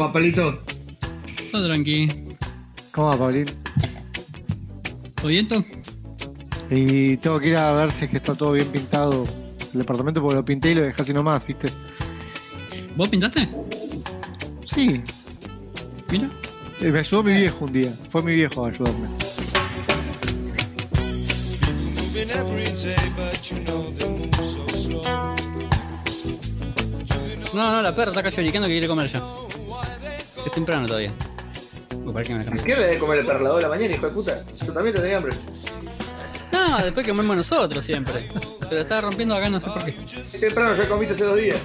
va, Palito? Todo tranqui. ¿Cómo va, Paulín? ¿Todo viento? Y tengo que ir a ver si es que está todo bien pintado el departamento, porque lo pinté y lo dejé así nomás, ¿viste? ¿Vos pintaste? Sí, Mira. me ayudó mi viejo un día. Fue mi viejo a ayudarme. No, la perra está lloriqueando que quiere comer ya. Es temprano todavía. ¿Para qué me la cambié? ¿Qué le de comer el perro a las 2 de la mañana, hijo de puta? Yo también tendría hambre. No, después comemos nosotros siempre. Pero estaba rompiendo acá, no sé por qué. Es temprano, ya comiste hace 2 días.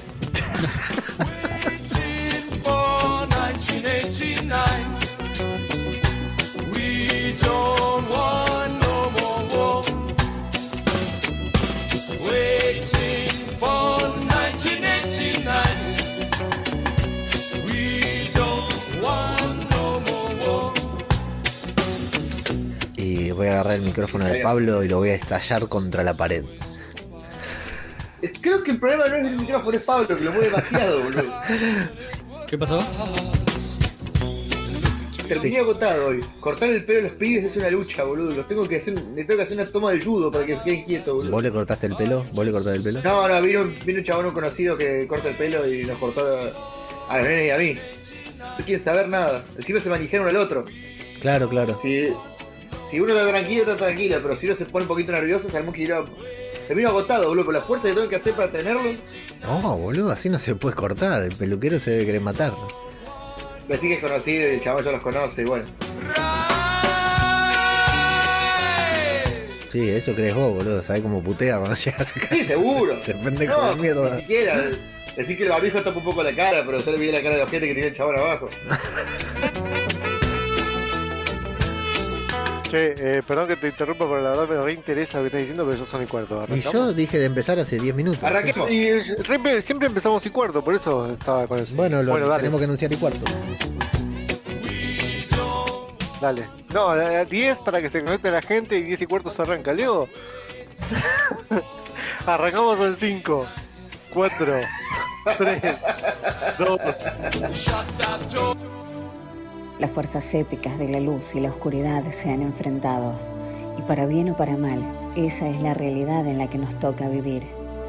Y voy a agarrar el micrófono de Pablo y lo voy a estallar contra la pared. Creo que el problema no es el micrófono, es Pablo, que lo mueve demasiado, boludo. ¿Qué pasó? Te lo tenía agotado hoy. Cortar el pelo a los pibes es una lucha, boludo. Le tengo que hacer una toma de judo para que se queden quietos, boludo. ¿Vos le cortaste el pelo? ¿Vos le cortaste el pelo? No, vino un chabón conocido que corta el pelo y nos cortó a los nenes y a mí. No quieren saber nada. Encima se manejaron al otro. Claro. Si uno está tranquilo, pero si uno se pone un poquito nervioso, sabemos que termino agotado, boludo, por la fuerza que tengo que hacer para tenerlo. No, boludo, así no se puede cortar. El peluquero se debe querer matar. Decís que es conocido y el chabón ya los conoce, y bueno. Sí, eso crees vos, boludo. ¿Sabés cómo putea cuando llega acá? Sí, seguro. Se pendejo de mierda. Ni siquiera. Decís que el barbijo tapa un poco la cara, pero se le veía la cara de ojete que tiene el chabón abajo. Che, perdón que te interrumpa, pero la verdad me reinteresa lo que estás diciendo, pero ya son y cuarto. Y yo dije de empezar hace 10 minutos. Arranquemos. Y siempre empezamos y cuarto, por eso estaba con eso. Bueno, dale. tenemos que anunciar y cuarto. Dale. No, a 10 para que se conecte la gente y 10 y cuarto se arranca. Leo. Arrancamos en 5, 4, 3, 2. Las fuerzas épicas de la luz y la oscuridad se han enfrentado, y para bien o para mal, esa es la realidad en la que nos toca vivir.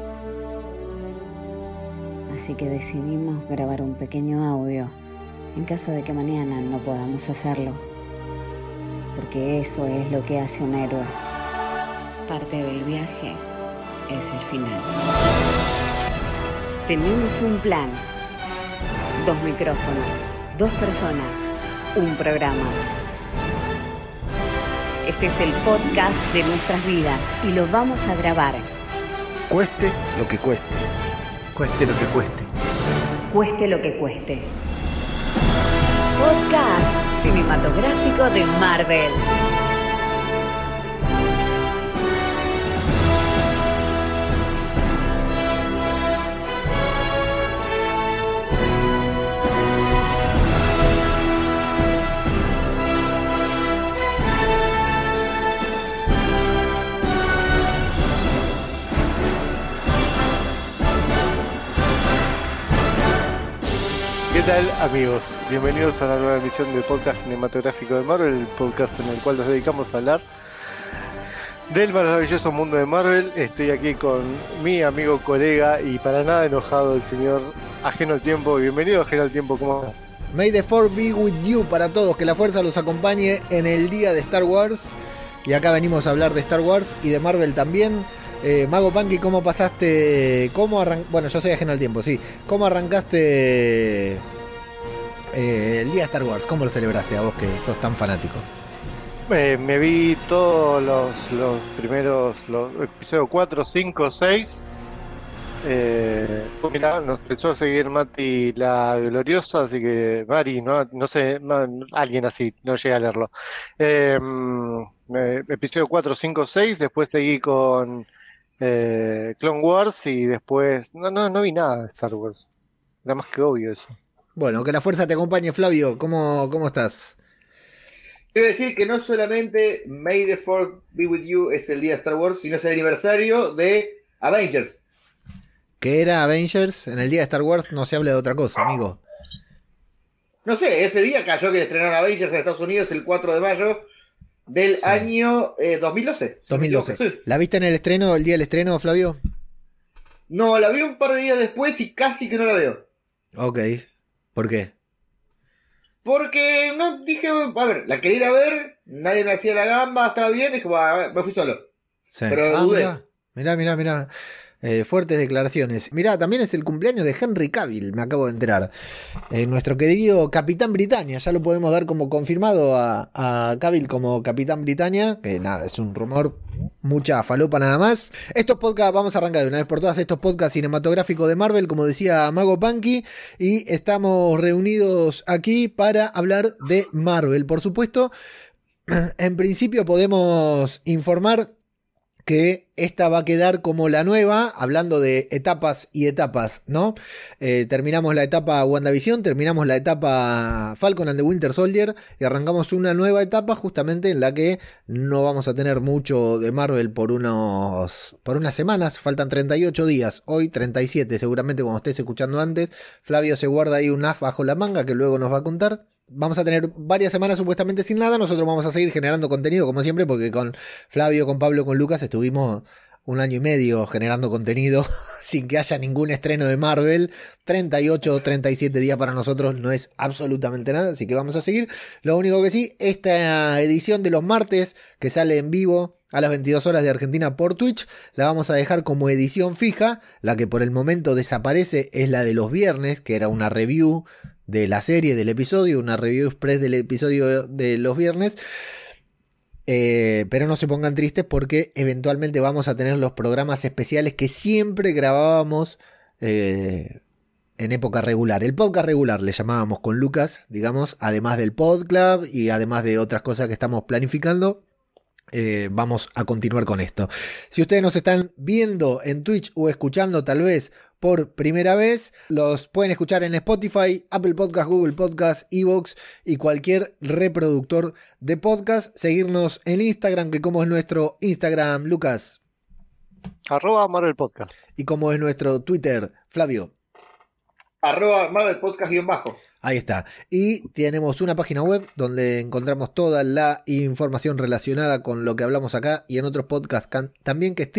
Así que decidimos grabar un pequeño audio, en caso de que mañana no podamos hacerlo, porque eso es lo que hace un héroe. Parte del viaje es el final. Tenemos un plan, 2 micrófonos, 2 personas, un programa. Este es el podcast de nuestras vidas y lo vamos a grabar. Cueste lo que cueste. Cueste lo que cueste. Cueste lo que cueste. Podcast cinematográfico de Marvel. ¿Qué tal, amigos? Bienvenidos a la nueva emisión del podcast cinematográfico de Marvel, el podcast en el cual nos dedicamos a hablar del maravilloso mundo de Marvel. Estoy aquí con mi amigo, colega y para nada enojado, el señor Ajeno al Tiempo. Bienvenido, Ajeno al Tiempo, ¿cómo va? May the Force be with you para todos. Que la fuerza los acompañe en el día de Star Wars. Y acá venimos a hablar de Star Wars y de Marvel también. Mago Punky, ¿cómo pasaste? Bueno, yo soy Ajeno al Tiempo, sí. ¿Cómo arrancaste el día de Star Wars? ¿Cómo lo celebraste a vos que sos tan fanático? Me vi todos los primeros, los episodios 4, 5, 6. Mira, nos echó a seguir Mati la Gloriosa, así que Mari, no sé, alguien así, no llegué a leerlo. Episodio 4, 5, 6, después seguí con Clone Wars y después no vi nada de Star Wars. Era más que obvio eso. Bueno, que la fuerza te acompañe, Flavio. ¿Cómo estás? Quiero decir que no solamente May the Force be with you es el día de Star Wars, sino es el aniversario de Avengers. Que era Avengers, en el día de Star Wars no se habla de otra cosa, amigo. No sé, ese día cayó que estrenaron Avengers en Estados Unidos el 4 de mayo del año 2012. 2012. Sí. ¿La viste en el estreno, el día del estreno, Flavio? No, la vi un par de días después y casi que no la veo. Ok. ¿Por qué? Porque no dije, a ver, la quería ir a ver, nadie me hacía la gamba, estaba bien, dije, bueno, me fui solo. Sí. Pero dudé. Mirá. Fuertes declaraciones. Mirá, también es el cumpleaños de Henry Cavill, me acabo de enterar. Nuestro querido Capitán Britannia, ya lo podemos dar como confirmado a Cavill como Capitán Britannia, que nada, es un rumor, mucha falopa nada más. Estos podcasts, vamos a arrancar de una vez por todas, estos podcasts cinematográficos de Marvel, como decía Mago Punky, y estamos reunidos aquí para hablar de Marvel. Por supuesto, en principio podemos informar que esta va a quedar como la nueva, hablando de etapas y etapas, ¿no? Terminamos la etapa WandaVision, terminamos la etapa Falcon and the Winter Soldier y arrancamos una nueva etapa justamente en la que no vamos a tener mucho de Marvel por unas semanas, faltan 38 días, hoy 37 seguramente cuando estés escuchando antes, Flavio se guarda ahí un as bajo la manga que luego nos va a contar. Vamos a tener varias semanas supuestamente sin nada. Nosotros vamos a seguir generando contenido como siempre, porque con Flavio, con Pablo, con Lucas estuvimos 1 año y medio generando contenido sin que haya ningún estreno de Marvel. 38 o 37 días para nosotros no es absolutamente nada, así que vamos a seguir. Lo único que sí, esta edición de los martes que sale en vivo a las 22 horas de Argentina por Twitch, la vamos a dejar como edición fija. La que por el momento desaparece es la de los viernes, que era una review de la serie, del episodio, una review express del episodio de los viernes. Pero no se pongan tristes porque eventualmente vamos a tener los programas especiales que siempre grabábamos en época regular. El podcast regular le llamábamos con Lucas, digamos, además del PodClub y además de otras cosas que estamos planificando. Vamos a continuar con esto. Si ustedes nos están viendo en Twitch o escuchando tal vez por primera vez, los pueden escuchar en Spotify, Apple Podcast, Google Podcast, Evox y cualquier reproductor de podcast. Seguirnos en Instagram, que como es nuestro Instagram, Lucas. @Marvel Podcast. Y como es nuestro Twitter, Flavio. @Marvel Podcast_. Ahí está. Y tenemos una página web donde encontramos toda la información relacionada con lo que hablamos acá y en otros podcasts también, que es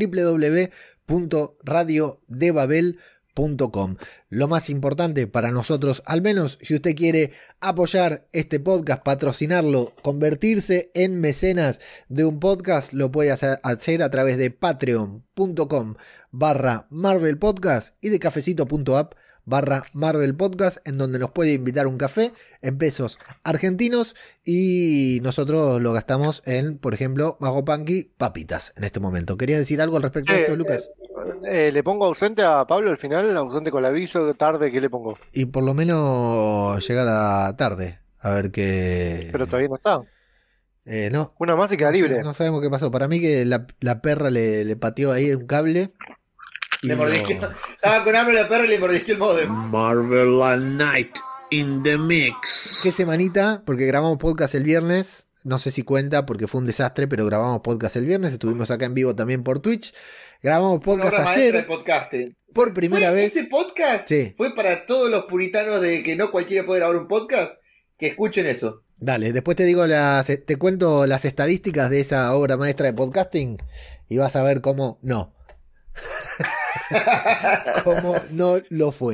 www.radiodebabel.com. Lo más importante para nosotros, al menos si usted quiere apoyar este podcast, patrocinarlo, convertirse en mecenas de un podcast, lo puede hacer a través de patreon.com/Marvel Podcast y de cafecito.app/Marvel Podcast, en donde nos puede invitar un café en pesos argentinos y nosotros lo gastamos en, por ejemplo, Mago Punky, papitas en este momento. ¿Querías decir algo al respecto de esto, Lucas? ¿Le pongo ausente a Pablo al final? ¿Ausente con el aviso? ¿Tarde? ¿Qué le pongo? Y por lo menos llegada tarde. A ver qué... Pero todavía no está. No. Una más y queda libre. No sabemos qué pasó. Para mí que la perra le pateó ahí un cable. Le mordisqueó. Estaba con hambre la perra y le mordisqueó el modem. Marvel at Night in the Mix. ¿Qué semanita? Porque grabamos podcast el viernes. No sé si cuenta porque fue un desastre, pero grabamos podcast el viernes. Estuvimos acá en vivo también por Twitch. Grabamos podcast ayer. Por primera vez. Ese podcast sí. Fue para todos los puritanos de que no cualquiera puede grabar un podcast. Que escuchen eso. Dale, después te cuento las estadísticas de esa obra maestra de podcasting y vas a ver cómo no. Como no lo fue.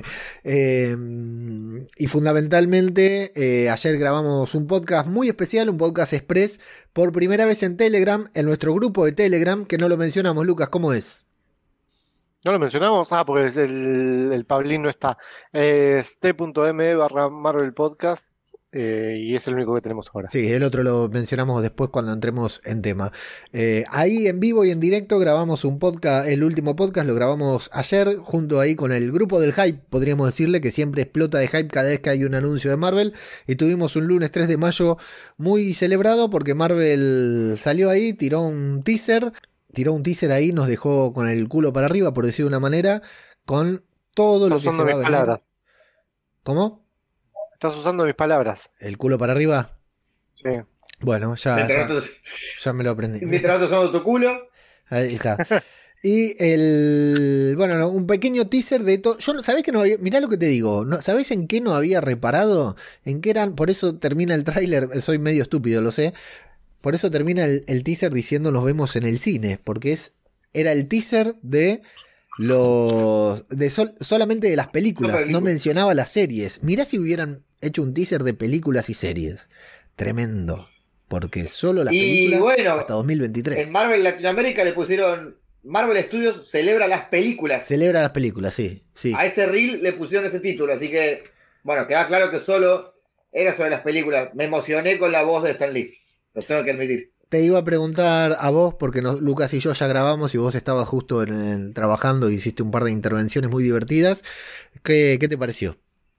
Y fundamentalmente ayer grabamos un podcast muy especial, un podcast express por primera vez en Telegram, en nuestro grupo de Telegram, que no lo mencionamos. Lucas, ¿cómo es? ¿No lo mencionamos? Porque el Pablín no está. Es t.me/Marvel Podcast. Y es el único que tenemos ahora. Sí, el otro lo mencionamos después cuando entremos en tema. Ahí en vivo y en directo grabamos un podcast, el último podcast lo grabamos ayer, junto ahí con el grupo del hype, podríamos decirle, que siempre explota de hype cada vez que hay un anuncio de Marvel. Y tuvimos un lunes 3 de mayo muy celebrado porque Marvel salió ahí, tiró un teaser ahí, nos dejó con el culo para arriba, por decir de una manera, con todo lo que se va a venir. Palabras. ¿Cómo? Estás usando mis palabras. ¿El culo para arriba? Sí. Bueno, ya me lo aprendí. Mientras usando tu culo. Ahí está. Y bueno, un pequeño teaser de todo. ¿Sabés que no había? Mirá lo que te digo. ¿Sabés en qué no había reparado? En qué eran. Por eso termina el tráiler. Soy medio estúpido, lo sé. Por eso termina el teaser diciendo nos vemos en el cine. Porque era el teaser de solamente de las películas. No mencionaba las series. Mirá si hubieran hecho un teaser de películas y series. Tremendo. Porque solo las películas hasta 2023. En Marvel Latinoamérica le pusieron Marvel Studios celebra las películas. Celebra las películas, sí. A ese reel le pusieron ese título, así que, bueno, queda claro que solo era sobre las películas. Me emocioné con la voz de Stan Lee, lo tengo que admitir. Te iba a preguntar a vos, porque Lucas y yo ya grabamos y vos estabas justo trabajando y hiciste un par de intervenciones muy divertidas. ¿Qué te pareció?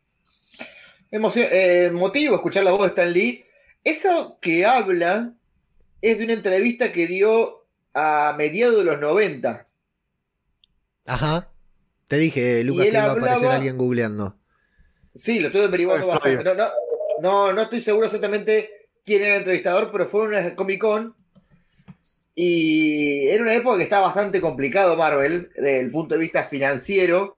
Motivo escuchar la voz de Stan Lee. Eso que habla es de una entrevista que dio a mediados de los 90. Ajá. Te dije, Lucas, que iba a aparecer alguien googleando. Sí, lo estoy averiguando bastante. No estoy seguro exactamente quién era el entrevistador, pero fue una Comic Con. Y era una época que estaba bastante complicado Marvel, desde el punto de vista financiero.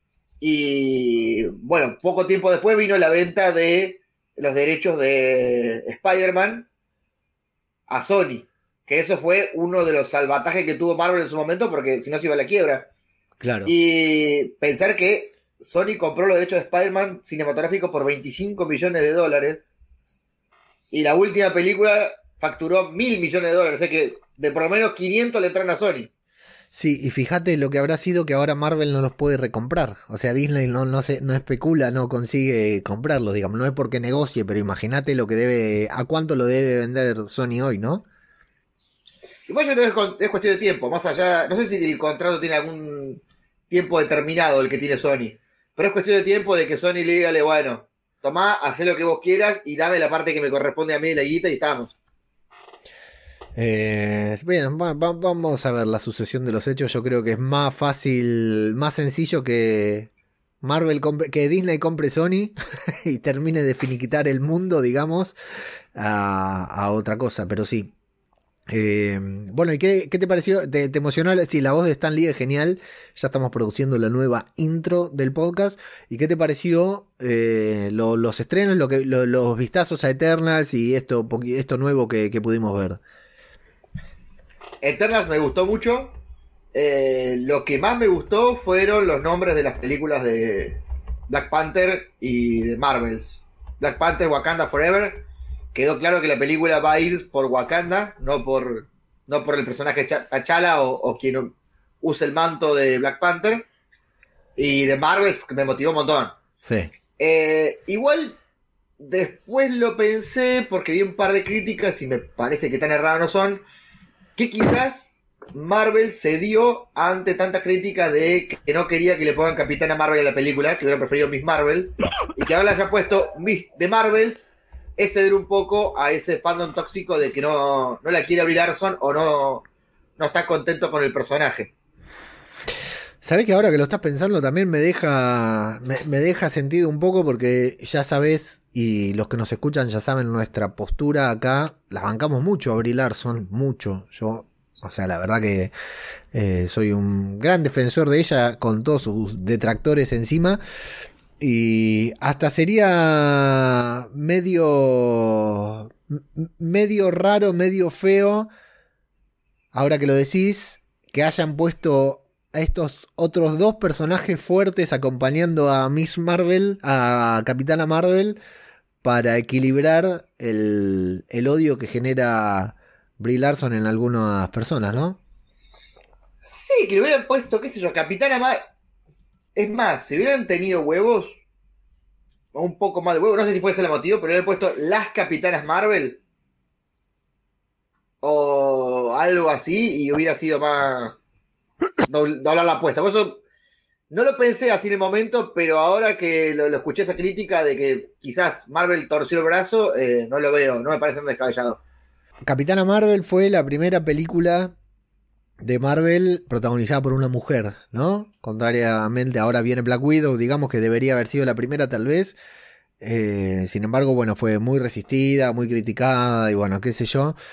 Y bueno, poco tiempo después vino la venta de los derechos de Spider-Man a Sony. Que eso fue uno de los salvatajes que tuvo Marvel en su momento, porque si no se iba a la quiebra. Claro. Y pensar que Sony compró los derechos de Spider-Man cinematográficos por $25 millones. Y la última película facturó $1.000 millones. O sea que de por lo menos 500 le traen a Sony. Sí, y fíjate lo que habrá sido que ahora Marvel no los puede recomprar. O sea, Disney no especula, no consigue comprarlos, digamos. No es porque negocie, pero imagínate a cuánto lo debe vender Sony hoy, ¿no? Igual yo creo que es cuestión de tiempo, más allá, no sé si el contrato tiene algún tiempo determinado el que tiene Sony, pero es cuestión de tiempo de que Sony le diga, bueno, tomá, hacé lo que vos quieras y dame la parte que me corresponde a mí de la guita y estamos. Bien, vamos a ver la sucesión de los hechos. Yo creo que es más fácil, más sencillo que que Disney compre Sony y termine de finiquitar el mundo, digamos, a otra cosa, pero sí. Bueno, ¿y qué te pareció? ¿Te emocionó? Sí, la voz de Stan Lee es genial. Ya estamos produciendo la nueva intro del podcast. ¿Y qué te pareció los estrenos, los vistazos a Eternals y esto nuevo que pudimos ver? Eternals me gustó mucho. Lo que más me gustó fueron los nombres de las películas de Black Panther y de Marvels. Black Panther, Wakanda Forever. Quedó claro que la película va a ir por Wakanda, no por el personaje T'Challa o quien use el manto de Black Panther. Y de Marvel, que me motivó un montón. Sí. Igual, después lo pensé, porque vi un par de críticas y me parece que tan erradas no son, que quizás Marvel cedió ante tanta crítica de que no quería que le pongan Capitana Marvel a la película, que hubiera preferido Miss Marvel, y que ahora le haya puesto Miss de Marvels. Es ceder un poco a ese fandom tóxico de que no la quiere Brie Larson o no está contento con el personaje. Sabés que ahora que lo estás pensando también me deja sentido un poco, porque ya sabés, y los que nos escuchan ya saben, nuestra postura acá, la bancamos mucho a Brie Larson, mucho. Yo, o sea, la verdad que soy un gran defensor de ella con todos sus detractores encima. Y hasta sería medio raro, medio feo, ahora que lo decís, que hayan puesto a estos otros dos personajes fuertes acompañando a Miss Marvel, a Capitana Marvel, para equilibrar el odio que genera Brie Larson en algunas personas, ¿no? Sí, que le hubieran puesto, qué sé yo, Capitana Marvel. Es más, si hubieran tenido huevos, o un poco más de huevos, no sé si fuese el motivo, pero le hubieran puesto las Capitanas Marvel, o algo así, y hubiera sido más doblar la apuesta. Por eso no lo pensé así en el momento, pero ahora que lo escuché esa crítica de que quizás Marvel torció el brazo, no lo veo, no me parece un descabellado. Capitana Marvel fue la primera película de Marvel protagonizada por una mujer, ¿no? Contrariamente, ahora viene Black Widow, digamos que debería haber sido la primera tal vez. Sin embargo, bueno, fue muy resistida, muy criticada y bueno, qué sé yo.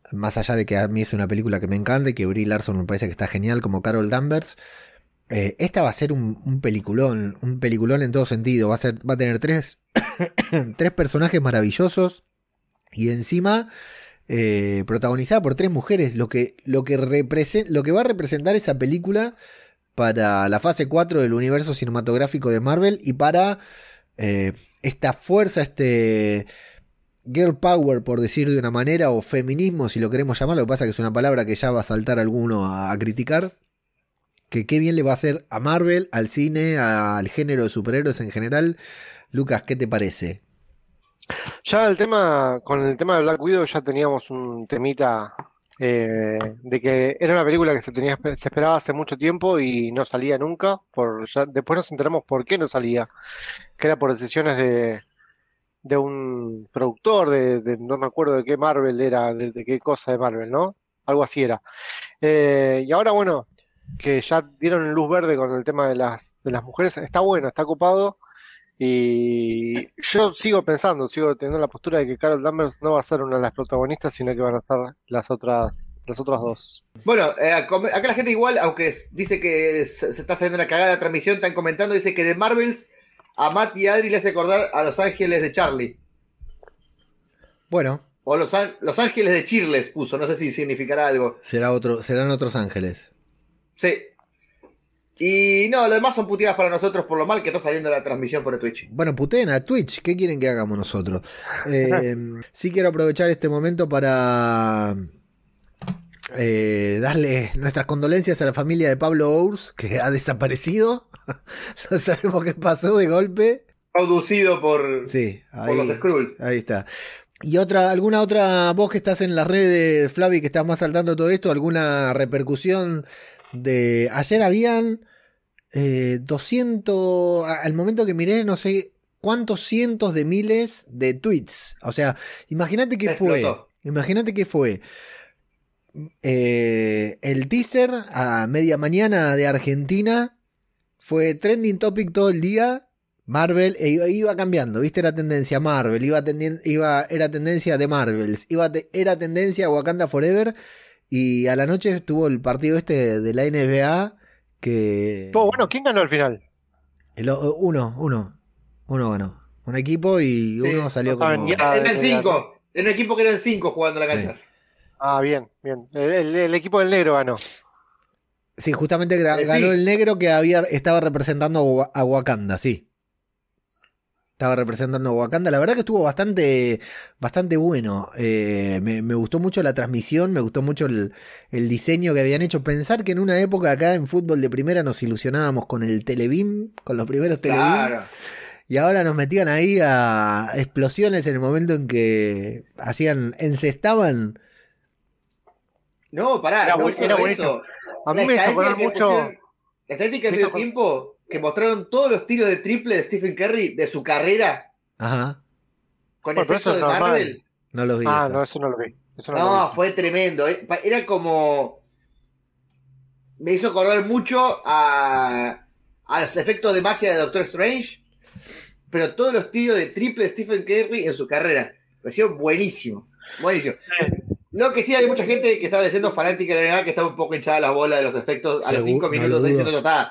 más allá de que a mí es una película que me encanta y que Brie Larson me parece que está genial como Carol Danvers, esta va a ser un peliculón en todo sentido. Va a tener tres personajes maravillosos y encima protagonizada por tres mujeres, lo que va a representar esa película para la fase 4 del universo cinematográfico de Marvel y para esta fuerza, este girl power, por decir de una manera, o feminismo, si lo queremos llamar. Lo que pasa es que es una palabra que ya va a saltar alguno a criticar. Que qué bien le va a hacer a Marvel, al cine, al género de superhéroes en general. Lucas, ¿qué te parece? Ya con el tema de Black Widow ya teníamos un temita de que era una película que se esperaba hace mucho tiempo y no salía nunca. Después nos enteramos por qué no salía, que era por decisiones de un productor, no me acuerdo de qué Marvel era, de qué cosa de Marvel, ¿no? Algo así era. Y ahora, bueno, que ya dieron luz verde con el tema de las mujeres, está bueno, está copado. Y yo sigo teniendo la postura de que Carol Danvers no va a ser una de las protagonistas, sino que van a estar las otras dos. Bueno, acá la gente igual, aunque dice que se está saliendo una cagada de transmisión, están comentando, dice que de Marvels a Matt y Adri le hace acordar a Los Ángeles de Charlie. Bueno. O Los Ángeles de Shirley puso, no sé si significará algo. Serán otros ángeles. Sí. Y no, lo demás son puteadas para nosotros por lo mal que está saliendo la transmisión por Twitch. Bueno, puteen a Twitch. ¿Qué quieren que hagamos nosotros? Sí quiero aprovechar este momento para darle nuestras condolencias a la familia de Pablo Ours, que ha desaparecido. No sabemos qué pasó de golpe. Producido por, sí, por los Skrull. Ahí está. ¿Y alguna otra vos que estás en las redes, Flavi, que estás más al tanto de todo esto? ¿Alguna repercusión de... Ayer habían 200... Al momento que miré, no sé cuántos cientos de miles de tweets. O sea, imagínate qué fue. Imagínate qué fue. El teaser a media mañana de Argentina fue trending topic todo el día. Marvel iba cambiando, ¿viste? Era tendencia Marvel, era tendencia de Marvels, era tendencia Wakanda Forever, y a la noche estuvo el partido este de la NBA que... Todo bueno, ¿quién ganó al final? Uno ganó. Un equipo y sí, uno salió como... Eran 5, en un equipo que eran 5 jugando la cancha. Sí. Ah, bien. El equipo del negro ganó. Sí, justamente ganó el negro que estaba representando a Wakanda, sí. Estaba representando a Wakanda. La verdad que estuvo bastante bueno. Me gustó mucho la transmisión, me gustó mucho el diseño que habían hecho. Pensar que en una época acá en fútbol de primera nos ilusionábamos con el Telebeam, con los primeros Telebeam. Claro. Y ahora nos metían ahí a explosiones en el momento en que encestaban. No, pará, era no bueno. Eso. A mí me hizo acordar mucho. La estética del medio tiempo que mostraron todos los tiros de triple de Stephen Curry de su carrera. Ajá. Con efectos de Marvel. No los vi. No, eso no lo vi. No, fue tremendo. Era como... Me hizo acordar mucho a los efectos de magia de Doctor Strange. Pero todos los tiros de triple de Stephen Curry en su carrera. Me pareció buenísimo. Buenísimo. Lo que sí, hay mucha gente que estaba diciendo fanática de la NBA que estaba un poco hinchada la bola de los efectos a los 5 minutos diciendo total.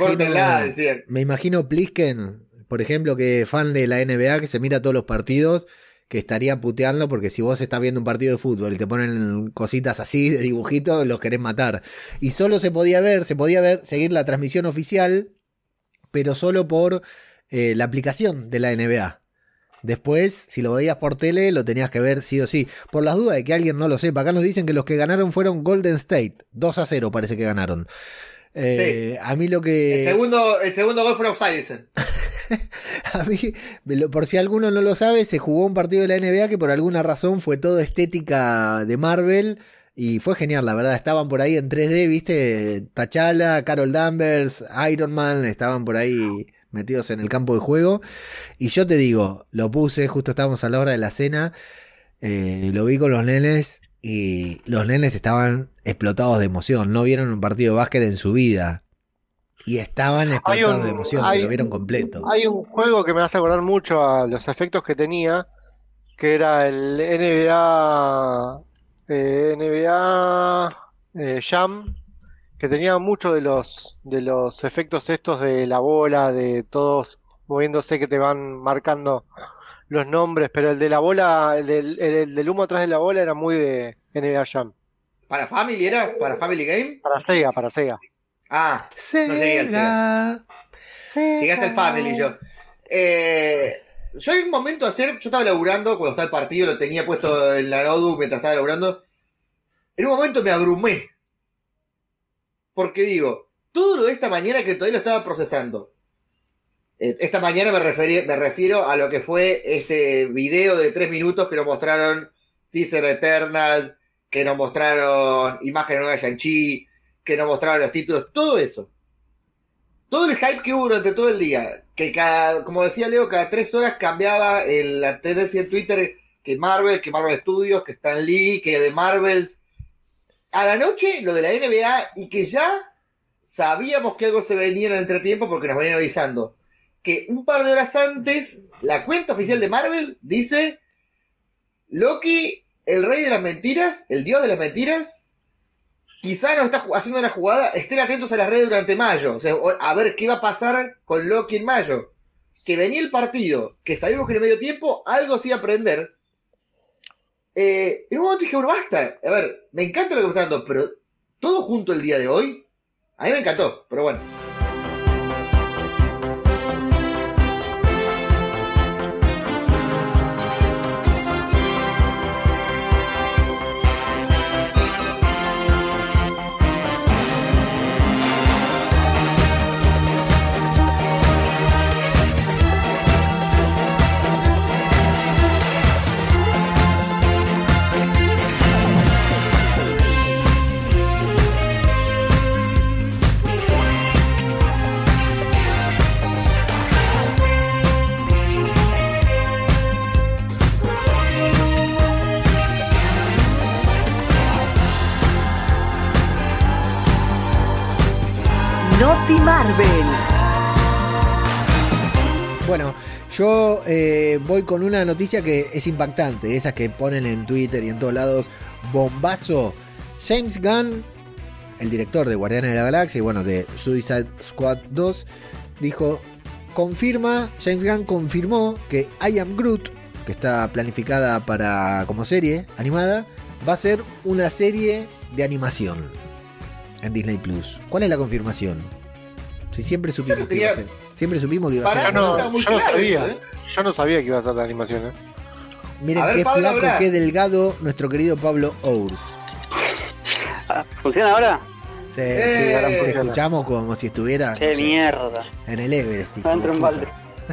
Me imagino Plisken, por ejemplo, que es fan de la NBA, que se mira todos los partidos, que estaría puteando porque si vos estás viendo un partido de fútbol y te ponen cositas así de dibujitos, los querés matar. Y solo se podía seguir la transmisión oficial, pero solo por la aplicación de la NBA. Después, si lo veías por tele, lo tenías que ver sí o sí. Por las dudas de que alguien no lo sepa, acá nos dicen que los que ganaron fueron Golden State. 2-0 parece que ganaron. Sí. A mí lo que... El segundo gol fue offside. A mí, por si alguno no lo sabe, se jugó un partido de la NBA que por alguna razón fue todo estética de Marvel. Y fue genial, la verdad. Estaban por ahí en 3D, ¿viste? T'Challa, Carol Danvers, Iron Man, estaban por ahí metidos en el campo de juego. Y yo te digo, lo puse, justo estábamos a la hora de la cena, lo vi con los nenes y los nenes estaban explotados de emoción. No vieron un partido de básquet en su vida y estaban explotados de emoción, se lo vieron completo. Hay un juego que me hace acordar mucho a los efectos que tenía, que era el NBA NBA Jam, que tenía muchos de los efectos estos de la bola, de todos moviéndose que te van marcando los nombres, pero el de la bola, el del humo atrás de la bola era muy de NBA Jam. ¿Para Family era? ¿Para Family Game? Para Sega. Ah, no llegué al Sega. Llegué hasta el Family yo. Yo en un momento yo estaba laburando, cuando estaba el partido, lo tenía puesto en la notebook mientras estaba laburando. En un momento me abrumé. Porque digo, todo lo de esta mañana que todavía lo estaba procesando. Esta mañana me refiero a lo que fue este video de 3 minutos que nos mostraron teaser de Eternals, que nos mostraron imagen nueva de Shang-Chi, que nos mostraron los títulos, todo eso. Todo el hype que hubo durante todo el día, que como decía Leo, cada 3 horas cambiaba la tendencia en Twitter, que Marvel Studios, que Stan Lee, que de Marvels. A la noche, lo de la NBA, y que ya sabíamos que algo se venía en el entretiempo porque nos venían avisando. Que un par de horas antes, la cuenta oficial de Marvel dice: Loki, el rey de las mentiras, el dios de las mentiras, quizá nos está haciendo una jugada, estén atentos a las redes durante mayo, o sea, a ver qué va a pasar con Loki en mayo. Que venía el partido, que sabíamos que en el medio tiempo algo se iba a aprender. En un momento dije, bueno, basta, a ver, me encanta lo que me está dando, pero todo junto el día de hoy, a mí me encantó, pero bueno. Noti Marvel. Bueno, yo voy con una noticia que es impactante, esas que ponen en Twitter y en todos lados, bombazo. James Gunn, el director de Guardianes de la Galaxia y bueno, de Suicide Squad 2, dijo, James Gunn confirmó que I Am Groot, que está planificada como serie animada, va a ser una serie de animación en Disney Plus. ¿Cuál es la confirmación? Si siempre supimos que iba a ser. Siempre supimos que iba a ser. Yo no sabía que iba a ser la animación, ¿eh? Miren qué Pablo, flaco, qué delgado nuestro querido Pablo Ours. ¿Funciona ahora? Sí, te escuchamos como si estuviera. ¡Qué mierda! En el Everest. Dentro un balde.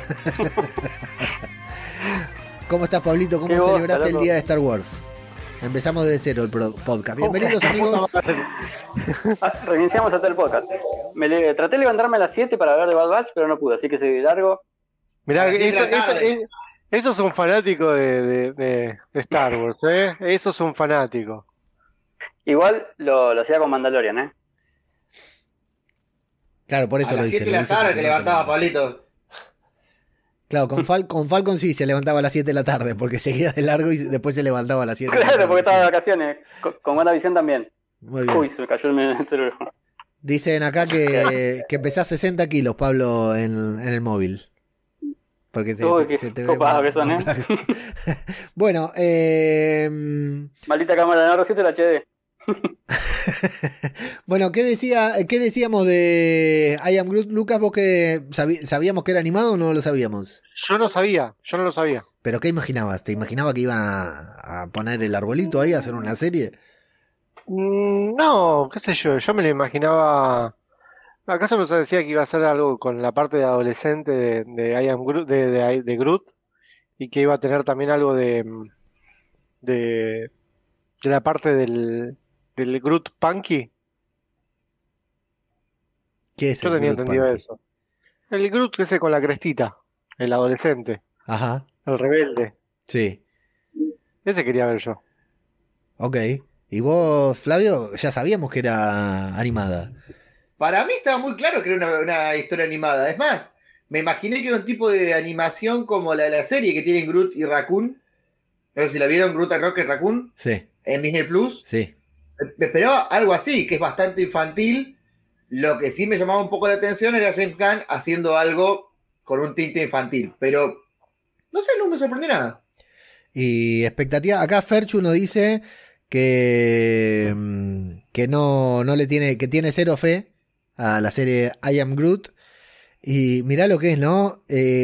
¿Cómo estás, Pablito? ¿Cómo celebraste el día de Star Wars? Empezamos desde cero el podcast. Bienvenidos, amigos. Reiniciamos hasta el podcast. Traté de levantarme a las 7 para hablar de Bad Batch, pero no pude, así que seguí largo. Mirá, eso es un fanático de Star Wars, ¿eh? Eso es un fanático. Igual lo hacía con Mandalorian, ¿eh? Claro, por eso a lo dice. A las 7 de la tarde te levantaba, Pablito. Claro, con Falcon sí se levantaba a las 7 de la tarde porque seguía de largo y después se levantaba a las 7 de la tarde. Claro, porque estaba de vacaciones. Con WandaVision también. Muy bien. Uy, se me cayó el cerebro. Dicen acá que pesás 60 kilos, Pablo, en el móvil. Porque se te ve copado que son, ¿eh? Bueno, maldita cámara de R7 la HD. Bueno, ¿qué decíamos de I Am Groot? Lucas, ¿vos que sabíamos que era animado o no lo sabíamos? Yo no lo sabía. ¿Pero qué imaginabas? ¿Te imaginabas que iban a poner el arbolito ahí a hacer una serie? No, qué sé yo me lo imaginaba. ¿Acaso nos decía que iba a hacer algo con la parte de adolescente de I Am Groot, de Groot? Y que iba a tener también algo de la parte del Groot Punky. ¿Qué es yo tenía entendido Punky? Eso. El Groot ese con la crestita, el adolescente. Ajá. El rebelde. Sí. Ese quería ver yo. Ok. ¿Y vos, Flavio, ya sabíamos que era animada? Para mí estaba muy claro que era una historia animada. Es más, me imaginé que era un tipo de animación como la serie que tienen Groot y Raccoon. No sé si la vieron, Groot and Rocket Raccoon. Sí. en Disney Plus. Sí. Me esperaba algo así, que es bastante infantil. Lo que sí me llamaba un poco la atención era James Gunn haciendo algo con un tinte infantil. Pero, no sé, no me sorprendió nada. Y expectativa. Acá Ferchu nos dice que no le tiene, que tiene cero fe a la serie I Am Groot. Y mirá lo que es, ¿no?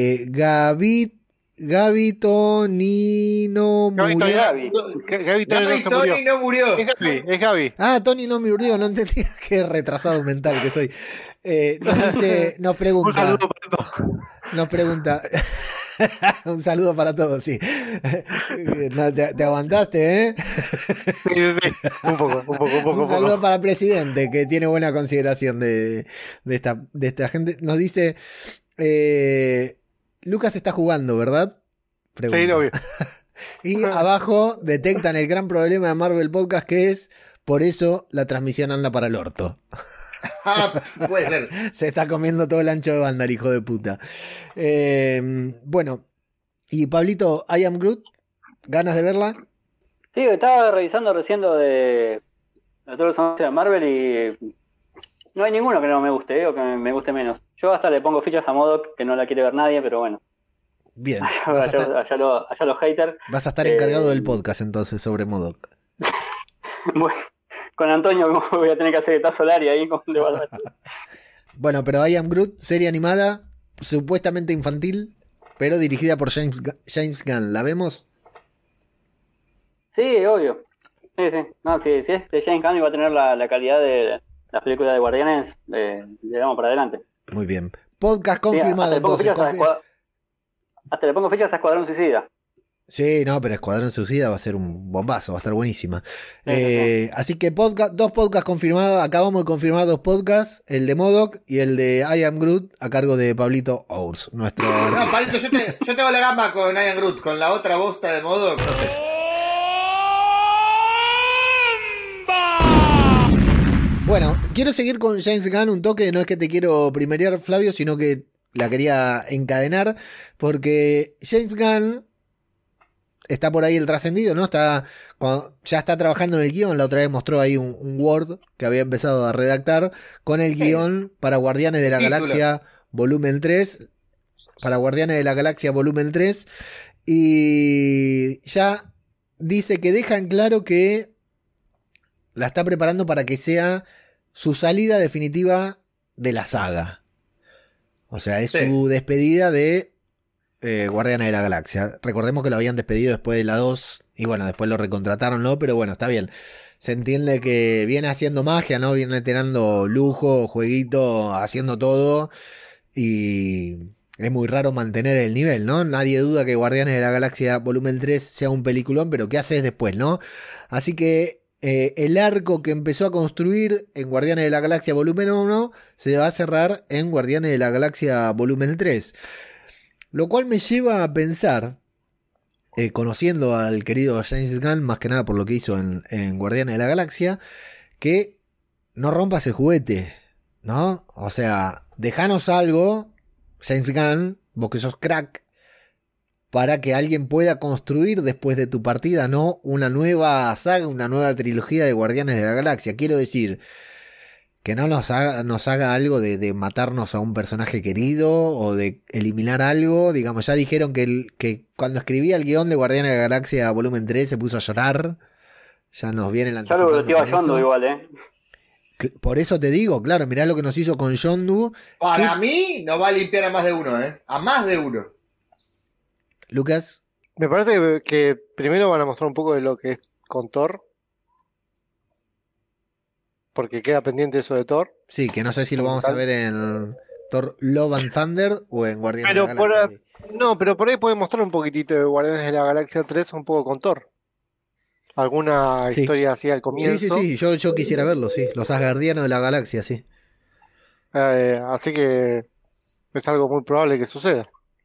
Gaby Tonino murió. Gaby Tony no murió. Es Gaby. Ah, Tony no murió, no entendía. Qué retrasado mental que soy. Nos pregunta. Nos pregunta. Un saludo para todos, sí. No, te aguantaste, ¿eh? Sí. Un poco. Un saludo para el presidente, que tiene buena consideración de esta gente. Nos dice, Lucas está jugando, ¿verdad? Pregunta. Sí, lo vi. Y abajo detectan el gran problema de Marvel Podcast, que es, por eso la transmisión anda para el orto. Puede ser. Se está comiendo todo el ancho de banda, el hijo de puta. Bueno, y Pablito, I Am Groot, ¿ganas de verla? Sí, estaba revisando recién lo de todos los anuncios de Marvel y no hay ninguno que no me guste, o que me guste menos. Yo hasta le pongo fichas a MODOK, que no la quiere ver nadie, pero bueno. Bien. Allá los haters. Vas a estar encargado del podcast entonces sobre MODOK. Bueno, con Antonio voy a tener que hacer Tazo Solari ahí con de Bad Batch. Bueno, pero I Am Groot, serie animada, supuestamente infantil, pero dirigida por James Gunn. ¿La vemos? Sí, obvio. Sí. No, si es de James Gunn, va a tener la calidad de las películas de Guardianes, digamos, para adelante. Muy bien. Podcast confirmado, entonces. Hasta le pongo fechas a Escuadrón Suicida. Sí, no, pero Escuadrón Suicida va a ser un bombazo, va a estar buenísima. Sí. Así que dos podcasts confirmados. Acabamos de confirmar 2 podcasts, el de MODOK y el de I Am Groot, a cargo de Pablito Ours, nuestro... No, Pablito, yo tengo la gama con I Am Groot, con la otra bosta de MODOK, no sé. Bueno, quiero seguir con James Gunn un toque, no es que te quiero primerear, Flavio, sino que la quería encadenar, porque James Gunn está por ahí el trascendido, ¿no? Ya está trabajando en el guión, la otra vez mostró ahí un Word que había empezado a redactar con el guión para Guardianes de la Galaxia Volumen 3, para Guardianes de la Galaxia Volumen 3, y ya dice que dejan claro que la está preparando para que sea su salida definitiva de la saga. O sea, es su despedida de Guardianes de la Galaxia. Recordemos que lo habían despedido después de la 2 y bueno, después lo recontrataron, ¿no? Pero bueno, está bien. Se entiende que viene haciendo magia, ¿no? Viene tirando lujo, jueguito, haciendo todo y es muy raro mantener el nivel, ¿no? Nadie duda que Guardianes de la Galaxia Volumen 3 sea un peliculón, pero ¿qué haces después, no? Así que el arco que empezó a construir en Guardianes de la Galaxia Volumen 1 se va a cerrar en Guardianes de la Galaxia Volumen 3. Lo cual me lleva a pensar, conociendo al querido James Gunn, más que nada por lo que hizo en Guardianes de la Galaxia, que no rompas el juguete, ¿no? O sea, déjanos algo, James Gunn, vos que sos crack, para que alguien pueda construir después de tu partida, ¿no? Una nueva saga, una nueva trilogía de Guardianes de la Galaxia. Quiero decir, que no nos haga algo de matarnos a un personaje querido o de eliminar algo. Digamos, ya dijeron que cuando escribía el guión de Guardianes de la Galaxia Volumen 3 se puso a llorar. Ya nos viene la anticipando. Ya lo estoy ayudando igual, Por eso te digo, claro, mirá lo que nos hizo con Yondu. Para mí no va a limpiar a más de uno, a más de uno. Lucas. Me parece que primero van a mostrar un poco de lo que es con Thor. Porque queda pendiente eso de Thor. Sí, que no sé si lo vamos a ver en Thor Love and Thunder o en Guardianes de la Galaxia. No, pero por ahí puede mostrar un poquitito de Guardianes de la Galaxia 3 un poco con Thor. Alguna historia así al comienzo. Sí, yo quisiera verlo, sí. Los Asgardianos de la Galaxia, sí. Así que es algo muy probable que suceda.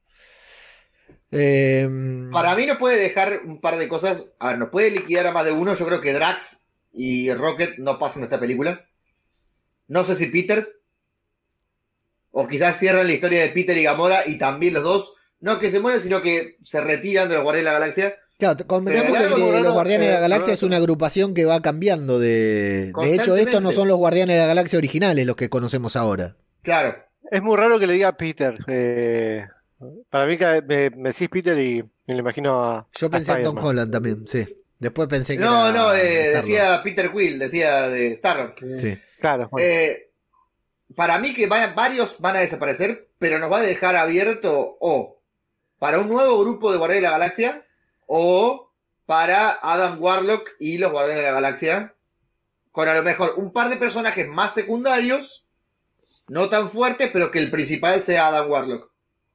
Para mí nos puede dejar un par de cosas. A ver, nos puede liquidar a más de uno. Yo creo que Drax y Rocket no pasan esta película. No sé si Peter. O quizás cierran la historia de Peter y Gamora y también los dos. No que se mueren, sino que se retiran de los Guardianes de la Galaxia. Claro, convengamos Pero que el algo de raro, los Guardianes de la eh, Galaxia raro. es una agrupación que va cambiando de hecho, estos no Constantemente. son los Guardianes de la Galaxia originales, los que conocemos ahora. Claro. Es muy raro que le diga Peter. Para mí que me decís Peter y me lo imagino Yo a pensé en Tom Spider-Man. Holland también, sí. Después pensé que No, era no, Star-Lord. decía Peter Quill, decía de Star-Lord. Sí. Claro, bueno. Para mí que varios van a desaparecer, pero nos va a dejar abierto o para un nuevo grupo de Guardianes de la Galaxia o para Adam Warlock y los Guardianes de la Galaxia, con a lo mejor un par de personajes más secundarios, no tan fuertes, pero que el principal sea Adam Warlock.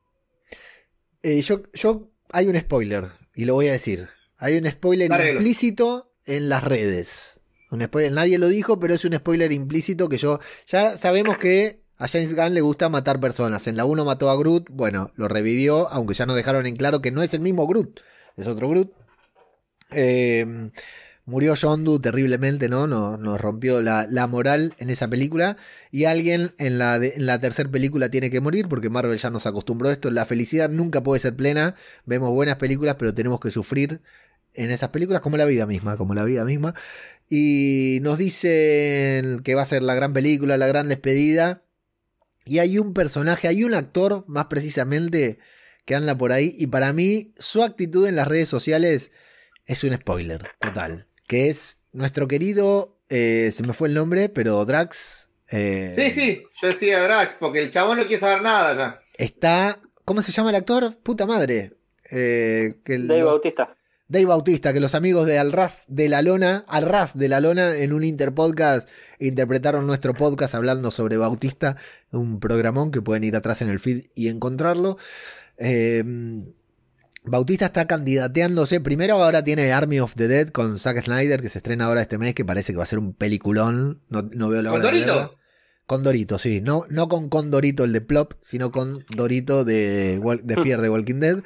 Hay un spoiler, y lo voy a decir. Hay un spoiler Lárguelo. implícito en las redes. Un spoiler, nadie lo dijo, pero es un spoiler implícito que ya sabemos que a James Gunn le gusta matar personas. En la 1 mató a Groot, bueno, lo revivió, aunque ya nos dejaron en claro que no es el mismo Groot, es otro Groot. Murió Yondu terriblemente, ¿no? Nos rompió la moral en esa película. Y alguien en la tercera película tiene que morir, porque Marvel ya nos acostumbró a esto. La felicidad nunca puede ser plena. Vemos buenas películas, pero tenemos que sufrir en esas películas, como la vida misma. Y nos dicen que va a ser la gran película, la gran despedida. Y hay un personaje, hay un actor, más precisamente, que anda por ahí. Y para mí, su actitud en las redes sociales es un spoiler total. Que es nuestro querido, se me fue el nombre, pero Drax. Sí, yo decía Drax, porque el chabón no quiere saber nada ya. Está, ¿cómo se llama el actor? Puta madre. Dave Bautista. Dave Bautista, que los amigos de Al Ras de la Lona, en un Interpodcast, interpretaron nuestro podcast hablando sobre Bautista, un programón que pueden ir atrás en el feed y encontrarlo. Bautista está candidateándose. Primero ahora tiene Army of the Dead con Zack Snyder, que se estrena ahora este mes, que parece que va a ser un peliculón. No veo la hora de verla. ¿Condorito? Con Dorito, sí. No con Condorito el de Plop, sino con Dorito de Fear de Walking Dead.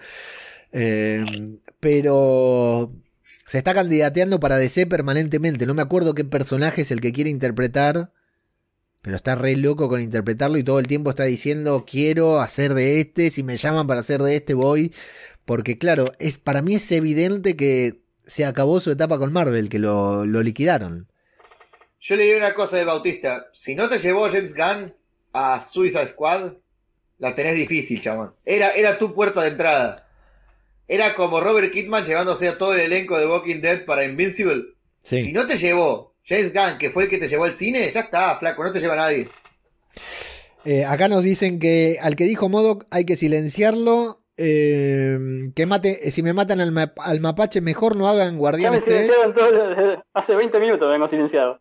Pero se está candidateando para DC permanentemente. No me acuerdo qué personaje es el que quiere interpretar, pero está re loco con interpretarlo y todo el tiempo está diciendo: quiero hacer de este, si me llaman para hacer de este voy. Porque claro, para mí es evidente que se acabó su etapa con Marvel, que lo liquidaron. Yo le digo una cosa de Bautista. Si no te llevó James Gunn a Suicide Squad, la tenés difícil, chabón. Era tu puerta de entrada. Era como Robert Kidman llevándose a todo el elenco de Walking Dead para Invincible. Sí. Si no te llevó James Gunn, que fue el que te llevó al cine, ya está, flaco, no te lleva nadie. Acá nos dicen que al que dijo MODOK hay que silenciarlo. Si me matan al mapache, mejor no hagan Ya me Guardianes 3. silenciaron todo, hace 20 minutos vengo silenciado.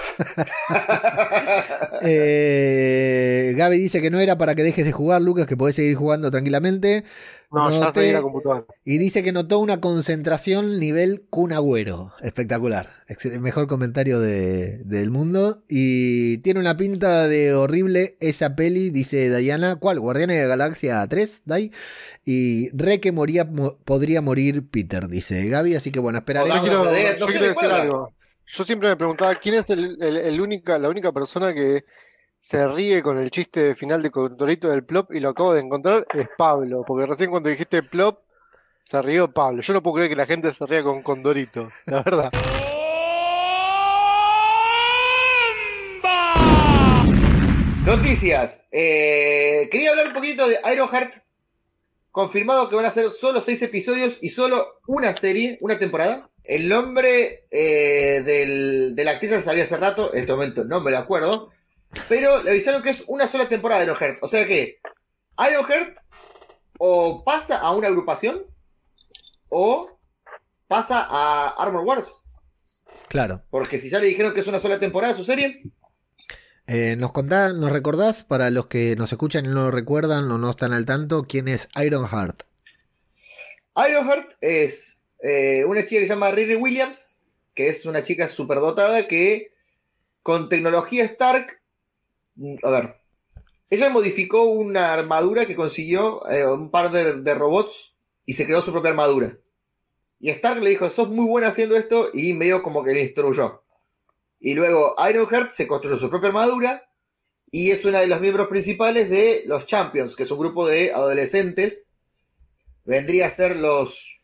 Gaby dice que no era para que dejes de jugar, Lucas, que podés seguir jugando tranquilamente. No, ya Noté- estoy en la computadora. Y dice que notó una concentración nivel Kun Agüero. Espectacular. El mejor comentario del mundo. Y tiene una pinta de horrible esa peli, dice Diana. ¿Cuál? ¿Guardianes de la Galaxia 3, Dai? Y re que podría morir Peter, dice Gaby. Así que bueno, esperaremos. Hola. Yo quiero, no yo sé quiero de decir cuál algo. Yo siempre me preguntaba quién es la única persona que se ríe con el chiste final de Condorito del Plop, y lo acabo de encontrar, es Pablo, porque recién cuando dijiste Plop se rió Pablo. Yo no puedo creer que la gente se ría con Condorito, la verdad. Noticias. Quería hablar un poquito de Ironheart. Confirmado que van a ser solo 6 episodios y solo una serie, una temporada. El nombre de la actriz se sabía hace rato, en este momento no me lo acuerdo. Pero le avisaron que es una sola temporada de Ironheart. O sea que Ironheart o pasa a una agrupación o pasa a Armor Wars. Claro. Porque si ya le dijeron que es una sola temporada su serie. ¿Nos recordás, para los que nos escuchan y no lo recuerdan o no están al tanto, quién es Ironheart? Ironheart es una chica que se llama Riri Williams, que es una chica superdotada que con tecnología Stark, a ver, ella modificó una armadura que consiguió un par de robots y se creó su propia armadura. Y Stark le dijo: sos muy buena haciendo esto, y medio como que le instruyó. Y luego Ironheart se construyó su propia armadura y es una de los miembros principales de los Champions, que es un grupo de adolescentes. Vendría a ser los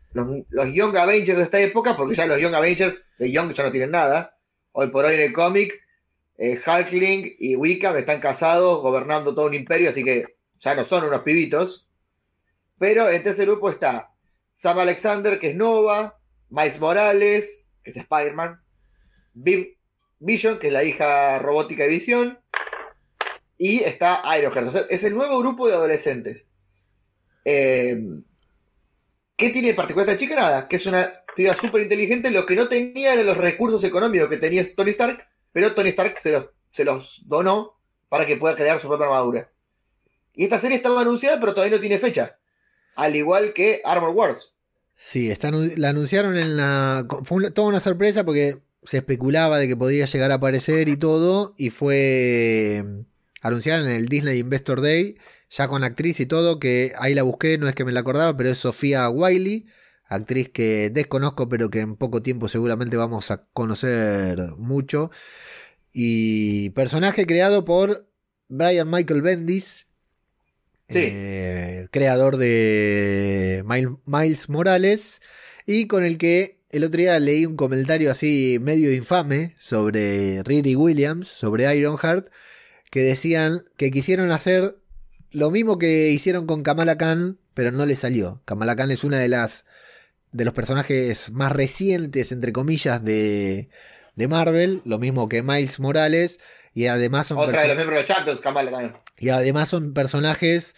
los Young Avengers de esta época, porque ya los Young Avengers de Young ya no tienen nada. Hoy por hoy en el cómic, Hulkling y Wiccan están casados, gobernando todo un imperio, así que ya no son unos pibitos. Pero entre ese grupo está Sam Alexander, que es Nova, Miles Morales, que es Spider-Man, Vision, que es la hija robótica de Visión, y está Ironheart. O sea, es el nuevo grupo de adolescentes. ¿Qué tiene de particular esta chica? Nada, que es una piba súper inteligente. Lo que no tenía eran los recursos económicos que tenía Tony Stark, pero Tony Stark se los donó para que pueda crear su propia armadura. Y esta serie estaba anunciada, pero todavía no tiene fecha. Al igual que Armor Wars. Sí, la anunciaron fue toda una sorpresa porque se especulaba de que podría llegar a aparecer y todo, y fue anunciada en el Disney Investor Day, ya con actriz y todo, que ahí la busqué, no es que me la acordaba, pero es Sofía Wiley, actriz que desconozco, pero que en poco tiempo seguramente vamos a conocer mucho, y personaje creado por Brian Michael Bendis, Sí. Creador de Miles Morales, y con el que el otro día leí un comentario así medio infame sobre Riri Williams, sobre Ironheart, que decían que quisieron hacer lo mismo que hicieron con Kamala Khan, pero no le salió. Kamala Khan es una de los personajes más recientes, entre comillas, de Marvel, lo mismo que Miles Morales, y además son otra de los miembros de Champions, Kamala también. Y además son personajes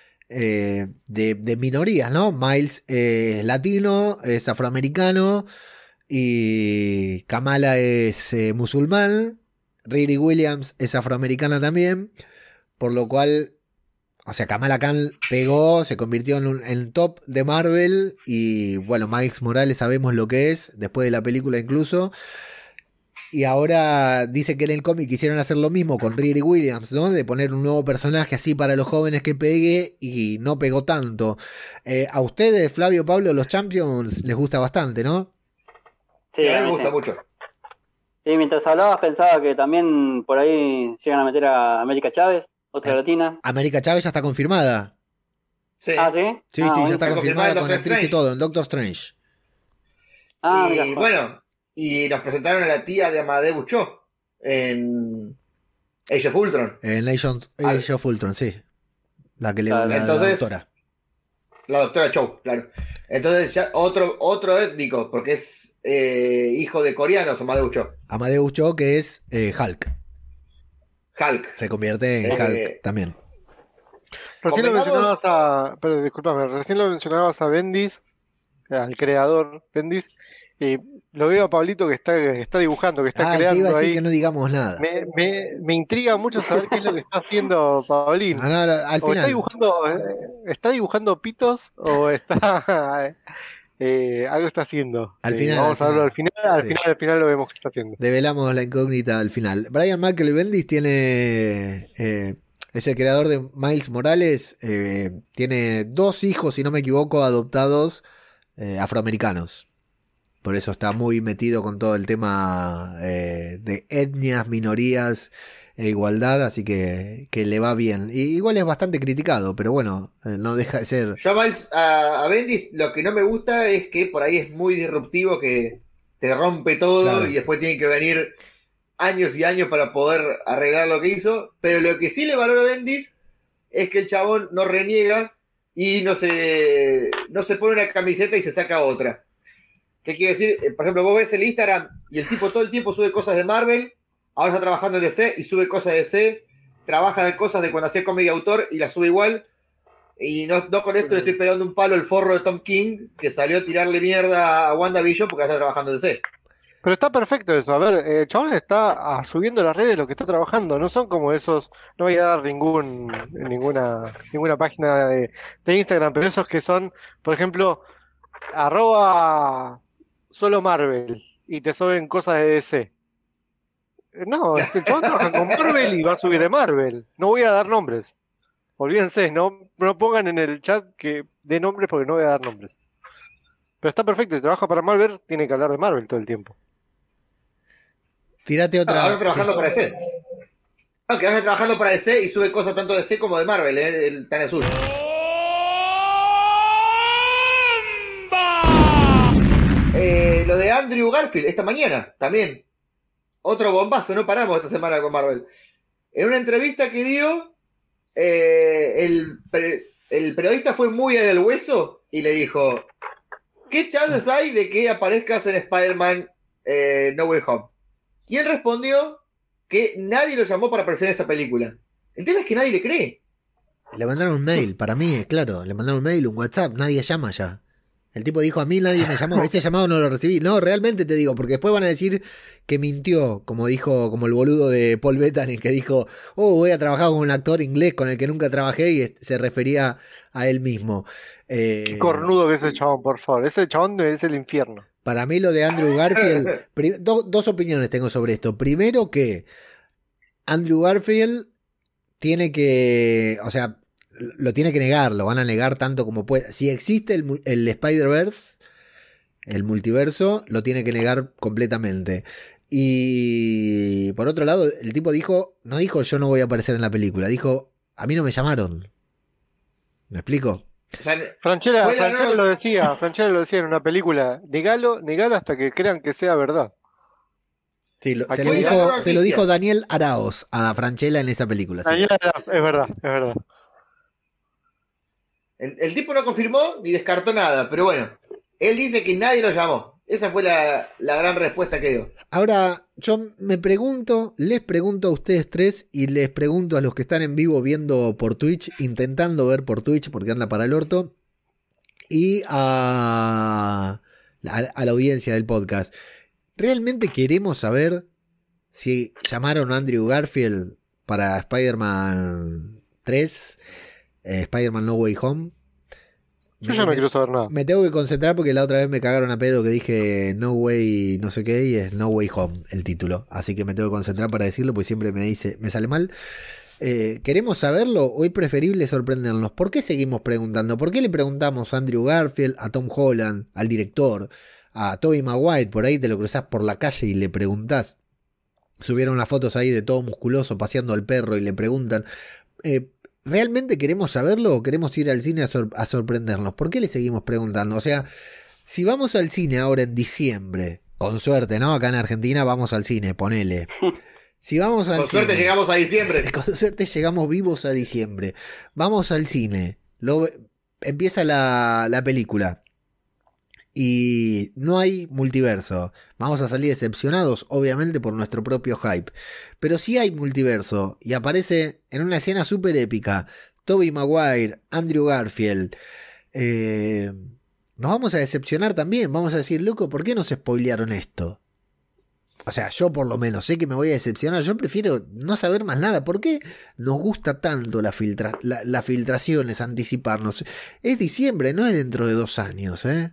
de minorías, ¿no? Miles es latino, es afroamericano, y Kamala es musulmán. Riri Williams es afroamericana también, por lo cual, o sea, Kamala Khan pegó, se convirtió en top de Marvel, y bueno, Miles Morales sabemos lo que es, después de la película incluso. Y ahora dice que en el cómic quisieron hacer lo mismo con Riri Williams, ¿no? De poner un nuevo personaje así para los jóvenes que pegue, y no pegó tanto. A ustedes, Flavio, Pablo, los Champions les gusta bastante, ¿no? Sí, a mí me gusta mucho. Sí, mientras hablabas pensaba que también por ahí llegan a meter a América Chávez, otra latina. América Chávez ya está confirmada. Sí. Ah, ¿sí? Sí, Ah, ya está confirmada con Doctor actriz y Strange. todo, en Doctor Strange. Ah, Y mira. bueno, y nos presentaron a la tía de Amadeus Cho en Age of Ultron. En Age of Ultron, sí. La que le Claro. la Entonces, doctora. La doctora Cho, claro. Entonces ya otro étnico, porque es hijo de coreanos, Amadeus Cho. Amadeus Cho, que es Hulk. Hulk. Se convierte en Hulk también. Recién lo Convengamos- mencionabas pero discúlpame, recién lo mencionabas a Bendis, al creador Bendis, y lo veo a Pablito que está dibujando, que está Te iba a creando decir ahí. que no digamos nada. Me intriga mucho saber qué es lo que está haciendo Pablín. Ah, no, al O final. está dibujando pitos o está algo está haciendo. Al final, vamos al a verlo final. al Sí. final lo vemos que está haciendo. Develamos la incógnita al final. Brian Michael Bendis tiene. Es el creador de Miles Morales. Tiene 2 hijos, si no me equivoco, adoptados afroamericanos. Por eso está muy metido con todo el tema de etnias, minorías e igualdad. Así que le va bien. Y igual es bastante criticado, pero bueno, no deja de ser. Yo a Bendis lo que no me gusta es que por ahí es muy disruptivo, que te rompe todo, Claro. y después tienen que venir años y años para poder arreglar lo que hizo. Pero lo que sí le valoro a Bendis es que el chabón no reniega y no se pone una camiseta y se saca otra. ¿Qué quiere decir? Por ejemplo, vos ves el Instagram y el tipo todo el tiempo sube cosas de Marvel, ahora está trabajando en DC y sube cosas de DC, trabaja en cosas de cuando hacía cómic de autor y las sube igual. Y no con esto le estoy pegando un palo al forro de Tom King, que salió a tirarle mierda a WandaVision porque está trabajando en DC. Pero está perfecto eso. A ver, el chabón está subiendo a las redes lo que está trabajando. No son como esos. No voy a dar ninguna página de Instagram, pero esos que son, por ejemplo, @solo Marvel y te suben cosas de DC. No, el chabón trabaja con Marvel y va a subir de Marvel. No voy a dar nombres. Olvídense, no pongan en el chat que de nombres porque no voy a dar nombres. Pero está perfecto, si trabaja para Marvel, tiene que hablar de Marvel todo el tiempo. Tírate otra. Ahora trabajando para DC. No, que ahora está trabajando para DC y sube cosas tanto de DC como de Marvel, el tan es suyo. Andrew Garfield, esta mañana, también. Otro bombazo, no paramos esta semana con Marvel. En una entrevista que dio, el periodista fue muy al hueso y le dijo: ¿qué chances hay de que aparezcas en Spider-Man No Way Home? Y él respondió que nadie lo llamó para aparecer en esta película. El tema es que nadie le cree. Le mandaron un mail, para mí, claro. Le mandaron un mail, un WhatsApp, nadie llama ya. El tipo dijo: a mí nadie me llamó, ese llamado no lo recibí. No, realmente te digo, porque después van a decir que mintió, como el boludo de Paul Bettany, que dijo: voy a trabajar con un actor inglés con el que nunca trabajé, y se refería a él mismo. Qué cornudo que es ese chabón, por favor. Ese chabón es el infierno. Para mí lo de Andrew Garfield, dos opiniones tengo sobre esto. Primero, que Andrew Garfield tiene que, o sea, lo tiene que negar, lo van a negar tanto como pueda. Si existe el Spider-Verse, el multiverso, lo tiene que negar completamente. Y por otro lado, el tipo no dijo yo no voy a aparecer en la película, dijo a mí no me llamaron. ¿Me explico? O sea, Franchella lo decía en una película: negalo hasta que crean que sea verdad. Sí, se lo dijo Daniel Araoz a Franchella en esa película. Sí. Daniel Araoz, es verdad. El tipo no confirmó ni descartó nada, pero bueno, él dice que nadie lo llamó. Esa fue la gran respuesta que dio. Ahora, yo les pregunto a ustedes tres y les pregunto a los que están en vivo viendo por Twitch, intentando ver por Twitch porque anda para el orto, y a la audiencia del podcast. ¿Realmente queremos saber si llamaron a Andrew Garfield para Spider-Man 3, Spider-Man No Way Home? Yo ya no quiero saber nada. Me tengo que concentrar porque la otra vez me cagaron a pedo que dije No Way no sé qué y es No Way Home el título. Así que me tengo que concentrar para decirlo porque siempre me sale mal. ¿Queremos saberlo o es preferible sorprendernos? ¿Por qué seguimos preguntando? ¿Por qué le preguntamos a Andrew Garfield, a Tom Holland, al director, a Tobey Maguire? Por ahí te lo cruzás por la calle y le preguntás. Subieron las fotos ahí de todo musculoso paseando al perro y le preguntan: ¿realmente queremos saberlo o queremos ir al cine a sorprendernos? ¿Por qué le seguimos preguntando? O sea, si vamos al cine ahora en diciembre, con suerte, ¿no? Acá en Argentina vamos al cine, ponele. Si vamos al con suerte cine, llegamos a diciembre. Con suerte llegamos vivos a diciembre. Vamos al cine. Empieza la película. Y no hay multiverso. Vamos a salir decepcionados, obviamente, por nuestro propio hype. Pero si hay multiverso y aparece en una escena súper épica Tobey Maguire, Andrew Garfield, nos vamos a decepcionar también. Vamos a decir: loco, ¿por qué nos spoilearon esto? O sea, yo por lo menos sé que me voy a decepcionar. Yo prefiero no saber más nada. ¿Por qué nos gusta tanto las filtraciones, anticiparnos? Es diciembre, no es dentro de 2 años, ¿eh?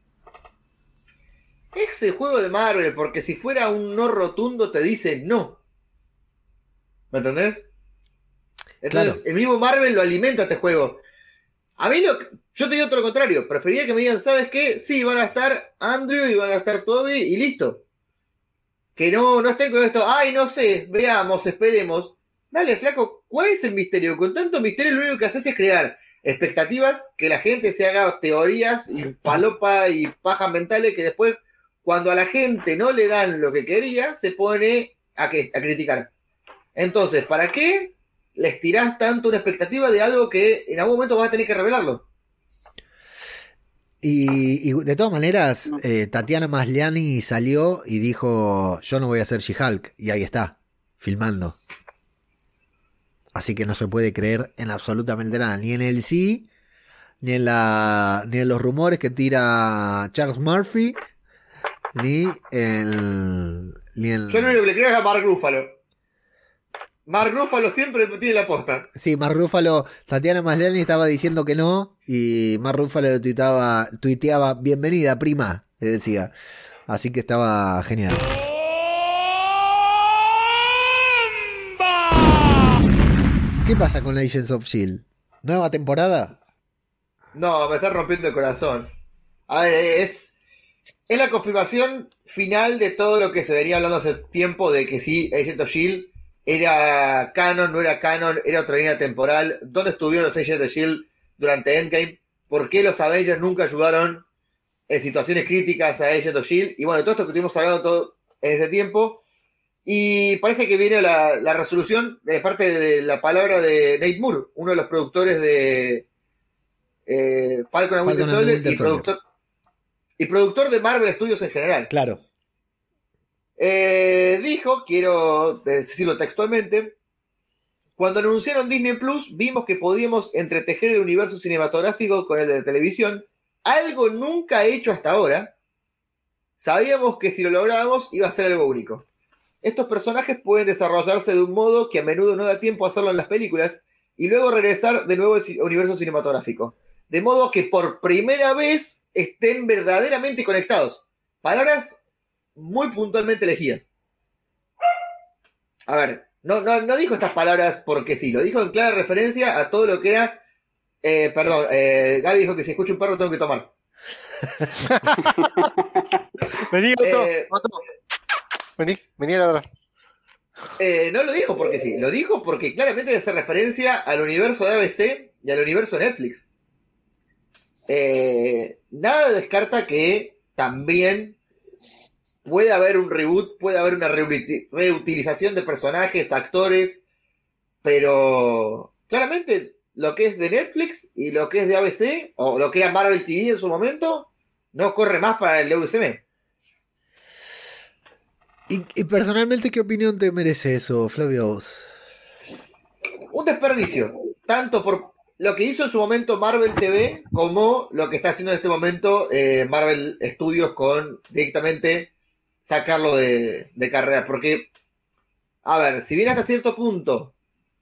Es el juego de Marvel, porque si fuera un no rotundo te dice no. ¿Me entendés? Entonces, claro, el mismo Marvel lo alimenta este juego. A mí yo te digo todo lo contrario. Preferiría que me digan: ¿sabes qué? Sí, van a estar Andrew y van a estar Toby y listo. Que no estén con esto: ay, no sé, veamos, esperemos. Dale, flaco, ¿cuál es el misterio? Con tanto misterio lo único que haces es crear expectativas, que la gente se haga teorías y falopa y pajas mentales que después, cuando a la gente no le dan lo que quería, se pone a criticar. Entonces, ¿para qué les tirás tanto una expectativa de algo que en algún momento vas a tener que revelarlo? Y de todas maneras, Tatiana Maslany salió y dijo: yo no voy a ser She-Hulk. Y ahí está, filmando. Así que no se puede creer en absolutamente nada. Ni en el sí, ni en los rumores que tira Charles Murphy, ni en... Yo lo único que le creo es a Mark Ruffalo. Mark Ruffalo siempre tiene la posta. Sí, Mark Ruffalo, Tatiana Maslany estaba diciendo que no, y Mark Ruffalo lo tuiteaba: bienvenida, prima, le decía. Así que estaba genial. ¿Qué pasa con Agents of S.H.I.E.L.D.? ¿Nueva temporada? No, me está rompiendo el corazón. A ver, es la confirmación final de todo lo que se venía hablando hace tiempo, de que sí, Agents of S.H.I.E.L.D. era canon, no era canon, era otra línea temporal. ¿Dónde estuvieron los Agents of S.H.I.E.L.D. durante Endgame? ¿Por qué los Avengers nunca ayudaron en situaciones críticas a Agent of S.H.I.E.L.D. y bueno, todo esto que estuvimos hablando todo en ese tiempo. Y parece que viene la resolución de parte de la palabra de Nate Moore, uno de los productores de Falcon and Winter Soldier y productor de Marvel Studios en general. Claro. Dijo, quiero decirlo textualmente, cuando anunciaron Disney Plus, vimos que podíamos entretejer el universo cinematográfico con el de televisión, algo nunca hecho hasta ahora. Sabíamos que si lo lográbamos iba a ser algo único. Estos personajes pueden desarrollarse de un modo que a menudo no da tiempo a hacerlo en las películas y luego regresar de nuevo al universo cinematográfico. De modo que por primera vez estén verdaderamente conectados. Palabras muy puntualmente elegidas. A ver, no dijo estas palabras porque sí, lo dijo en clara referencia a todo lo que era... Gaby dijo que si escucho un perro tengo que tomar. Vení a la verdad. No lo dijo porque sí, lo dijo porque claramente hace referencia al universo de ABC y al universo de Netflix. Nada descarta que también puede haber un reboot, puede haber una reutilización de personajes, actores, pero claramente lo que es de Netflix y lo que es de ABC, o lo que era Marvel TV en su momento, no corre más para el UCM. Y personalmente, ¿qué opinión te merece eso, Flavio? Un desperdicio, tanto por lo que hizo en su momento Marvel TV, como lo que está haciendo en este momento Marvel Studios con directamente sacarlo de carrera. Porque, a ver, si bien hasta cierto punto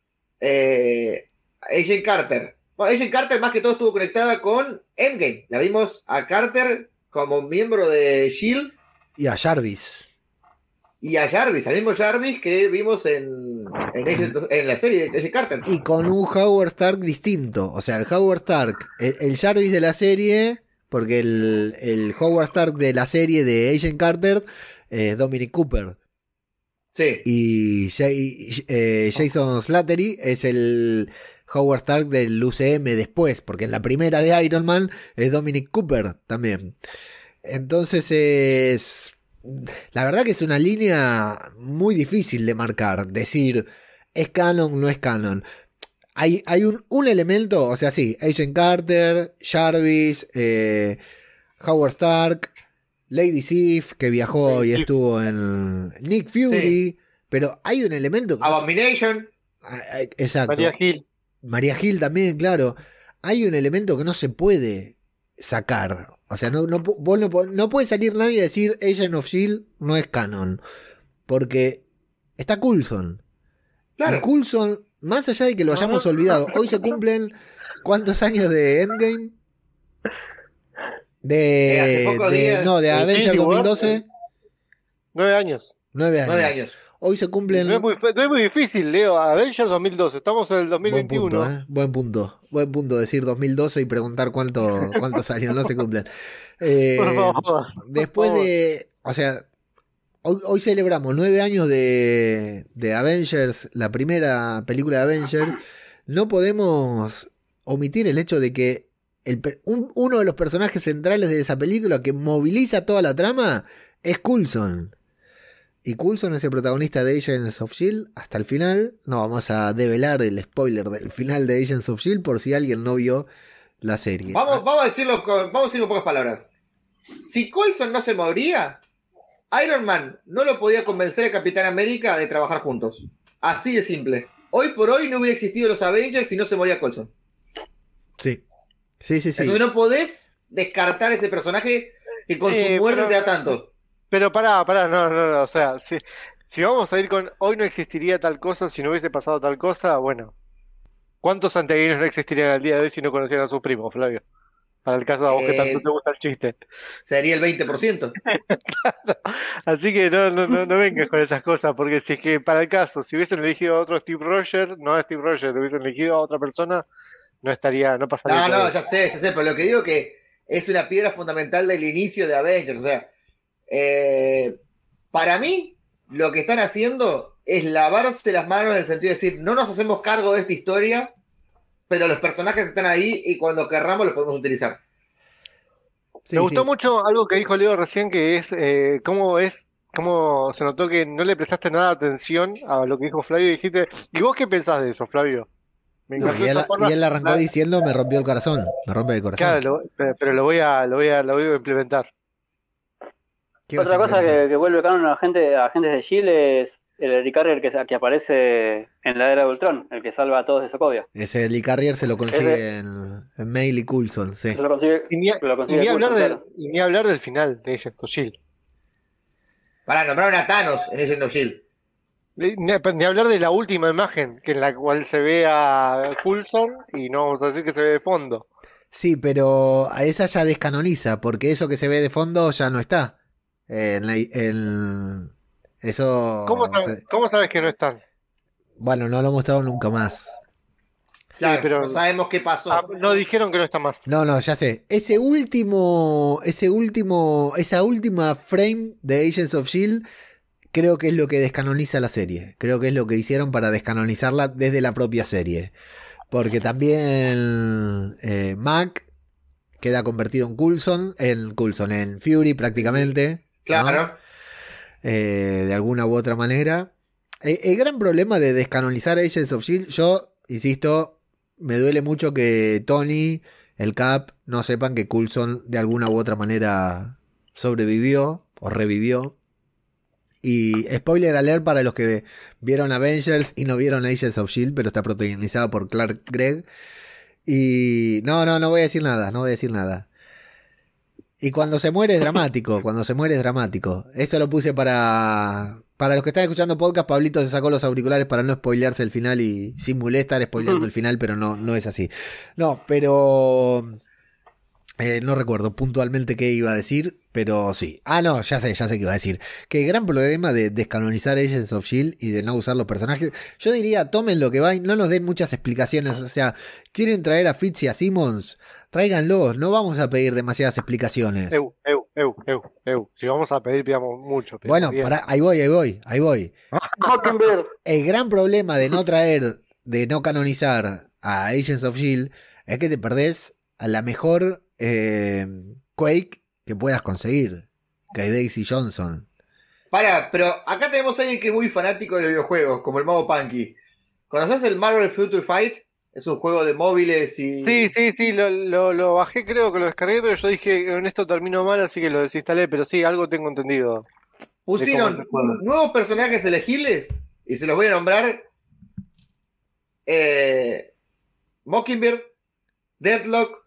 Agent Carter más que todo estuvo conectada con Endgame. La vimos a Carter como miembro de S.H.I.E.L.D. Y a Jarvis. Y a Jarvis, al mismo Jarvis que vimos en la serie de Agent Carter. Y con un Howard Stark distinto. O sea, el Howard Stark, el Jarvis de la serie, porque el Howard Stark de la serie de Agent Carter es Dominic Cooper. Sí. Y Jason Slattery es el Howard Stark del UCM después, porque en la primera de Iron Man es Dominic Cooper también. Entonces la verdad que es una línea muy difícil de marcar, decir es canon, no es canon. Hay un elemento, o sea, sí, Agent Carter, Jarvis, Howard Stark, Lady Sif, que viajó y estuvo en Nick Fury, sí. Pero hay un elemento que Abomination. Exacto. Maria Hill también, claro. Hay un elemento que no se puede sacar. O sea, no puede salir nadie a decir Agent of S.H.I.E.L.D. no es canon. Porque está Coulson. Claro. Y Coulson, más allá de que lo hayamos olvidado, hoy se cumplen ¿cuántos años de Endgame? De Avengers 2012. 9 años. 9 años. Hoy se cumplen... No es muy difícil, Leo. Avengers 2012. Estamos en el 2021. Buen punto decir 2012 y preguntar cuántos años no se cumplen. Por favor. Después de... O sea, hoy celebramos 9 años de Avengers, la primera película de Avengers. No podemos omitir el hecho de que uno de los personajes centrales de esa película que moviliza toda la trama es Coulson. Y Coulson es el protagonista de Agents of S.H.I.E.L.D. hasta el final. No vamos a develar el spoiler del final de Agents of S.H.I.E.L.D. por si alguien no vio la serie. Vamos a decirlo con pocas palabras. Si Coulson no se moría, Iron Man no lo podía convencer a Capitán América de trabajar juntos. Así de simple. Hoy por hoy no hubiera existido los Avengers si no se moría Coulson. Sí. Entonces no podés descartar ese personaje que con su muerte te da tanto. Pero pará, no, o sea, si vamos a ir con hoy no existiría tal cosa si no hubiese pasado tal cosa, bueno, ¿cuántos santiagueños no existirían al día de hoy si no conocían a sus primos, Flavio? Para el caso de vos que tanto te gusta el chiste. Sería el 20%. Claro. Así que no vengas con esas cosas, porque si es que para el caso, si hubiesen elegido a otro Steve Rogers, no a Steve Rogers, le hubiesen elegido a otra persona, no pasaría. No, ya sé, pero lo que digo que es una piedra fundamental del inicio de Avengers, o sea, para mí lo que están haciendo es lavarse las manos en el sentido de decir, no nos hacemos cargo de esta historia, pero los personajes están ahí y cuando querramos los podemos utilizar. Sí, Me gustó sí. mucho algo que dijo Leo recién, que cómo se notó que no le prestaste nada de atención a lo que dijo Flavio y dijiste, ¿y vos qué pensás de eso, Flavio? Me No, encantó esa y forma. él arrancó diciendo me rompió el corazón. Me rompe el corazón. Claro, pero lo voy a implementar. ¿Qué vas a Otra cosa implementar? que vuelve canon a agentes de S.H.I.E.L.D. es el Helicarrier que aparece en la era de Ultron, el que salva a todos de Sokovia. Ese Lee Carrier se lo consigue Ese en Mail y Coulson, sí. se lo consigue, Y ni, lo y consigue ni hablar Coulson, del, claro. y ni hablar del final de Agents of S.H.I.E.L.D. Para nombrar a Thanos en Agents of S.H.I.E.L.D. Ni hablar de la última imagen, que en la cual se ve a Coulson y no vamos a decir que se ve de fondo. Sí, pero a esa ya descanoniza, porque eso que se ve de fondo ya no está. Eso... ¿Cómo sabes que no están? Bueno, no lo mostraron nunca más. Claro, pero- no sabemos qué pasó. No dijeron que no está más. No, ya sé. Esa última frame de Agents of S.H.I.E.L.D. creo que es lo que descanoniza la serie. Creo que es lo que hicieron para descanonizarla desde la propia serie. Porque también Mac queda convertido en en Fury prácticamente. ¿no? Claro. De alguna u otra manera. El gran problema de descanonizar Agents of S.H.I.E.L.D., yo, insisto, me duele mucho que Tony, el Cap, no sepan que Coulson de alguna u otra manera sobrevivió o revivió. Y spoiler alert para los que vieron Avengers y no vieron Agents of S.H.I.E.L.D., pero está protagonizado por Clark Gregg. Y no voy a decir nada. Y cuando se muere es dramático, Eso lo puse para los que están escuchando podcast. Pablito se sacó los auriculares para no spoilearse el final y simulé estar spoileando el final, pero no es así. No, pero... no recuerdo puntualmente qué iba a decir, pero sí. No, ya sé qué iba a decir. Que el gran problema de descanonizar Agents of S.H.I.E.L.D. y de no usar los personajes, yo diría, tomen lo que va y no nos den muchas explicaciones. O sea, quieren traer a Fitz y a Simmons, tráiganlos, no vamos a pedir demasiadas explicaciones. Si vamos a pedir, pidamos mucho. Bueno, bien. ahí voy. Mockingbird. El gran problema de no canonizar a Agents of S.H.I.E.L.D. es que te perdés a la mejor Quake que puedas conseguir, que es Daisy Johnson. Pero acá tenemos a alguien que es muy fanático de los videojuegos, como el Mago Punky. ¿Conoces el Marvel Future Fight? Es un juego de móviles y... Sí, lo bajé, creo que lo descargué, pero yo dije, en esto termino mal, así que lo desinstalé, pero sí, algo tengo entendido. Pusieron nuevos personajes elegibles y se los voy a nombrar. Mockingbird, Deadlock.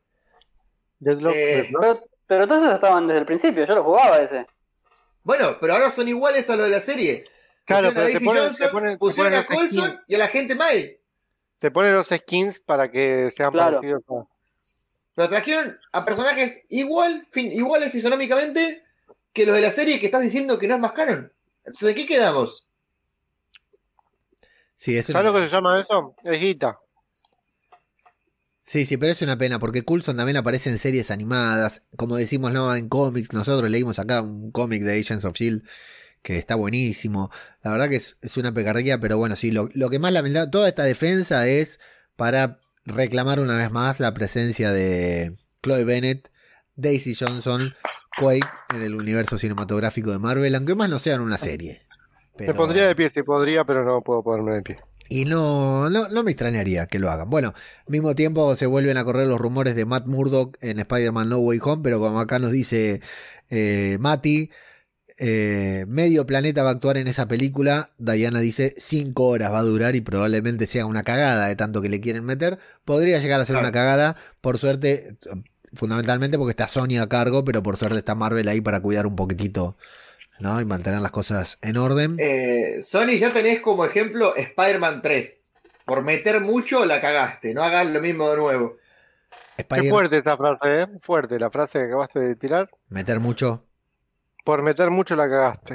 Pero todos esos estaban desde el principio, yo lo jugaba ese. Bueno, pero ahora son iguales a lo de la serie. Claro, Pusieron a Daisy Johnson, pusieron a Coulson y a la gente Miles. Te ponen los skins para que sean parecidos a... Pero trajeron a personajes iguales fisonómicamente que los de la serie que estás diciendo que no es más canon. Entonces, ¿en qué quedamos? Sí, ¿Sabes lo que se llama eso? Es guita. Sí, pero es una pena porque Coulson también aparece en series animadas, como decimos, no, en cómics. Nosotros leímos acá un cómic de Agents of S.H.I.E.L.D. que está buenísimo. La verdad que es una picardía, pero bueno, sí, lo que más lamentable, toda esta defensa es para reclamar una vez más la presencia de Chloe Bennett, Daisy Johnson, Quake en el universo cinematográfico de Marvel, aunque más no sea en una serie. Me pondría de pie, sí podría, pero no puedo ponerme de pie. Y no me extrañaría que lo hagan. Bueno, al mismo tiempo se vuelven a correr los rumores de Matt Murdock en Spider-Man No Way Home, pero como acá nos dice Mati, medio planeta va a actuar en esa película. Diana dice 5 horas va a durar y probablemente sea una cagada de tanto que le quieren meter. Podría llegar a ser una cagada, por suerte, fundamentalmente porque está Sony a cargo, pero por suerte está Marvel ahí para cuidar un poquitito, ¿no? Y mantener las cosas en orden. Sony, ya tenés como ejemplo Spider-Man 3. Por meter mucho la cagaste, no hagas lo mismo de nuevo. Qué fuerte esa frase, Fuerte la frase que acabaste de tirar. Meter mucho. Por meter mucho la cagaste.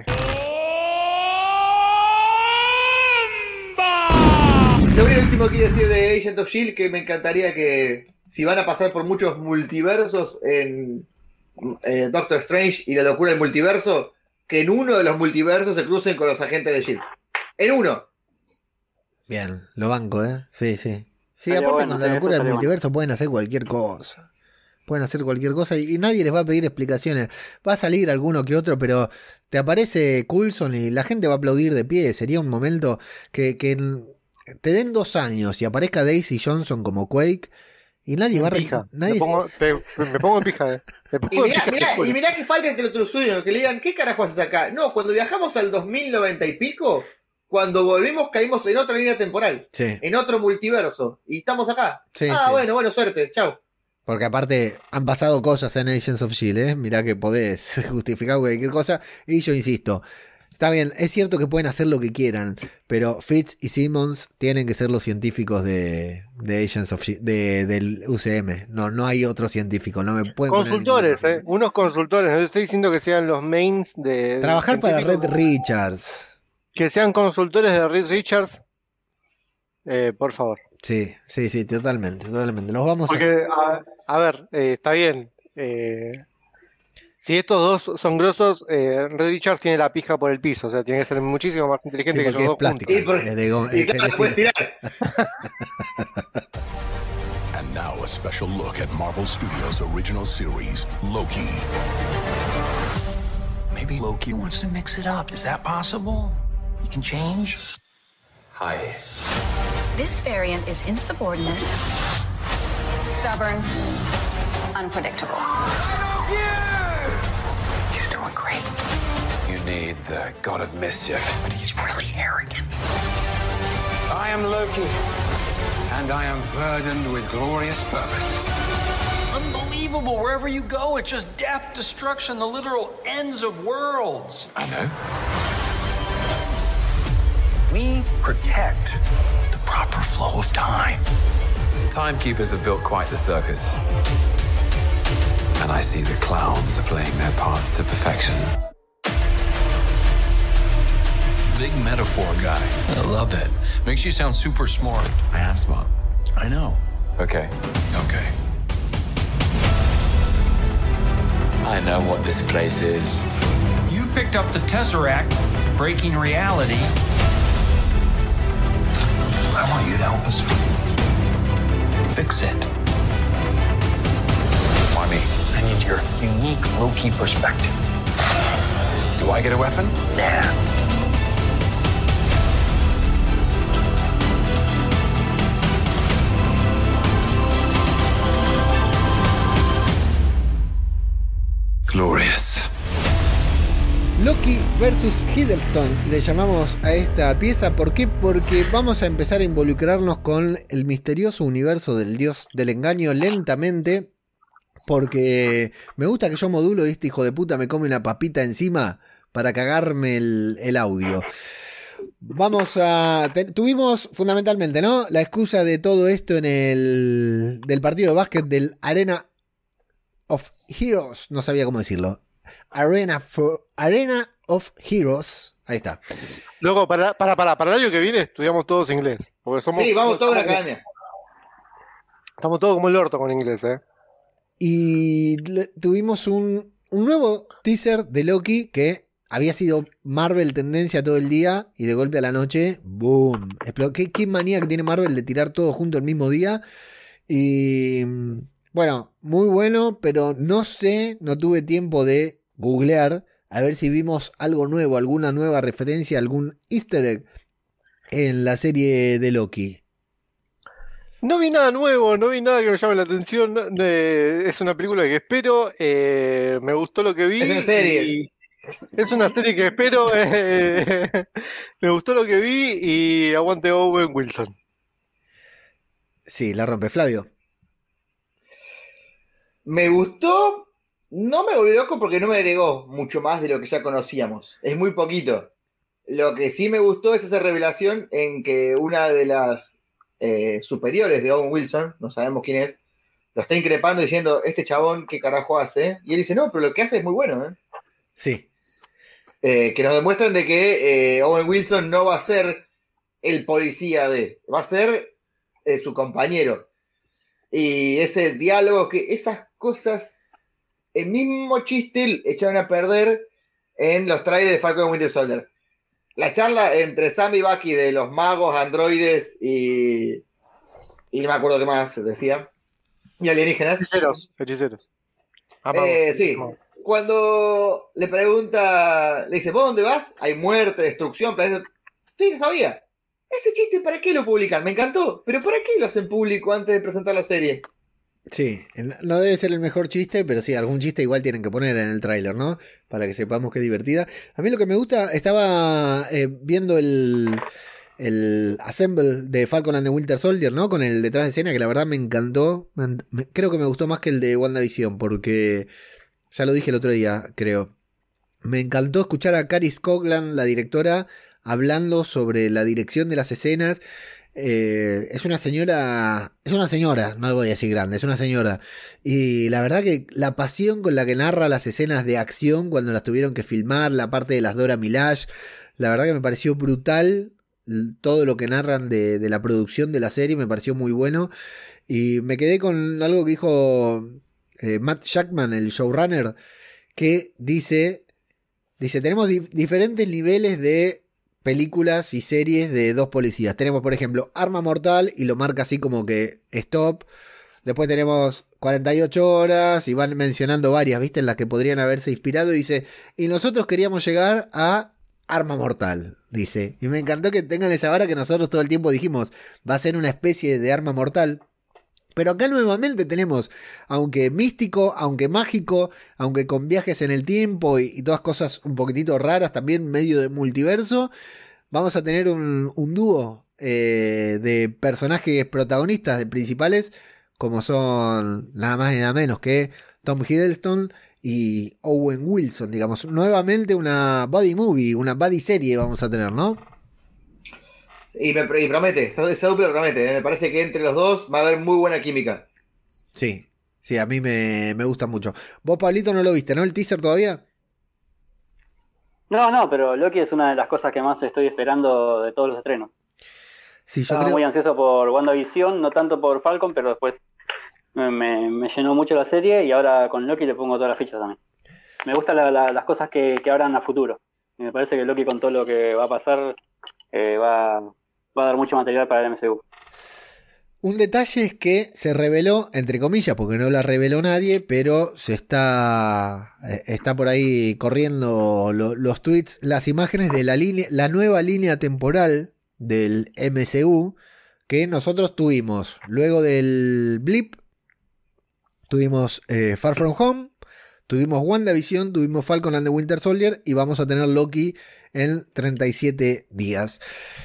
Lo último que quiero decir de Agent of S.H.I.E.L.D. que me encantaría que, si van a pasar por muchos multiversos en Doctor Strange y la locura del multiverso, que en uno de los multiversos se crucen con los agentes de S.H.I.E.L.D. En uno. Bien, lo banco, ¿eh? Sí. Sí, Estaría aparte bueno, con la sí, locura eso del estaría multiverso pueden hacer cualquier cosa. Pueden hacer cualquier cosa y nadie les va a pedir explicaciones. Va a salir alguno que otro, pero te aparece Coulson y la gente va a aplaudir de pie. Sería un momento que te den 2 años y aparezca Daisy Johnson como Quake y nadie va a... Me pongo en pija. Y mirá que falta entre otros sueños, que le digan, ¿qué carajo haces acá? No, cuando viajamos al 2090 y pico, cuando volvimos caímos en otra línea temporal, en otro multiverso, y estamos acá. Bueno, suerte, chao. Porque aparte han pasado cosas en Agents of S.H.I.E.L.D., mirá que podés justificar cualquier cosa, y yo insisto, está bien, es cierto que pueden hacer lo que quieran, pero Fitz y Simmons tienen que ser los científicos de Agents of S.H.I.E.L.D., del UCM. No hay otro científico. No me pueden consultores, unos consultores. No estoy diciendo que sean los mains de... Trabajar para Red Richards. Que sean consultores de Red Richards, por favor. Sí, totalmente. Nos vamos a ver, está bien. Si estos dos son grosos, Red Richards tiene la pija por el piso, o sea, tiene que ser muchísimo más inteligente que ellos dos plástica, juntos. And now a special look at Marvel Studios' original series, Loki. Maybe Loki wants to mix it up. Is that possible? You can change? Hi. This variant is insubordinate, stubborn, unpredictable. He's doing great. You need the God of Mischief. But he's really arrogant. I am Loki, and I am burdened with glorious purpose. Unbelievable. Wherever you go, it's just death, destruction, the literal ends of worlds. I know. We protect the proper flow of time. The Timekeepers have built quite the circus. And I see the clowns are playing their parts to perfection. Big metaphor guy. I love it. Makes you sound super smart. I am smart. I know. Okay. Okay. I know what this place is. You picked up the Tesseract, breaking reality. I want you to help us fix it. Why me? I need your unique Loki perspective. Do I get a weapon? Nah. Glorious. Loki versus Hiddleston le llamamos a esta pieza. ¿Por qué? Porque vamos a empezar a involucrarnos con el misterioso universo del dios del engaño lentamente. Porque me gusta que yo modulo y este hijo de puta me come una papita encima para cagarme el audio. Tuvimos fundamentalmente, ¿no?, la excusa de todo esto del partido de básquet del Arena of Heroes. No sabía cómo decirlo. Arena of Heroes. Ahí está. Luego, para el año que viene estudiamos todos inglés. Porque somos, sí, vamos todos a la academia. Estamos todos como el orto con inglés, Y tuvimos un nuevo teaser de Loki que había sido Marvel tendencia todo el día y de golpe a la noche, ¡boom! ¿Qué manía que tiene Marvel de tirar todo junto el mismo día? Y bueno, muy bueno, pero no tuve tiempo de googlear a ver si vimos algo nuevo, alguna nueva referencia, algún easter egg en la serie de Loki. No vi nada nuevo, no vi nada que me llame la atención. Es una película que espero. Me gustó lo que vi. Es una serie. Es una serie que espero. Me gustó lo que vi y aguante Owen Wilson. Sí, la rompe Flavio. Me gustó. No me volvió loco porque no me agregó mucho más de lo que ya conocíamos. Es muy poquito. Lo que sí me gustó es esa revelación en que una de las superiores de Owen Wilson, no sabemos quién es, lo está increpando diciendo, este chabón, ¿qué carajo hace? Y él dice, no, pero lo que hace es muy bueno. Sí. Que nos demuestran de que Owen Wilson no va a ser el policía va a ser su compañero. Y ese diálogo, esas cosas, el mismo chiste echaron a perder en los trailers de Falcon y Winter Soldier. La charla entre Sam y Bucky de los magos, androides y no me acuerdo qué más decía. ¿Y alienígenas? Hechiceros. Sí. Cuando le pregunta, le dice, ¿vos dónde vas? Hay muerte, destrucción, planeta. Yo ya sabía. Ese chiste, ¿para qué lo publican? Me encantó. Pero ¿para qué lo hacen público antes de presentar la serie? Sí, no debe ser el mejor chiste, pero sí, algún chiste igual tienen que poner en el tráiler, ¿no? Para que sepamos que es divertida. A mí lo que me gusta, estaba viendo el Assemble de Falcon and the Winter Soldier, ¿no? Con el detrás de escena, que la verdad me encantó. Creo que me gustó más que el de WandaVision, porque ya lo dije el otro día, creo. Me encantó escuchar a Cary Scogland, la directora, hablando sobre la dirección de las escenas. Es una señora, no voy a decir grande, es una señora. Y la verdad que la pasión con la que narra las escenas de acción cuando las tuvieron que filmar, la parte de las Dora Milaje, la verdad que me pareció brutal. Todo lo que narran de la producción de la serie me pareció muy bueno. Y me quedé con algo que dijo Matt Shakman, el showrunner, que dice tenemos diferentes niveles de películas y series de dos policías. Tenemos, por ejemplo, Arma Mortal, y lo marca así como que stop. Después tenemos 48 horas y van mencionando varias, ¿viste? En las que podrían haberse inspirado. Y dice, y nosotros queríamos llegar a Arma Mortal, dice. Y me encantó que tengan esa vara que nosotros todo el tiempo dijimos, va a ser una especie de Arma Mortal. Pero acá nuevamente tenemos, aunque místico, aunque mágico, aunque con viajes en el tiempo y todas cosas un poquitito raras, también medio de multiverso, vamos a tener un dúo de personajes protagonistas, de principales, como son nada más y nada menos que Tom Hiddleston y Owen Wilson, digamos. Nuevamente una buddy movie, una buddy serie vamos a tener, ¿no? Y promete, esa dupla promete, me parece que entre los dos va a haber muy buena química. Sí, a mí me gusta mucho. Vos, Pablito, no lo viste, ¿no? ¿El teaser todavía? No, pero Loki es una de las cosas que más estoy esperando de todos los estrenos. Sí, Estaba muy ansioso por WandaVision, no tanto por Falcon, pero después me llenó mucho la serie y ahora con Loki le pongo todas las fichas también. Me gustan las cosas que abran a futuro. Y me parece que Loki, con todo lo que va a pasar, va a dar mucho material para el MCU. Un detalle es que se reveló, entre comillas, porque no la reveló nadie, pero se está por ahí corriendo los tweets, las imágenes de la nueva línea temporal del MCU que nosotros tuvimos. Luego del blip, tuvimos Far From Home, tuvimos WandaVision, tuvimos Falcon and the Winter Soldier y vamos a tener Loki en 37 días.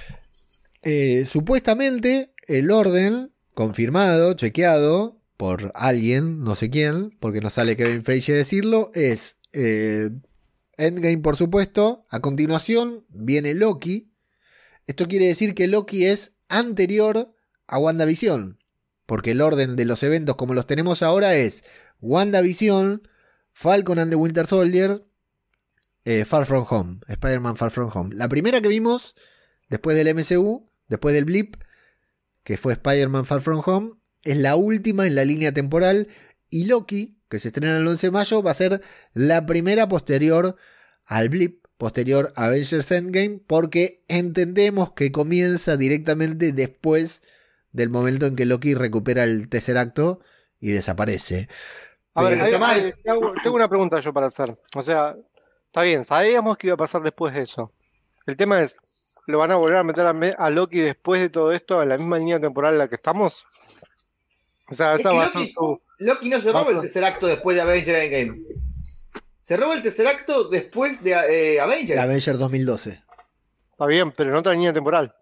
Supuestamente el orden confirmado, chequeado por alguien, no sé quién, porque no sale Kevin Feige decirlo, es Endgame, por supuesto. A continuación viene Loki. Esto quiere decir que Loki es anterior a WandaVision, porque el orden de los eventos como los tenemos ahora es WandaVision, Falcon and the Winter Soldier, Far From Home, Spider-Man Far From Home. La primera que vimos después del MCU, después del blip, que fue Spider-Man Far From Home, es la última en la línea temporal, y Loki, que se estrena el 11 de mayo, va a ser la primera posterior al blip, posterior a Avengers Endgame, porque entendemos que comienza directamente después del momento en que Loki recupera el Tesseracto y desaparece. A ver, tengo una pregunta yo para hacer. O sea, está bien, sabíamos que iba a pasar después de eso. El tema es, ¿lo van a volver a meter a Loki después de todo esto en la misma línea temporal en la que estamos? O sea, esa va a ser Loki no se roba el Tesseracto después de Avengers Endgame. Se roba el Tesseracto después de Avengers. De Avengers 2012. Está bien, pero en otra línea temporal.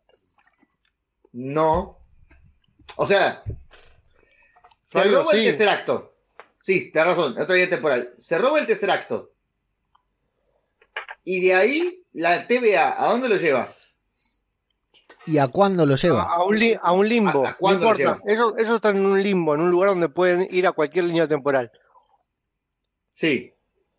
No. O sea, se roba el Tesseracto. Sí, tenés razón, en otra línea temporal. Se roba el Tesseracto. Y de ahí, la TVA, ¿a dónde lo lleva? ¿Y a cuándo lo lleva? A un limbo. ¿A cuándo no lo lleva? Ellos están en un limbo, en un lugar donde pueden ir a cualquier línea temporal. Sí.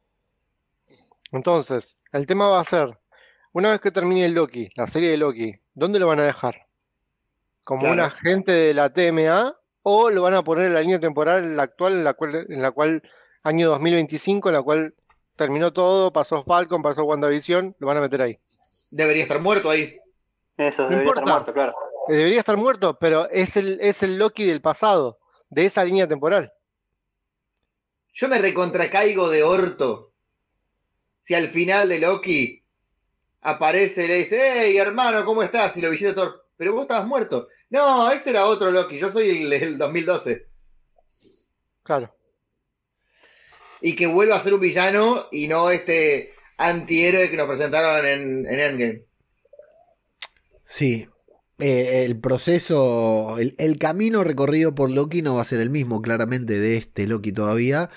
Entonces, el tema va a ser, una vez que termine Loki, la serie de Loki, ¿dónde lo van a dejar? ¿Como un agente de la TMA? ¿O lo van a poner en la línea temporal actual, en la cual año 2025, en la cual terminó todo, pasó Falcon, pasó WandaVision, lo van a meter ahí? Debería estar muerto ahí. Eso, debería estar muerto, claro. Debería estar muerto, pero es el Loki del pasado. de esa línea temporal. Yo me recontracaigo de orto si al final de Loki aparece y le dice, hey hermano, ¿cómo estás? Y lo visita Thor, pero vos estabas muerto. No, ese era otro Loki, yo soy el 2012. Claro. Y que vuelva a ser un villano y no este antihéroe que nos presentaron en Endgame. Sí. El proceso, el camino recorrido por Loki no va a ser el mismo, claramente, de este Loki todavía.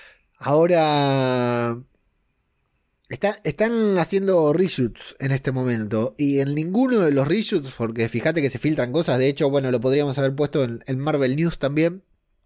Ahora están haciendo reshoots en este momento, y en ninguno de los reshoots, porque fíjate que se filtran cosas, de hecho, bueno, lo podríamos haber puesto en Marvel News también.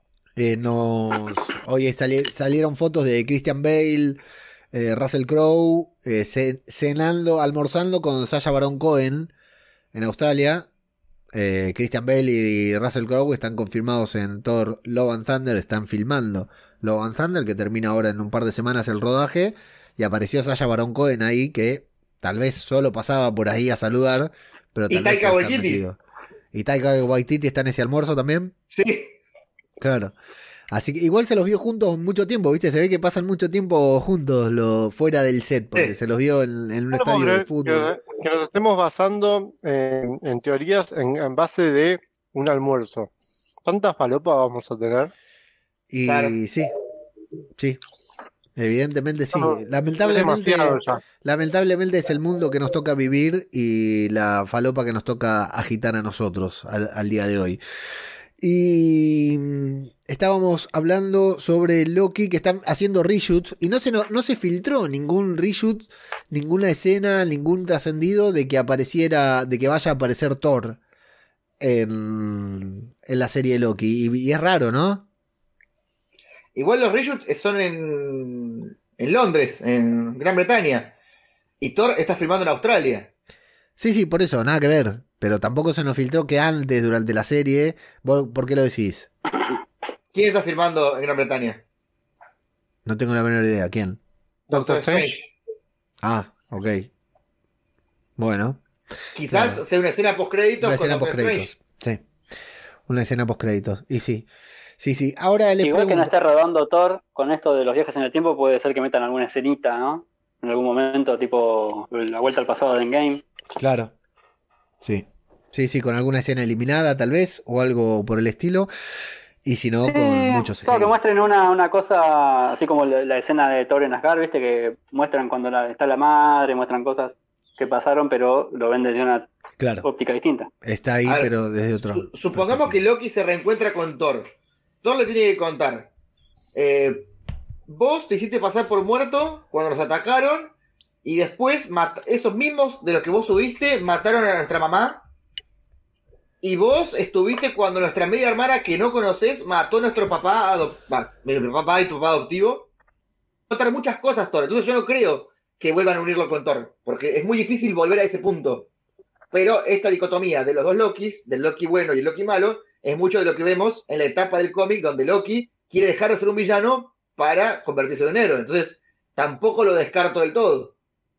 Hoy salieron fotos de Christian Bale, Russell Crowe, cenando, almorzando con Sacha Baron Cohen en Australia. Christian Bale y Russell Crowe están confirmados en Thor Love and Thunder, están filmando Love and Thunder, que termina ahora en un par de semanas el rodaje, y apareció Sacha Baron Cohen ahí, que tal vez solo pasaba por ahí a saludar, pero tal y vez Taika Waititi. ¿Y Taika Waititi está en ese almuerzo también? Sí. Claro. Así que igual se los vio juntos mucho tiempo, ¿viste? Se ve que pasan mucho tiempo juntos fuera del set, porque se los vio en un estadio de fútbol. Que nos estemos basando en teorías en base de un almuerzo. ¿Cuántas palopas vamos a tener? Y claro. Sí. Evidentemente sí. No, lamentablemente es el mundo que nos toca vivir y la falopa que nos toca agitar a nosotros al día de hoy. Y estábamos hablando sobre Loki, que están haciendo reshoots, y no se filtró ningún reshoot, ninguna escena, ningún trascendido de que vaya a aparecer Thor en la serie Loki. Y es raro, ¿no? Igual los reshoots son en Londres, en Gran Bretaña, y Thor está filmando en Australia. Sí, por eso, nada que ver. Pero tampoco se nos filtró que antes, durante la serie. ¿Vos por qué lo decís? ¿Quién está filmando en Gran Bretaña? No tengo la menor idea. ¿Quién? Doctor Strange. Ah, ok. Bueno. Quizás sea una escena post-créditos. Una escena post-créditos, sí. Una escena post-créditos. Y sí. Ahora le igual que no esté rodando Thor, con esto de los viajes en el tiempo, puede ser que metan alguna escenita, ¿no? En algún momento, tipo la vuelta al pasado de Endgame. Claro. Sí, con alguna escena eliminada tal vez, o algo por el estilo, y si no, con muchos claro, que muestren una cosa, así como la escena de Thor en Asgard, viste, que muestran cuando está la madre, muestran cosas que pasaron, pero lo ven desde una óptica distinta. Está ahí, pero desde otro. Supongamos que Loki se reencuentra con Thor. Thor le tiene que contar, vos te hiciste pasar por muerto cuando nos atacaron, y después esos mismos de los que vos subiste mataron a nuestra mamá. Y vos estuviste cuando nuestra media hermana que no conoces mató a nuestro papá, mi papá y tu papá adoptivo. Contar muchas cosas, Thor. Entonces yo no creo que vuelvan a unirlo con Thor, porque es muy difícil volver a ese punto. Pero esta dicotomía de los dos Lokis, del Loki bueno y el Loki malo, es mucho de lo que vemos en la etapa del cómic donde Loki quiere dejar de ser un villano para convertirse en un héroe. Entonces tampoco lo descarto del todo.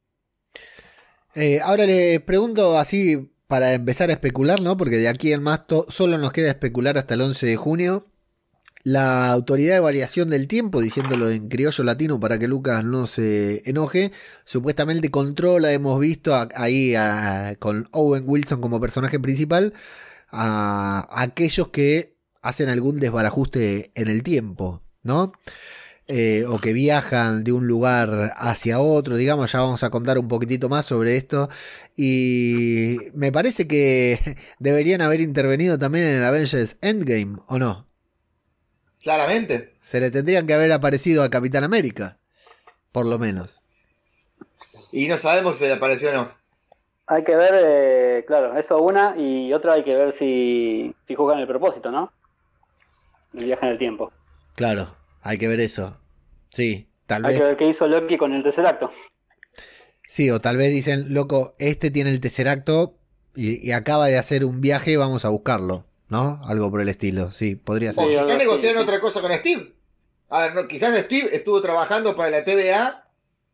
Ahora le pregunto así para empezar a especular, ¿no? Porque de aquí en más solo nos queda especular hasta el 11 de junio. La Autoridad de Variación del Tiempo, diciéndolo en criollo latino para que Lucas no se enoje, supuestamente controla, hemos visto ahí con Owen Wilson como personaje principal, a aquellos que hacen algún desbarajuste en el tiempo, ¿no? O que viajan de un lugar hacia otro, digamos. Ya vamos a contar un poquitito más sobre esto, y me parece que deberían haber intervenido también en el Avengers Endgame, ¿o no? Claramente. Se le tendrían que haber aparecido a Capitán América, por lo menos. Y no sabemos si le apareció o no. Hay que ver, claro, eso una, y otra hay que ver si juegan el propósito, ¿no? El viaje en el tiempo. Claro, hay que ver eso. Sí, tal hay vez. Que ver qué hizo Loki con el Tesseracto. Sí, o tal vez dicen, loco, este tiene el Tesseracto y acaba de hacer un viaje, vamos a buscarlo, ¿no? Algo por el estilo, sí, podría ser. O quizás negociaron otra cosa con Steve. A ver, no, quizás Steve estuvo trabajando para la TVA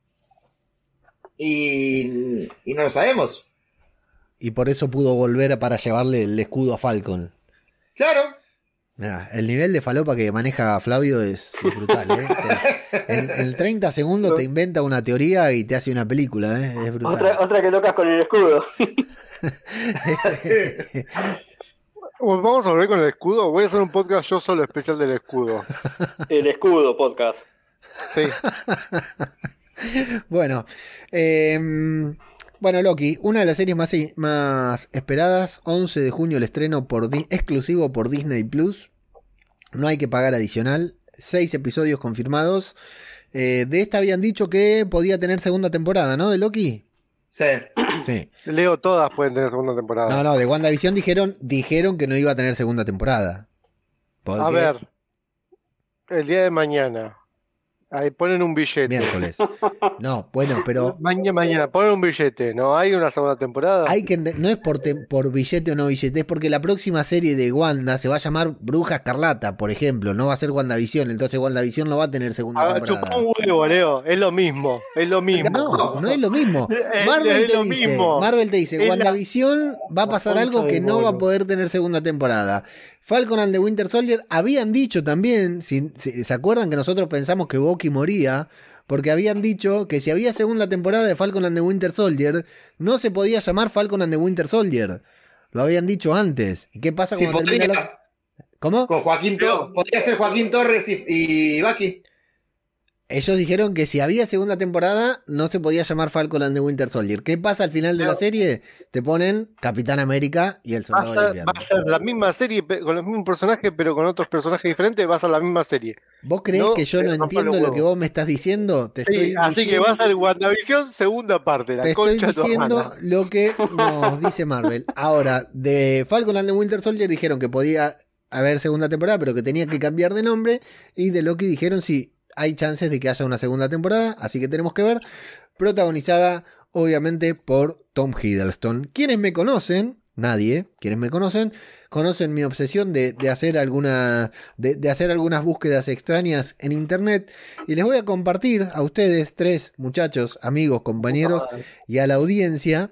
y no lo sabemos. Y por eso pudo volver para llevarle el escudo a Falcon. Claro. Mirá, el nivel de falopa que maneja Flavio es brutal, ¿eh? En 30 segundos te inventa una teoría y te hace una película, ¿eh? Es brutal. Otra que tocas con el escudo. Vamos a volver con el escudo. Voy a hacer un podcast yo solo especial del escudo. El escudo podcast. Sí. Bueno, Loki, una de las series más esperadas, 11 de junio el estreno exclusivo por Disney Plus. No hay que pagar adicional, 6 episodios confirmados. De esta habían dicho que podía tener segunda temporada, ¿no? De Loki. Sí. Sí. Leo, todas pueden tener segunda temporada. No, de WandaVision dijeron que no iba a tener segunda temporada. ¿Por A qué? ver, el día de mañana. Ahí ponen un billete. Miércoles. No, bueno, pero Mañana ponen un billete. ¿No hay una segunda temporada? no es por billete o no billete, es porque la próxima serie de Wanda se va a llamar Bruja Escarlata, por ejemplo. No va a ser WandaVision, entonces WandaVision no va a tener segunda temporada. Chupá un huevo, Leo. Es lo mismo. No es lo mismo. Marvel te dice, WandaVision va a pasar algo que no va a poder tener segunda temporada. Falcon and the Winter Soldier habían dicho también, si se acuerdan que nosotros pensamos que Bucky moría, porque habían dicho que si había segunda temporada de Falcon and the Winter Soldier, no se podía llamar Falcon and the Winter Soldier. Lo habían dicho antes. ¿Y qué pasa cuando termina la... ¿Cómo? Con podría ser Joaquín Torres y Bucky. Ellos dijeron que si había segunda temporada no se podía llamar Falcon and the Winter Soldier. ¿Qué pasa al final de la serie? Te ponen Capitán América y el Soldado del Invierno. Va a ser la misma serie con los mismos personajes, pero con otros personajes diferentes. Va a ser la misma serie. ¿Vos creés que yo no entiendo lo que vos me estás diciendo? Así que va a ser WandaVision segunda parte. Te estoy diciendo lo que nos dice Marvel. Ahora, de Falcon and the Winter Soldier dijeron que podía haber segunda temporada, pero que tenía que cambiar de nombre. Y de Loki dijeron sí. Hay chances de que haya una segunda temporada, así que tenemos que ver. Protagonizada, obviamente, por Tom Hiddleston. Quienes me conocen, nadie, quienes me conocen mi obsesión de hacer algunas búsquedas extrañas en internet. Y les voy a compartir a ustedes, 3 muchachos, amigos, compañeros, y a la audiencia,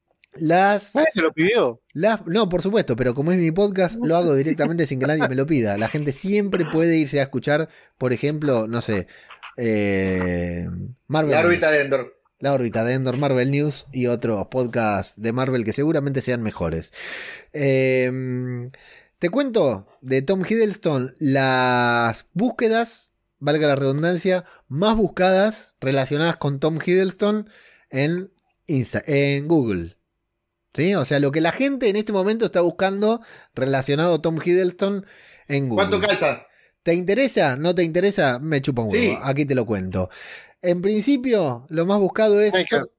¿Nadie se lo pidió? No, por supuesto, pero como es mi podcast, lo hago directamente sin que nadie me lo pida. La gente siempre puede irse a escuchar, por ejemplo, no sé, Marvel La órbita News, de Endor. La órbita de Endor, Marvel News y otros podcasts de Marvel que seguramente sean mejores. Te cuento de Tom Hiddleston las búsquedas, valga la redundancia, más buscadas relacionadas con Tom Hiddleston en Google. ¿Sí? O sea, lo que la gente en este momento está buscando relacionado a Tom Hiddleston en Google. ¿Cuánto calza? ¿Te interesa? ¿No te interesa? Me chupa un huevo. Sí. Aquí te lo cuento. En principio, lo más buscado es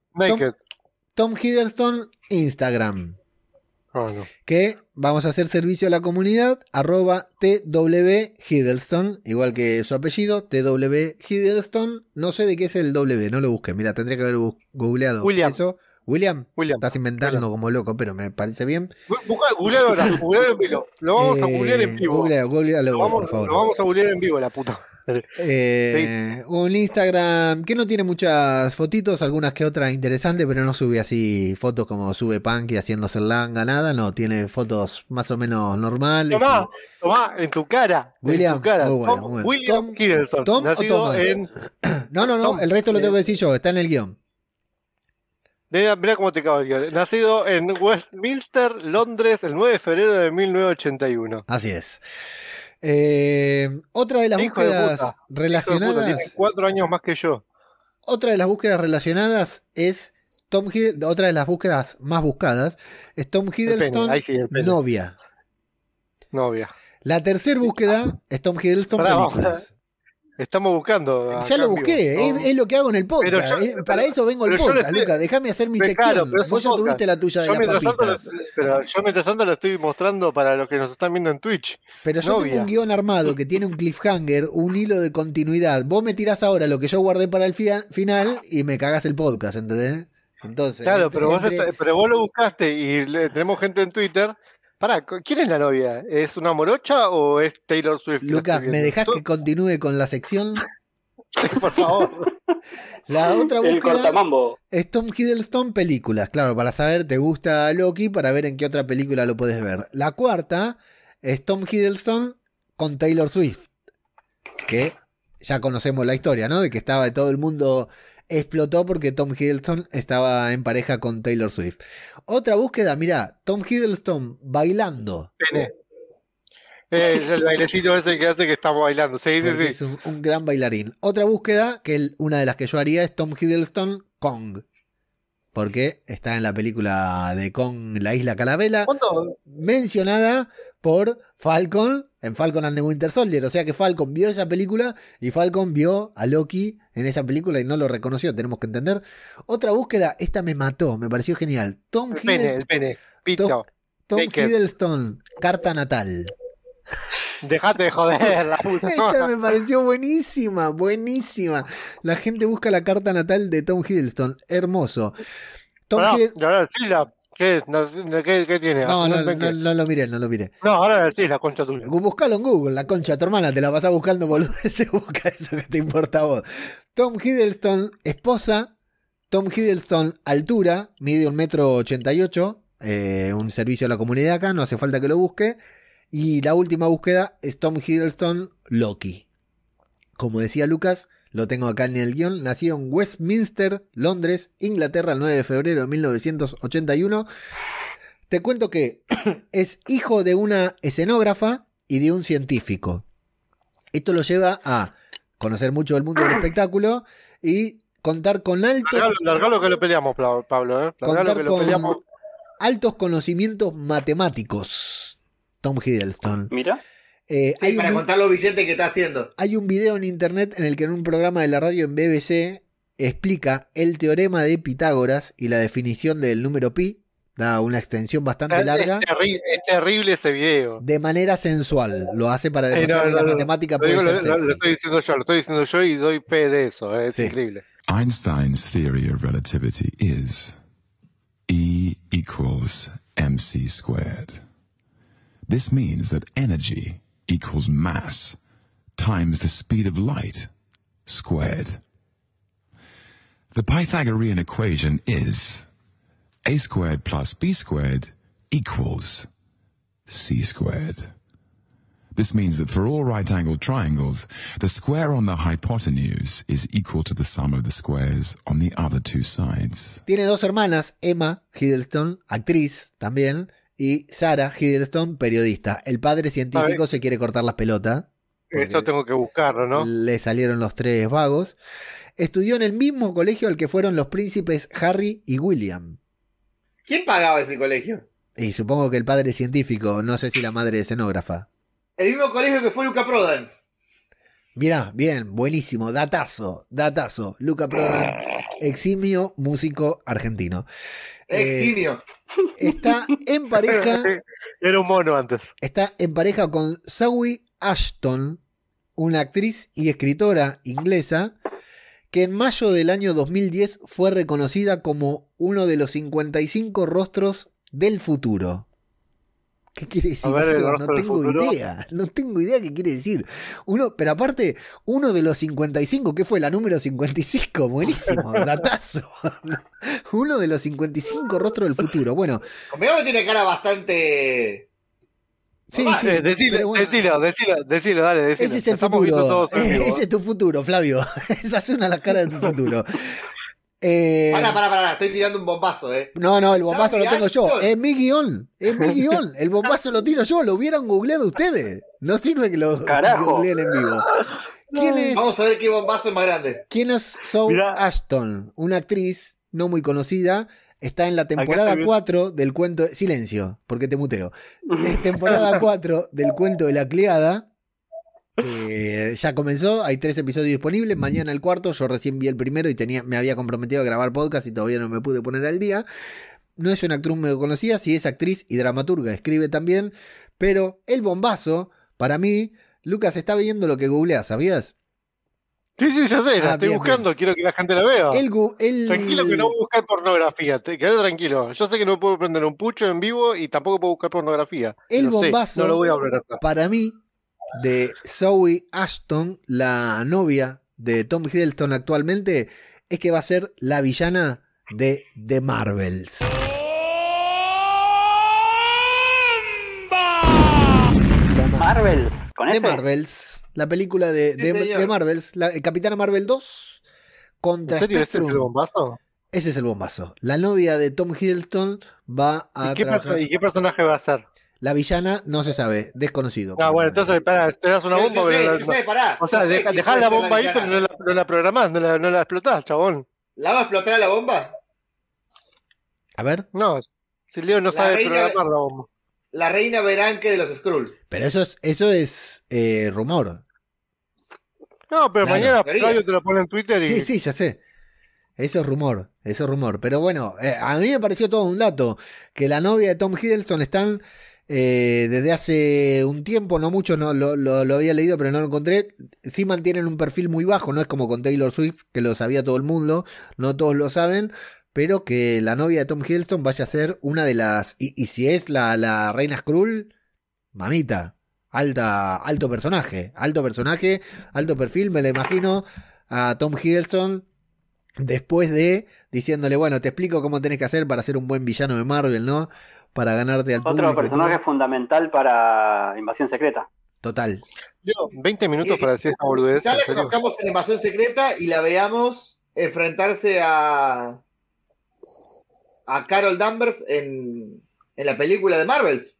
Tom Hiddleston Instagram. Oh, no. Que vamos a hacer servicio a la comunidad, @TW Hiddleston, igual que su apellido, TW Hiddleston. No sé de qué es el W, no lo busqué. Mira, tendría que haber googleado William. eso. William, estás inventando como loco, pero me parece bien. Googlealo ahora, en vivo. Lo vamos a googlear en vivo. Googlealo, por favor. Lo vamos a googlear en vivo, la puta. Un Instagram que no tiene muchas fotitos, algunas que otras interesantes, pero no sube así fotos como sube Punky haciéndose el langa, nada. No, tiene fotos más o menos normales. Tomá, en tu cara. William, en tu cara. muy bueno, muy bueno. William Hiddleston, Tom nacido o Thomas. en... No, el resto lo tengo que decir yo, está en el guión. Mirá cómo te cago el guión. Nacido en Westminster, Londres, el 9 de febrero de 1981. Así es. Otra de las búsquedas relacionadas. Tiene 4 años más que yo. Otra de las búsquedas relacionadas es otra de las búsquedas más buscadas es Tom Hiddleston novia. La tercera búsqueda es Tom Hiddleston películas. Estamos buscando. Ya lo busqué, es lo que hago en el podcast. Para eso vengo al podcast, Luca. Déjame hacer mi sección. Vos ya tuviste la tuya de las papitas. Pero yo mientras tanto lo estoy mostrando para los que nos están viendo en Twitch. Pero yo tengo un guión armado que tiene un cliffhanger, un hilo de continuidad. Vos me tirás ahora lo que yo guardé para el final y me cagás el podcast, ¿entendés? Entonces, claro, pero vos lo buscaste y tenemos gente en Twitter. Pará, ¿quién es la novia? ¿Es una morocha o es Taylor Swift? Lucas, ¿me dejás que continúe con la sección? Por favor. La otra El búsqueda cortamambo. es Tom Hiddleston películas. Claro, para saber, te gusta Loki, para ver en qué otra película lo puedes ver. La cuarta es Tom Hiddleston con Taylor Swift, que ya conocemos la historia, ¿no? De que estaba todo el mundo explotó porque Tom Hiddleston estaba en pareja con Taylor Swift. Otra búsqueda, mirá, Tom Hiddleston bailando. Pene. Es el bailecito ese que hace que estamos bailando. Sí, sí, sí. Es un gran bailarín. Otra búsqueda, que una de las que yo haría, es Tom Hiddleston Kong. Porque está en la película de Kong, La Isla Calavera, mencionada por Falcon en Falcon and the Winter Soldier. O sea que Falcon vio esa película y Falcon vio a Loki en esa película y no lo reconoció, tenemos que entender. Otra búsqueda, esta me mató, me pareció genial. Tom Hiddleston, carta natal. Dejate de joder, la puta. Esa me pareció buenísima, buenísima. La gente busca la carta natal de Tom Hiddleston, hermoso. ¿Qué es? ¿Qué tiene? No lo miré, no lo miré. No, ahora sí, la concha tuya. Buscalo en Google, la concha de tu hermana, te la pasás buscando, boludo. Se busca eso que te importa a vos. Tom Hiddleston, esposa. Tom Hiddleston, altura, mide 1,88 m, un servicio a la comunidad acá, no hace falta que lo busque. Y la última búsqueda es Tom Hiddleston Loki. Como decía Lucas, lo tengo acá en el guión. Nació en Westminster, Londres, Inglaterra, el 9 de febrero de 1981. Te cuento que es hijo de una escenógrafa y de un científico. Esto lo lleva a conocer mucho del mundo del espectáculo y contar con Largalo que lo peleamos, Pablo. Contar con altos conocimientos matemáticos. Tom Hiddleston. Mira. Sí, para contar los billetes que está haciendo. Hay un video en internet en el que en un programa de la radio en BBC explica el teorema de Pitágoras y la definición del número pi. Da una extensión bastante larga. Es terrible ese video. De manera sensual. Lo hace para demostrar que la matemática puede ser sexy. Lo estoy diciendo yo y doy fe de eso. Es increíble. Einstein's theory of relativity is E equals mc squared. This means that energy equals mass times the speed of light squared. The Pythagorean equation is a squared plus b squared equals c squared. This means that for all right-angled triangles, the square on the hypotenuse is equal to the sum of the squares on the other two sides. Tiene dos hermanas, Emma Hiddleston, actriz también, y Sarah Hiddleston, periodista. El padre científico se quiere cortar las pelotas. Esto tengo que buscarlo, ¿no? Le salieron los tres vagos. Estudió en el mismo colegio al que fueron los príncipes Harry y William. ¿Quién pagaba ese colegio? Y supongo que el padre científico, no sé si la madre escenógrafa. El mismo colegio que fue Luca Prodan. Mirá, bien, buenísimo, datazo. Luca Prodan, eximio músico argentino. Eximio. Está en pareja. Era un mono antes. Está en pareja con Zoe Ashton, una actriz y escritora inglesa que en mayo del año 2010 fue reconocida como uno de los 55 rostros del futuro. ¿Qué quiere decir eso? No tengo idea qué quiere decir. Pero aparte, uno de los 55, ¿qué fue? La número 55, buenísimo, datazo. Uno de los 55 rostros del futuro. Bueno. Conmigo tiene cara bastante... Sí, decilo, dale. Ese es el futuro. Ese es tu futuro, Flavio. Esa es una de las caras de tu futuro. Pará, estoy tirando un bombazo, No, el bombazo lo tengo yo. Es mi guión. El bombazo lo tiro yo. Lo hubieran googleado ustedes. No sirve que lo googleen en vivo. Vamos a ver qué bombazo es más grande. ¿Quién es Zoe Ashton? Una actriz no muy conocida. Está en la temporada 4 del cuento... Silencio, porque te muteo. Es temporada 4 del cuento de la criada. Ya comenzó, hay 3 episodios disponibles. Mañana el cuarto, yo recién vi el primero y me había comprometido a grabar podcast y todavía no me pude poner al día. No es una actriz muy conocida, sí es actriz y dramaturga, escribe también. Pero el bombazo, para mí, Lucas está viendo lo que googleás, ¿sabías? Sí, ya sé, la estoy buscando, bien. Quiero que la gente la vea. Tranquilo que no voy a buscar pornografía, quedé tranquilo. Yo sé que no puedo prender un pucho en vivo y tampoco puedo buscar pornografía. El bombazo, no lo voy a hablar hasta. Para mí, de Zoe Ashton, la novia de Tom Hiddleston actualmente, es que va a ser la villana de The Marvels. Marvels, con de ese. Marvels, la película de Marvels, Capitana Marvel 2 contra ¿En serio ese es Spectrum. el bombazo? Ese es el bombazo. La novia de Tom Hiddleston va a trabajar. ¿Y qué personaje va a ser? La villana no se sabe, desconocido. Ah, bueno, entonces te das una bomba, pero o sea, dejás la bomba ahí, pero no la programás, no la explotás, chabón. ¿La va a explotar la bomba? A ver. No, si Leo no sabe programar la bomba. La reina Beranque de los Skrull. Pero eso es rumor. No, pero Claro, mañana Flavio te lo pone en Twitter y... Sí, ya sé. Eso es rumor. Pero bueno, a mí me pareció todo un dato. Que la novia de Tom Hiddleston están desde hace un tiempo, no mucho, no lo había leído, pero no lo encontré. Sí mantienen un perfil muy bajo, no es como con Taylor Swift, que lo sabía todo el mundo, no todos lo saben. Pero que la novia de Tom Hiddleston vaya a ser una de las... Y si es la reina Skrull, mamita, alto personaje, alto perfil, me la imagino a Tom Hiddleston después de diciéndole, bueno, te explico cómo tenés que hacer para ser un buen villano de Marvel, ¿no? Para ganarte al público. Otro personaje fundamental para Invasión Secreta. Total. 20 minutos para decir esta boludez. Quizá la conozcamos en Invasión Secreta y la veamos enfrentarse a Carol Danvers en la película de Marvels.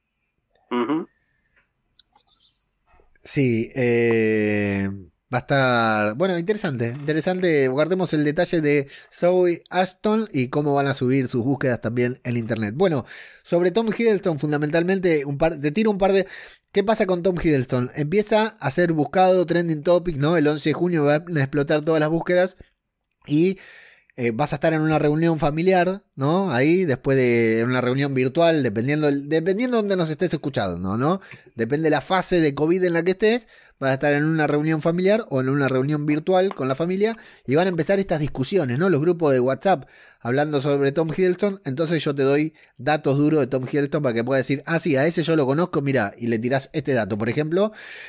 Sí, va a estar... Bueno, interesante. Guardemos el detalle de Zoe Ashton y cómo van a subir sus búsquedas también en internet. Bueno, sobre Tom Hiddleston, fundamentalmente, te tiro un par de... ¿Qué pasa con Tom Hiddleston? Empieza a ser buscado, trending topic, ¿no? El 11 de junio van a explotar todas las búsquedas y... vas a estar en una reunión familiar, ¿no? Ahí, después de una reunión virtual, dependiendo de donde nos estés escuchando, ¿no? Depende de la fase de COVID en la que estés, vas a estar en una reunión familiar o en una reunión virtual con la familia y van a empezar estas discusiones, ¿no? Los grupos de WhatsApp hablando sobre Tom Hiddleston, entonces yo te doy datos duros de Tom Hiddleston para que puedas decir, ah, sí, a ese yo lo conozco, mira, y le tirás este dato, por ejemplo.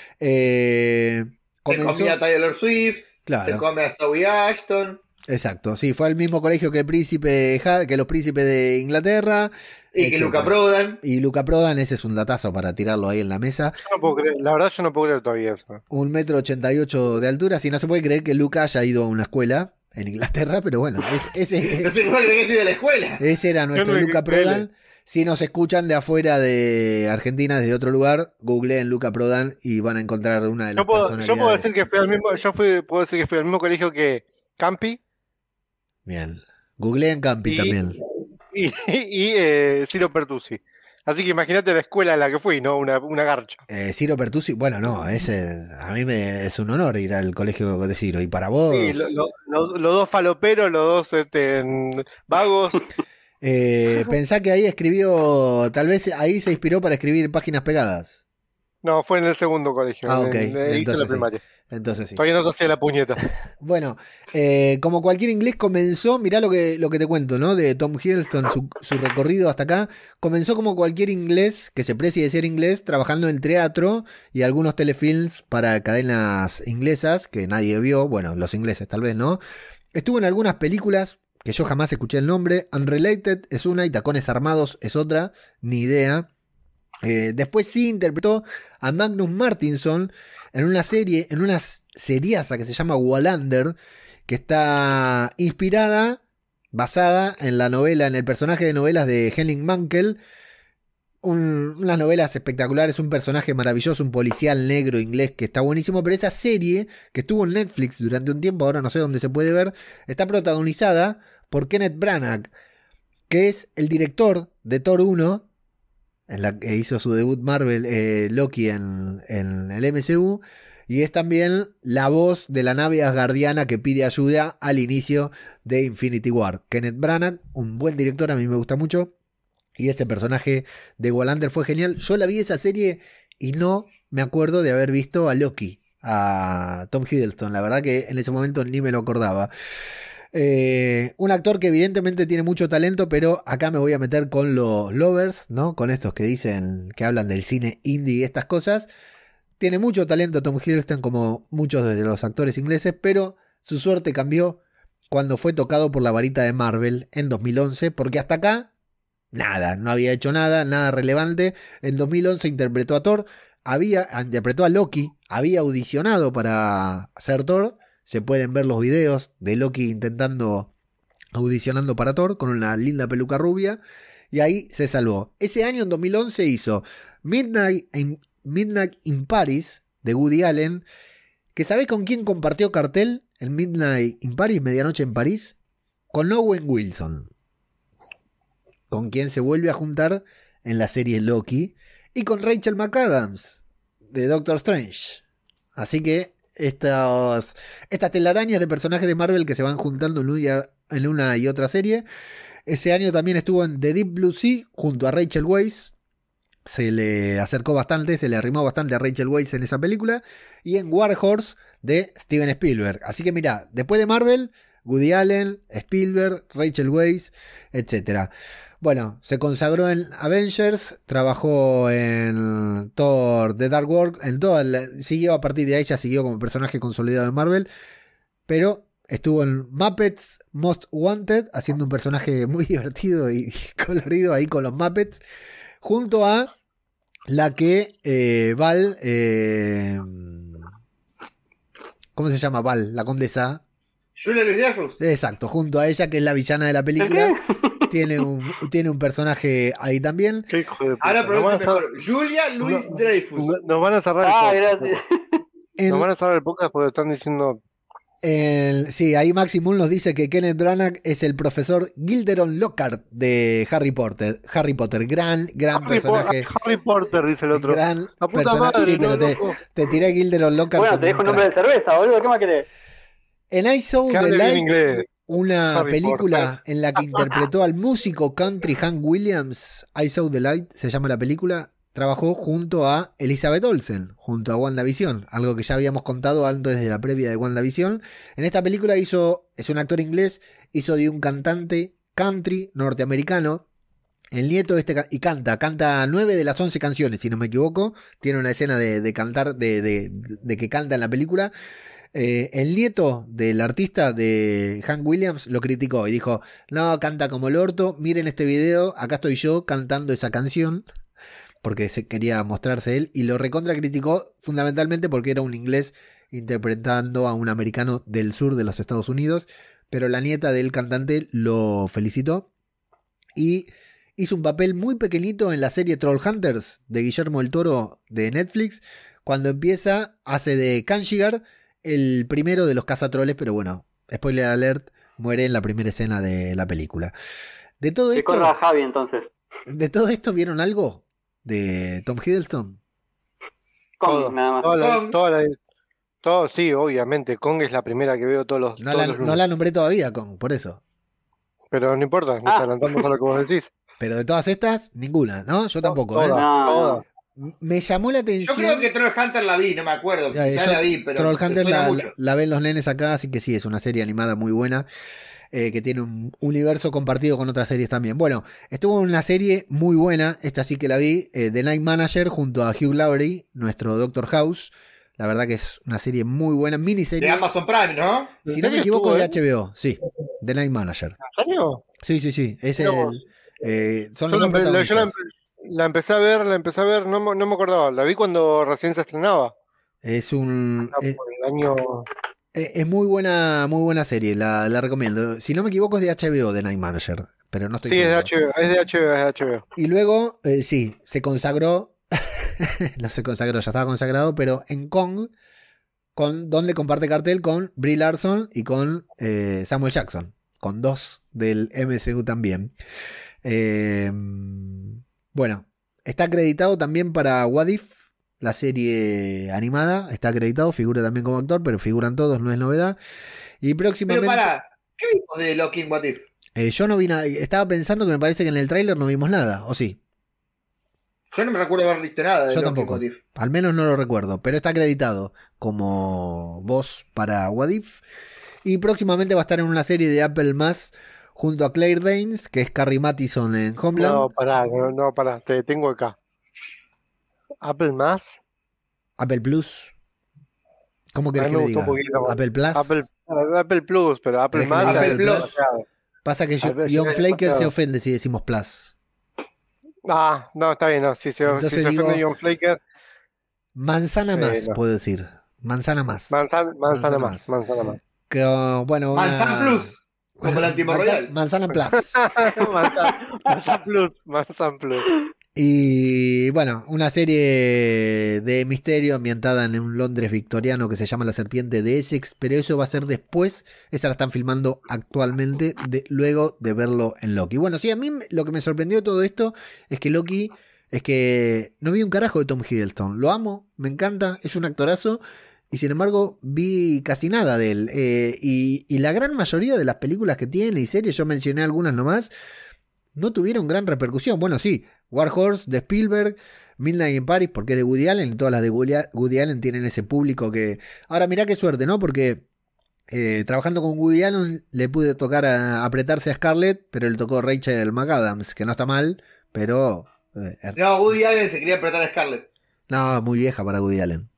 Se comía a Taylor Swift, claro. Se come a Zoe Ashton. Exacto, sí, fue al mismo colegio que los príncipes de Inglaterra. Y que Luca Prodan. Y Luca Prodan, ese es un datazo para tirarlo ahí en la mesa. No puedo creer, la verdad yo no puedo creer todavía eso. 1,88 m de altura, si no se puede creer que Luca haya ido a una escuela en Inglaterra, pero bueno, ese... no se puede creer que haya ido a la escuela. Ese era nuestro Luca Prodan. Si nos escuchan de afuera de Argentina, desde otro lugar, googleen Luca Prodan y van a encontrar una de las personalidades. Yo puedo decir que fui al mismo colegio que Campi. Bien. Googleen Campi también. Y Ciro Pertusi. Así que imagínate la escuela a la que fui, ¿no? Una garcha. Ciro Pertusi, bueno, no, a mí es un honor ir al colegio de Ciro. Y para vos. Sí, los dos faloperos, los dos vagos. Pensá que ahí escribió, tal vez ahí se inspiró para escribir Páginas Pegadas. No, fue en el segundo colegio. Ah, ok. Entonces, la primaria. Entonces sí. Todavía no hacía la puñeta. Bueno, como cualquier inglés comenzó, mirá lo que te cuento, ¿no? De Tom Hiddleston, su recorrido hasta acá. Comenzó como cualquier inglés que se precie de ser inglés, trabajando en teatro y algunos telefilms para cadenas inglesas que nadie vio. Bueno, los ingleses tal vez, ¿no? Estuvo en algunas películas que yo jamás escuché el nombre. Unrelated es una y Tacones Armados es otra, ni idea. Después sí interpretó a Magnus Martinson en una serie, en una seriaza que se llama Wallander, que está basada en la novela, en el personaje de novelas de Henning Mankell. Unas novelas espectaculares, un personaje maravilloso, un policial negro inglés que está buenísimo, pero esa serie que estuvo en Netflix durante un tiempo, ahora no sé dónde se puede ver, está protagonizada por Kenneth Branagh, que es el director de Thor 1, en la que hizo su debut Marvel, Loki en el MCU, y es también la voz de la nave asgardiana que pide ayuda al inicio de Infinity War. Kenneth Branagh, un buen director, a mí me gusta mucho, y este personaje de Wallander fue genial. Yo la vi esa serie y no me acuerdo de haber visto a Loki, a Tom Hiddleston, la verdad que en ese momento ni me lo acordaba. Un actor que evidentemente tiene mucho talento, pero acá me voy a meter con los lovers, ¿no? Con estos que dicen, que hablan del cine indie y estas cosas. Tiene mucho talento Tom Hiddleston, como muchos de los actores ingleses, pero su suerte cambió cuando fue tocado por la varita de Marvel en 2011, porque hasta acá nada, no había hecho nada relevante. En 2011 interpretó a Thor. interpretó a Loki, había audicionado para ser Thor. Se pueden ver los videos de Loki audicionando para Thor con una linda peluca rubia. Y ahí se salvó. Ese año, en 2011, hizo Midnight in Paris de Woody Allen. ¿Que sabés con quién compartió cartel en Midnight in Paris, Medianoche en París? Con Owen Wilson, con quien se vuelve a juntar en la serie Loki, y con Rachel McAdams de Doctor Strange. Así que estas telarañas de personajes de Marvel que se van juntando en una y otra serie. Ese año también estuvo en The Deep Blue Sea junto a Rachel Weisz. Se le acercó bastante, se le arrimó bastante a Rachel Weisz en esa película. Y en War Horse de Steven Spielberg. Así que mirá, después de Marvel, Woody Allen, Spielberg, Rachel Weisz, etc. Bueno, se consagró en Avengers, trabajó en Thor, The Dark World, siguió a partir de ahí, ya siguió como personaje consolidado de Marvel, pero estuvo en Muppets Most Wanted, haciendo un personaje muy divertido y colorido ahí con los Muppets, junto a la que Val, ¿cómo se llama Val? La condesa. Julia Louis-Dreyfus. Exacto, junto a ella, que es la villana de la película. Tiene un personaje ahí también. Qué hijo de puta. Ahora produce mejor. Julia Louis-Dreyfus. Nos van a cerrar el podcast. Gracias. Nos van a cerrar el podcast porque están diciendo. Sí, ahí Maximum nos dice que Kenneth Branagh es el profesor Gilderoy Lockhart de Harry Potter. Gran personaje. Harry Potter, dice el otro. Gran La puta personaje. madre, Sí, pero te tiré Gilderoy Lockhart. Bueno, te dejo un nombre de cerveza, boludo. ¿Qué más querés? En I Saw the Light, una Harry película Potter. en la que interpretó al músico country Hank Williams. I Saw the Light se llama la película. Trabajó junto a Elizabeth Olsen, junto a WandaVision, algo que ya habíamos contado antes de la previa de WandaVision. En esta película es un actor inglés, hizo de un cantante country norteamericano, el nieto y canta 9 de las 11 canciones, si no me equivoco. Tiene una escena de cantar, de que canta en la película. El nieto del artista de Hank Williams lo criticó y dijo: no, canta como el orto, miren este video, acá estoy yo cantando esa canción, porque se quería mostrarse él, y lo recontra criticó fundamentalmente porque era un inglés interpretando a un americano del sur de los Estados Unidos, pero la nieta del cantante lo felicitó y hizo un papel muy pequeñito en la serie Trollhunters de Guillermo del Toro de Netflix. Cuando empieza hace de Kanshgar, el primero de los cazatroles, pero bueno, spoiler alert, muere en la primera escena de la película. De todo Que esto, corra a Javi entonces. ¿de todo esto vieron algo de Tom Hiddleston? Kong, nada más. Todo, sí, obviamente. Kong es la primera que veo todos los No lunes. la nombré todavía, por eso. Pero no importa, nos adelantamos a lo que vos decís. Pero de todas estas, ninguna, ¿no? Yo tampoco, Todas, ¿eh? todas. Me llamó la Yo atención. creo que Trollhunter la vi, no me acuerdo. Ya, Quizá yo la vi, pero Trollhunter me suena mucho. la ven los nenes acá, así que sí, es una serie animada muy buena. Que tiene un universo compartido con otras series también. Bueno, estuvo en una serie muy buena, esta sí que la vi, The Night Manager, junto a Hugh Laurie, nuestro Doctor House. La verdad que es una serie muy buena, miniserie. De Amazon Prime, ¿no? Si no me equivoco, de HBO, sí. The Night Manager. ¿En serio? Sí. Es No. son los dos protagonistas. La empecé a ver, no me acordaba. La vi cuando recién se estrenaba. Es un... Por el año... Es muy buena serie, la recomiendo. Si no me equivoco es de HBO, The Night Manager, pero no estoy Sí, seguro. es de HBO. Y luego, sí, se consagró, no se consagró, ya estaba consagrado, pero en Kong, donde comparte cartel con Brie Larson y con Samuel Jackson, con dos del MCU también. Bueno, está acreditado también para What If, la serie animada, está acreditado, figura también como actor, pero figuran todos, no es novedad. Y próximamente... Pero para, ¿qué vimos de Loki en What If? Yo no vi nada, estaba pensando que me parece que en el tráiler no vimos nada, ¿o sí? Yo no me recuerdo haber visto nada de Yo Loki tampoco, en What If. al menos no lo recuerdo, pero está acreditado como voz para What If. Y próximamente va a estar en una serie de Apple Más junto a Claire Danes, que es Carrie Mathison en Homeland. No, pará, te detengo acá. ¿Apple Más? Apple Plus. ¿Cómo querés que me le gustó un diga? poquito más. Apple Plus. Apple Plus, pero Apple ¿Querés que Más... le diga Apple Apple Plus. Plus? Pasa que Apple John Plus. Flaker se ofende si decimos Plus. No, está bien, no. Si se Entonces ofende digo- John Flaker... Manzana más, no. puedo decir. Manzana más. Manzana más. Que, bueno, Manzan Plus, como la antimorreal. Manzana Plus. Manzan Plus. Y bueno, una serie de misterio ambientada en un Londres victoriano que se llama La Serpiente de Essex, pero eso va a ser después. Esa la están filmando actualmente, luego de verlo en Loki. Bueno, sí, a mí lo que me sorprendió de todo esto es que Loki, es que no vi un carajo de Tom Hiddleston. Lo amo, me encanta, es un actorazo. Y sin embargo, vi casi nada de él. Y la gran mayoría de las películas que tiene y series, yo mencioné algunas nomás, no tuvieron gran repercusión. Bueno, sí, War Horse de Spielberg, Midnight in Paris, porque es de Woody Allen, y todas las de Woody Allen tienen ese público que... Ahora, mirá qué suerte, ¿no? Porque trabajando con Woody Allen le pude tocar apretarse a Scarlett, pero le tocó Rachel McAdams, que no está mal, pero... No, Woody Allen se quería apretar a Scarlett. No, muy vieja para Woody Allen.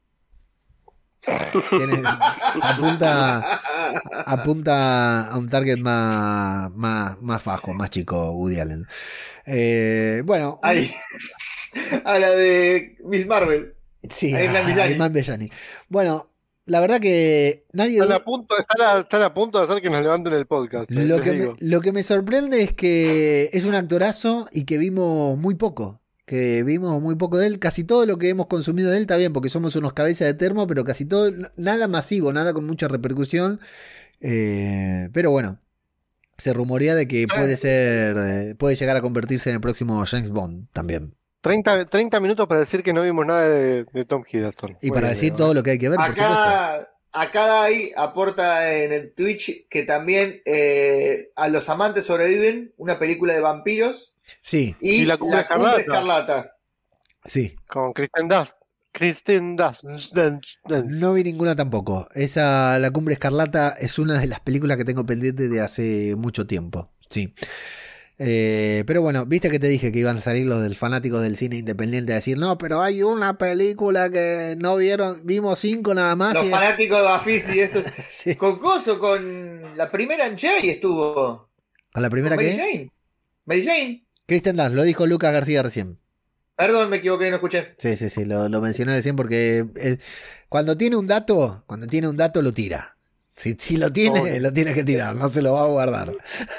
Apunta a un target más bajo, más chico, Woody Allen. Bueno, ahí, a la de Miss Marvel. Sí, Iman Bellani. Bueno, la verdad que nadie están a punto de hacer que nos levanten el podcast. Lo que me sorprende es que es un actorazo y que vimos muy poco. De él, casi todo lo que hemos consumido de él está bien, porque somos unos cabezas de termo, pero casi todo, nada masivo, nada con mucha repercusión, pero bueno, se rumorea de que puede llegar a convertirse en el próximo James Bond también. 30 minutos para decir que no vimos nada de Tom Hiddleston. Y para decir todo lo que hay que ver, por supuesto. Acá Dai aporta en el Twitch que también a Los Amantes Sobreviven, una película de vampiros. Sí. Y la Cumbre Escarlata. Sí. Con Kristen Dunst. No vi ninguna tampoco. La Cumbre Escarlata es una de las películas que tengo pendiente de hace mucho tiempo. Sí. Pero bueno, viste que te dije que iban a salir los del fanáticos del cine independiente a decir, no, pero hay una película que no vieron, vimos 5 nada más. Los fanáticos de Bafisi, esto. Sí. Con la primera en Jay estuvo. ¿Con la primera qué? Mary Jane. Kristen Dunst, lo dijo Lucas García recién. Perdón, me equivoqué, no escuché. Sí, lo mencioné recién porque cuando tiene un dato lo tira. Si lo tiene, lo tiene que tirar, no se lo va a guardar.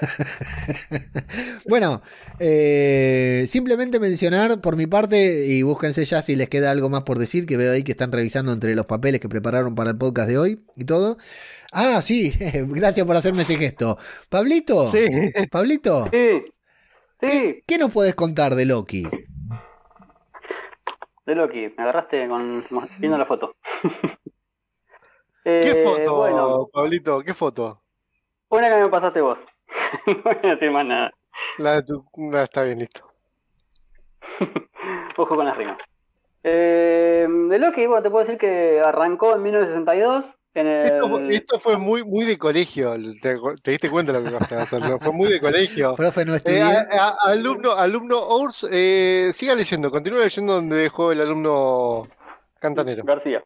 Bueno, simplemente mencionar por mi parte, y búsquense ya si les queda algo más por decir, que veo ahí que están revisando entre los papeles que prepararon para el podcast de hoy y todo. Ah, sí, gracias por hacerme ese gesto. ¿Pablito? Sí. ¿Pablito? Sí. Sí. ¿Qué nos podés contar de Loki? De Loki, me agarraste viendo la foto. ¿Qué foto, bueno, Pablito? ¿Qué foto? Una que me pasaste vos. No voy a decir más nada. Está bien, listo. Ojo con las rimas. De Loki, bueno, te puedo decir que arrancó en 1962. Esto fue muy de colegio. ¿Te diste cuenta de lo que vas a hacer? Fue muy de colegio. Profe, no estudié. Alumno Ors, siga leyendo, continúa leyendo donde dejó el alumno Cantanero. García.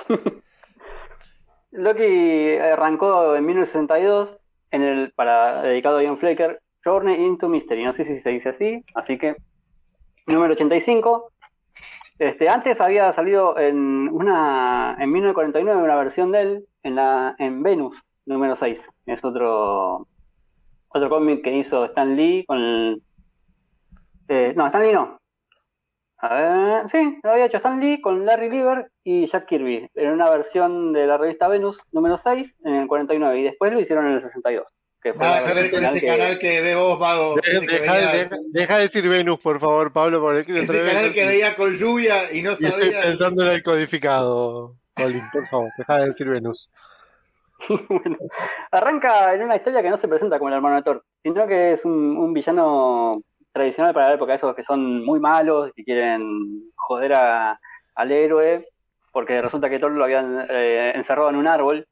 Loki arrancó en 1962 dedicado a Ian Flecker, Journey into Mystery. No sé si se dice así que número 85. Antes había salido en 1949 una versión de él en Venus, número 6. Es otro cómic que hizo Stan Lee con no, Stan Lee no. A ver, sí, lo había hecho Stan Lee con Larry Lieber y Jack Kirby. En una versión de la revista Venus, número 6, en el 49. Y después lo hicieron en el 62. Que fue que ver con ese canal que ve vos, Vago. Deja de decir Venus, por favor, Pablo. Ese canal que veía con lluvia y no sabía. Estoy pensando en el codificado, Colin, por favor, deja de decir Venus. Bueno, arranca en una historia que no se presenta como el hermano de Thor, sino que es un villano tradicional para la época, esos que son muy malos y quieren joder al héroe, porque resulta que Thor lo habían encerrado en un árbol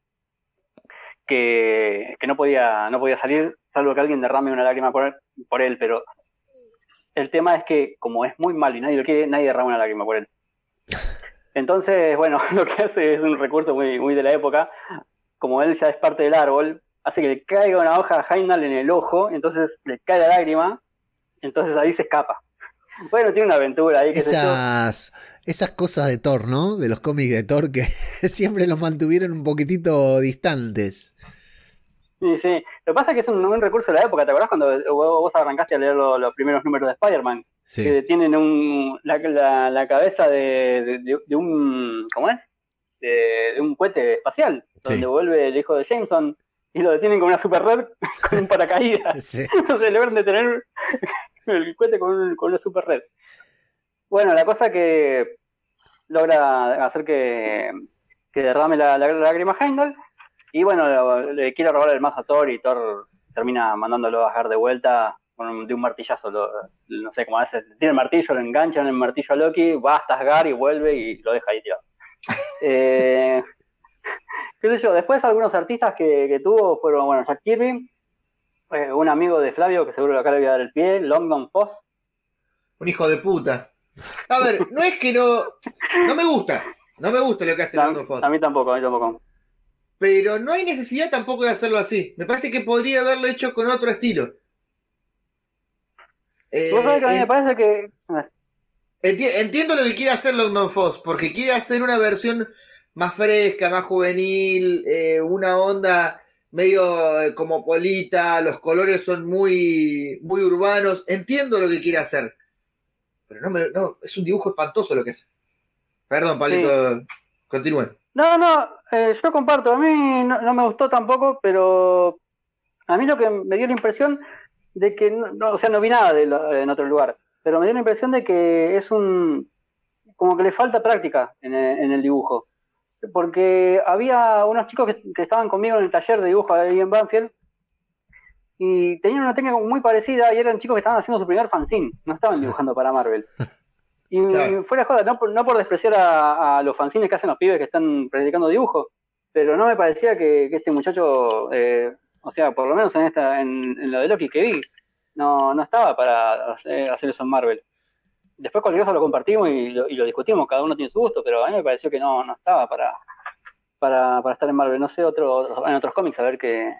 que no podía salir, salvo que alguien derrame una lágrima por él, pero el tema es que como es muy malo y nadie lo quiere, nadie derrama una lágrima por él. Entonces, bueno, lo que hace es un recurso muy de la época. Como él ya es parte del árbol, hace que le caiga una hoja a Heimdall en el ojo, entonces le cae la lágrima, entonces ahí se escapa. Bueno, tiene una aventura ahí, qué sé yo. Esas cosas de Thor, ¿no? De los cómics de Thor que siempre los mantuvieron un poquitito distantes. Sí, sí. Lo que pasa es que es un recurso de la época. ¿Te acordás cuando vos arrancaste a leer los primeros números de Spider-Man? Sí. Que tienen la cabeza de un... ¿Cómo es? De un cohete espacial. Donde Sí. vuelve el hijo de Jameson y lo detienen con una super red con un paracaídas. Sí. Entonces logran detener el cohete con una super red. Bueno, la cosa que logra hacer que derrame la lágrima Heimdall. Y bueno, le quiere robar el mazo a Thor y Thor termina mandándolo a Asgard de vuelta de un martillazo. No sé cómo hace. Tiene el martillo, lo enganchan el martillo a Loki, va hasta Asgard y vuelve y lo deja ahí tirado. ¿Qué sé yo? Después algunos artistas que tuvo fueron, bueno, Jack Kirby, un amigo de Flavio que seguro que acá le voy a dar el pie, Longdon Foss. Un hijo de puta. A ver, no es que no me gusta. No me gusta lo que hace Longdon Foss. A mí tampoco. Pero no hay necesidad tampoco de hacerlo así. Me parece que podría haberlo hecho con otro estilo. Vos sabés que a mí me parece que... Entiendo lo que quiere hacer Longdon Foss, porque quiere hacer una versión más fresca, más juvenil, una onda medio cosmopolita, los colores son muy, muy urbanos. Entiendo lo que quiere hacer. Pero no, es un dibujo espantoso lo que es. Perdón, Pablito, sí. Continúe. Yo comparto, a mí no me gustó tampoco, pero a mí lo que me dio la impresión de que, no vi nada en otro lugar, pero me dio la impresión de que es como que le falta práctica en el dibujo, porque había unos chicos que estaban conmigo en el taller de dibujo ahí en Banfield y tenían una técnica muy parecida y eran chicos que estaban haciendo su primer fanzine, no estaban dibujando para Marvel. Y claro, fuera de joda, no por despreciar a los fanzines que hacen los pibes que están practicando dibujo, pero no me parecía que este muchacho, o sea, por lo menos en lo de Loki que vi, no estaba para hacer eso en Marvel. Después cualquier cosa lo compartimos y lo discutimos, cada uno tiene su gusto, pero a mí me pareció que no estaba para estar en Marvel. No sé, en otros cómics, a ver qué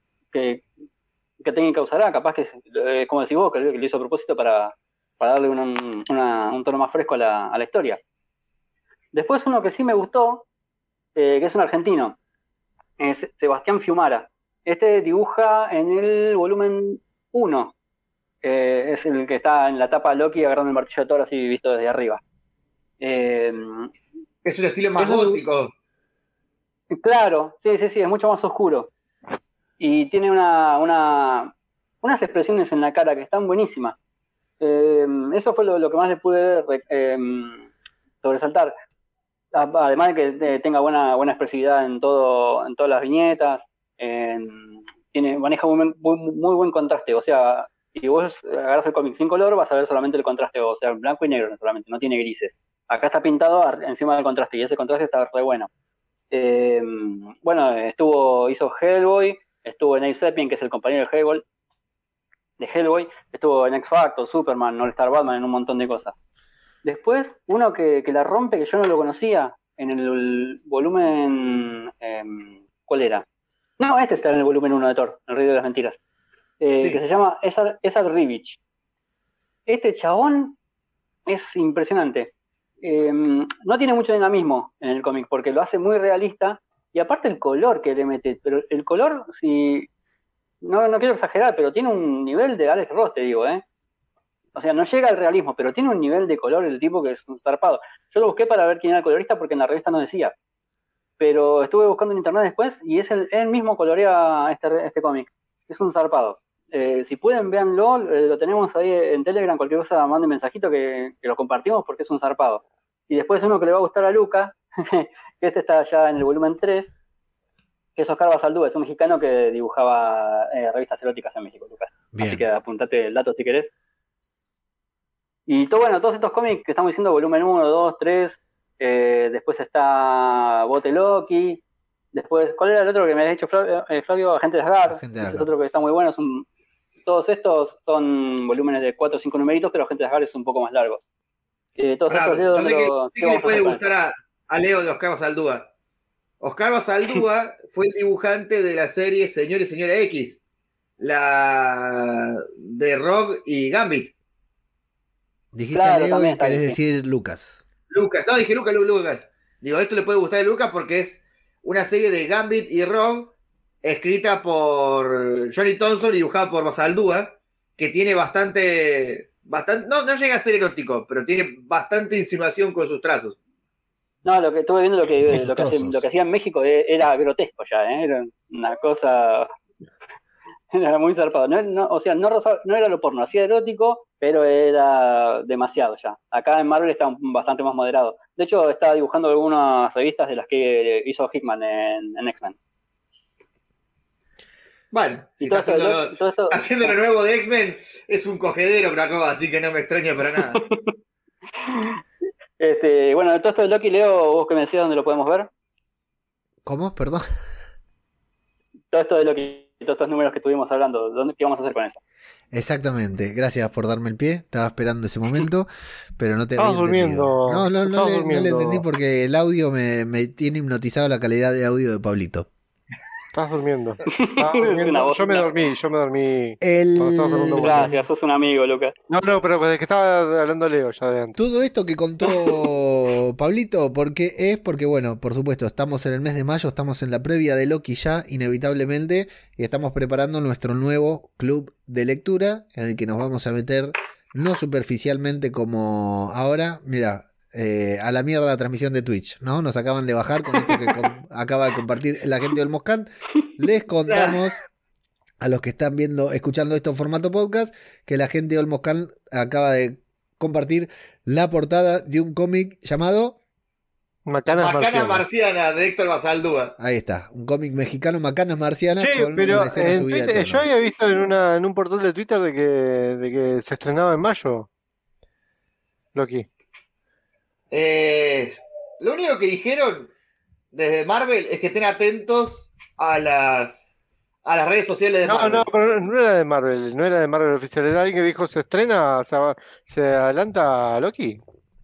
técnica usará, capaz que, como decís vos, que lo hizo a propósito para darle un tono más fresco a la historia. Después uno que sí me gustó, que es un argentino, es Sebastián Fiumara. Este dibuja en el volumen 1, es el que está en la tapa Loki agarrando el martillo de Thor así visto desde arriba. Es un estilo más gótico. Claro, sí, es mucho más oscuro. Y tiene unas expresiones en la cara que están buenísimas. Eso fue lo que más le pude sobresaltar. Además de que tenga buena expresividad en todas las viñetas, maneja muy buen contraste. O sea, si vos agarras el cómic sin color, vas a ver solamente el contraste, o sea, blanco y negro solamente, no tiene grises. Acá está pintado encima del contraste y ese contraste está re bueno. Hizo Hellboy, estuvo en Abe Sapien, que es el compañero de Hellboy, estuvo en X Factor, Superman, All Star Batman, en un montón de cosas. Después, uno que la rompe, que yo no lo conocía, en el volumen... ¿cuál era? No, este está en el volumen 1 de Thor, El Rey de las Mentiras, sí. Que se llama Esad Ribic. Este chabón es impresionante. No tiene mucho dinamismo en el cómic, porque lo hace muy realista, y aparte el color que le mete, pero el color, si... No quiero exagerar, pero tiene un nivel de Alex Ross, te digo, O sea, no llega al realismo, pero tiene un nivel de color el tipo que es un zarpado. Yo lo busqué para ver quién era el colorista porque en la revista no decía. Pero estuve buscando en internet después y es él mismo colorea este cómic. Es un zarpado. Si pueden, véanlo, lo tenemos ahí en Telegram, cualquier cosa, manden mensajito que lo compartimos porque es un zarpado. Y después uno que le va a gustar a Luca, que este está ya en el volumen 3, que es Oscar Basaldúa, es un mexicano que dibujaba revistas eróticas en México, Lucas. Bien. Así que apuntate el dato si querés. Y todos estos cómics que estamos diciendo, volumen 1, 2, 3, después está Bote Loki, después, ¿cuál era el otro que me habías dicho, Flavio? Agente de Asgard. Es otro que está muy bueno. Todos estos son volúmenes de 4 o 5 numeritos, pero Agente de Asgard es un poco más largo. Todos estos yo sé que le puede gustar a Leo de Oscar Basaldúa. Oscar Basaldúa fue el dibujante de la serie Señor y Señora X, la de Rogue y Gambit. Dijiste Claro, Leo también y querés está bien, sí. decir Lucas. Lucas, no, dije Lucas. Digo, esto le puede gustar a Lucas porque es una serie de Gambit y Rogue escrita por Johnny Thompson y dibujada por Basaldúa, que tiene bastante no llega a ser erótico, pero tiene bastante insinuación con sus trazos. No, lo que estuve viendo, lo que trozos. hacía en México era grotesco ya, era una cosa. Era muy zarpado. O sea, no era lo porno, hacía erótico, pero era demasiado ya. Acá en Marvel está bastante más moderado. De hecho, estaba dibujando algunas revistas de las que hizo Hickman en X-Men. Bueno, si Y todo eso, haciendo lo nuevo de X-Men, es un cogedero Krakoa, así que no me extraña para nada. Bueno, todo esto de Loki, Leo, vos que me decías dónde lo podemos ver. ¿Cómo? Perdón. Todo esto de Loki, todos estos números que estuvimos hablando, ¿qué vamos a hacer con eso? Exactamente, gracias por darme el pie. Estaba esperando ese momento, pero no te Estabas había entendido. durmiendo. No le durmiendo. entendí porque el audio me tiene hipnotizado la calidad de audio de Pablito. Estás durmiendo. Es una voz. Yo me dormí. Cuando estabas hablando vos. Gracias, sos un amigo, Lucas. No, pero desde que estaba hablando Leo ya de antes. Todo esto que contó Pablito, porque, bueno, por supuesto, estamos en el mes de mayo, estamos en la previa de Loki ya, inevitablemente, y estamos preparando nuestro nuevo club de lectura, en el que nos vamos a meter, no superficialmente como ahora, mira, a la mierda transmisión de Twitch, ¿no? Nos acaban de bajar con esto que acaba de compartir la gente del Moscán. Les contamos a los que están escuchando esto en formato podcast, que la gente de Olmoscan acaba de compartir la portada de un cómic llamado Macanas Marcianas de Héctor Basaldúa. Ahí está, un cómic mexicano, Macanas Marcianas, Sí, con pero una escena en subida de Twitter, tono. yo había visto en un portal de Twitter de que se estrenaba en mayo. Loki. Lo único que dijeron desde Marvel es que estén atentos a las redes sociales de Marvel. No, pero no era de Marvel, no era de Marvel oficial, era alguien que dijo se estrena, se adelanta Loki.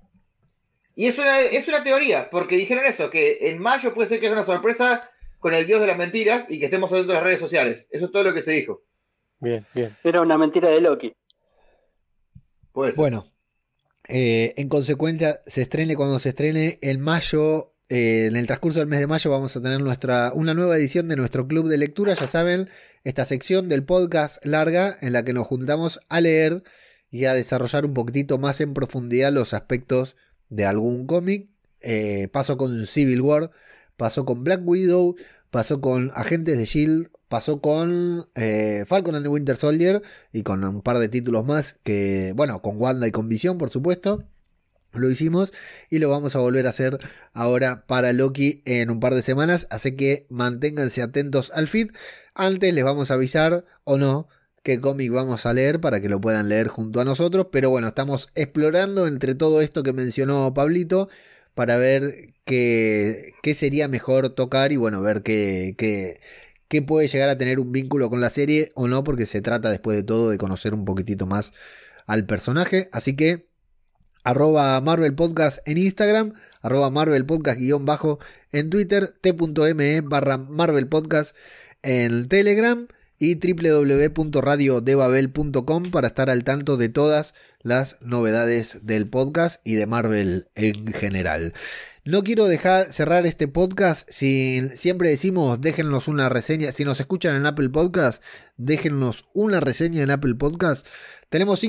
Y es una teoría, porque dijeron eso, que en mayo puede ser que haya una sorpresa con el dios de las mentiras y que estemos atentos de las redes sociales. Eso es todo lo que se dijo. Bien. Era una mentira de Loki. Puede ser. Bueno, en consecuencia, cuando se estrene en mayo, en el transcurso del mes de mayo vamos a tener una nueva edición de nuestro club de lectura, ya saben, esta sección del podcast larga en la que nos juntamos a leer y a desarrollar un poquitito más en profundidad los aspectos de algún cómic. Pasó con Civil War, pasó con Black Widow, pasó con Agentes de S.H.I.E.L.D., pasó con Falcon and the Winter Soldier y con un par de títulos más que, bueno, con Wanda y con Visión, por supuesto. Lo hicimos y lo vamos a volver a hacer ahora para Loki en un par de semanas, así que manténganse atentos al feed. Antes les vamos a avisar o no qué cómic vamos a leer para que lo puedan leer junto a nosotros, pero bueno, estamos explorando entre todo esto que mencionó Pablito para ver qué sería mejor tocar y bueno, ver qué puede llegar a tener un vínculo con la serie o no, porque se trata después de todo de conocer un poquitito más al personaje, así que @Marvel Podcast en Instagram, @Marvel Podcast _ en Twitter, t.me/Marvel Podcast en Telegram y www.radiodebabel.com para estar al tanto de todas las novedades del podcast y de Marvel en general. No quiero cerrar este podcast sin siempre decimos déjennos una reseña. Si nos escuchan en Apple Podcast, déjennos una reseña en Apple Podcast. Tenemos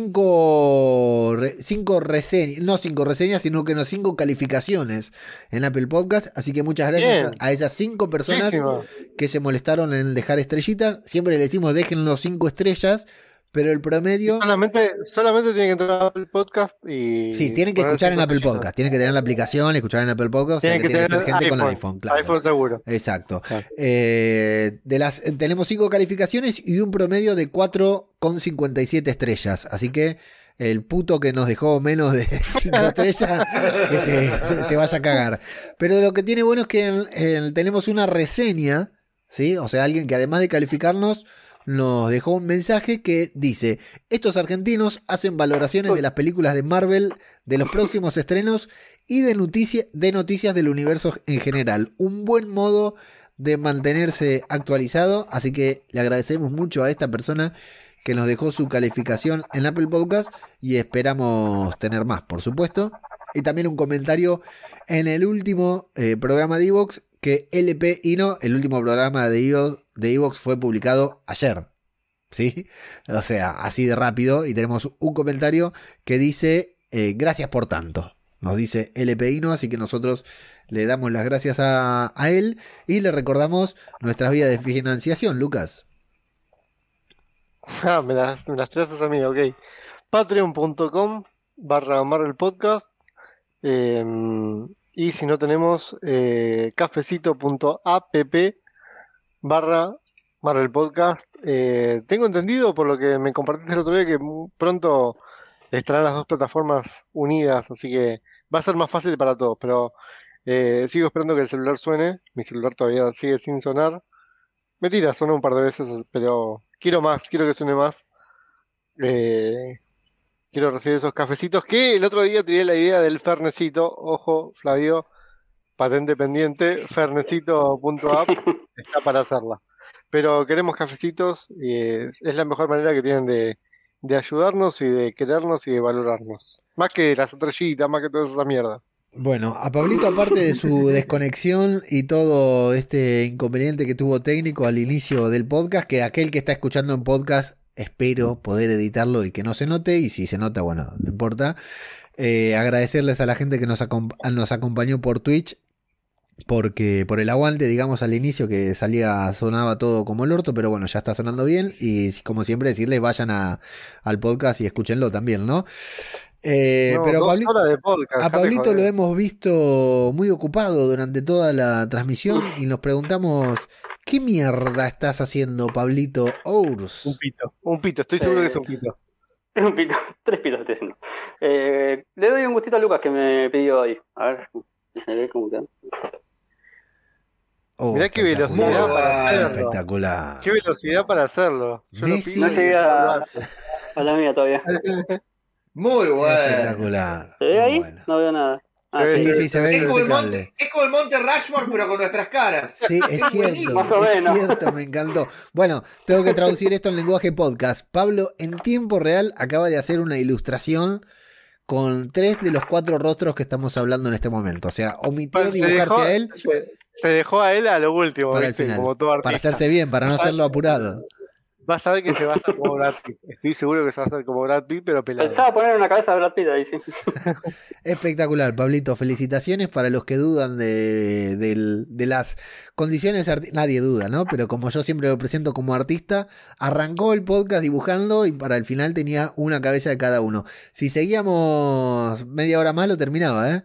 5 reseñas, no 5 reseñas, sino que 5 calificaciones en Apple Podcast. Así que muchas gracias a esas 5 personas que se molestaron en dejar estrellitas. Siempre le decimos déjennos 5 estrellas. Pero el promedio... Solamente tienen que entrar a Apple Podcast y... Sí, tienen que escuchar en Apple Podcast. Tienen que tener la aplicación, escuchar en Apple Podcast. Tienen o sea, que tiene que ser gente iPhone, con iPhone, claro. iPhone seguro. Exacto. Claro. Tenemos 5 calificaciones y un promedio de 4,57 estrellas. Así que el puto que nos dejó menos de 5 estrellas, que se te vaya a cagar. Pero lo que tiene bueno es que tenemos una reseña, ¿sí? O sea, alguien que además de calificarnos... nos dejó un mensaje que dice: estos argentinos hacen valoraciones de las películas de Marvel, de los próximos estrenos y de noticias del universo en general. Un buen modo de mantenerse actualizado, así que le agradecemos mucho a esta persona que nos dejó su calificación en Apple Podcast y esperamos tener más, por supuesto. Y también un comentario en el último programa de Evox, que LP Ino, el último programa de Evox fue publicado ayer. ¿Sí? O sea, así de rápido. Y tenemos un comentario que dice, gracias por tanto. Nos dice LP Ino, así que nosotros le damos las gracias a él y le recordamos nuestras vías de financiación, Lucas. Me las traes a mí, ok. Patreon.com/MarvelPodcast. Y si no tenemos, cafecito.app/MarvelPodcast. Tengo entendido, por lo que me compartiste el otro día, que pronto estarán las dos plataformas unidas, así que va a ser más fácil para todos, pero sigo esperando que el celular suene. Mi celular todavía sigue sin sonar. Mentira, sonó un par de veces, pero quiero más, quiero que suene más. Quiero recibir esos cafecitos, que el otro día tiré la idea del Fernecito. Ojo, Flavio, patente pendiente, fernecito.app está para hacerla. Pero queremos cafecitos y es la mejor manera que tienen de ayudarnos y de querernos y de valorarnos. Más que las estrellitas, más que toda esa mierda. Bueno, a Pablito, aparte de su desconexión y todo este inconveniente que tuvo técnico al inicio del podcast, que aquel que está escuchando en podcast, espero poder editarlo y que no se note, y si se nota, bueno, no importa. Agradecerles a la gente que nos acompañó por Twitch, porque por el aguante, digamos, al inicio que sonaba todo como el orto, pero bueno, ya está sonando bien, y como siempre decirles, vayan al podcast y escúchenlo también, ¿no? Pero a Pablito lo hemos visto muy ocupado durante toda la transmisión y nos preguntamos, ¿qué mierda estás haciendo, Pablito Ours? Un pito, estoy seguro que es un pito. Es un pito, 3 pitos estoy haciendo. Le doy un gustito a Lucas que me pidió ahí. A ver, cómo queda. Mirá qué velocidad para hacerlo. Espectacular. Qué velocidad para hacerlo. Yo no llegué a la mía todavía. Muy bueno. Espectacular. ¿Se ve ahí? Bueno. No veo nada. Sí, se ve es como el Monte Rushmore, pero con nuestras caras. Sí, es cierto, me encantó. Bueno, tengo que traducir esto en lenguaje podcast. Pablo, en tiempo real, acaba de hacer una ilustración con 3 de los 4 rostros que estamos hablando en este momento. O sea, omitió dibujarse a él. Se dejó a él a lo último, para el final, como todo artista. Para hacerse bien, para no hacerlo apurado. Vas a ver que se va a hacer como Brad Pitt. Estoy seguro que se va a hacer como Brad Pitt, pero pelado. Pensaba poner una cabeza de Brad Pitt ahí, sí. Espectacular, Pablito. Felicitaciones para los que dudan de las condiciones. Nadie duda, ¿no? Pero como yo siempre lo presento como artista, arrancó el podcast dibujando y para el final tenía una cabeza de cada uno. Si seguíamos media hora más, lo terminaba, ¿eh?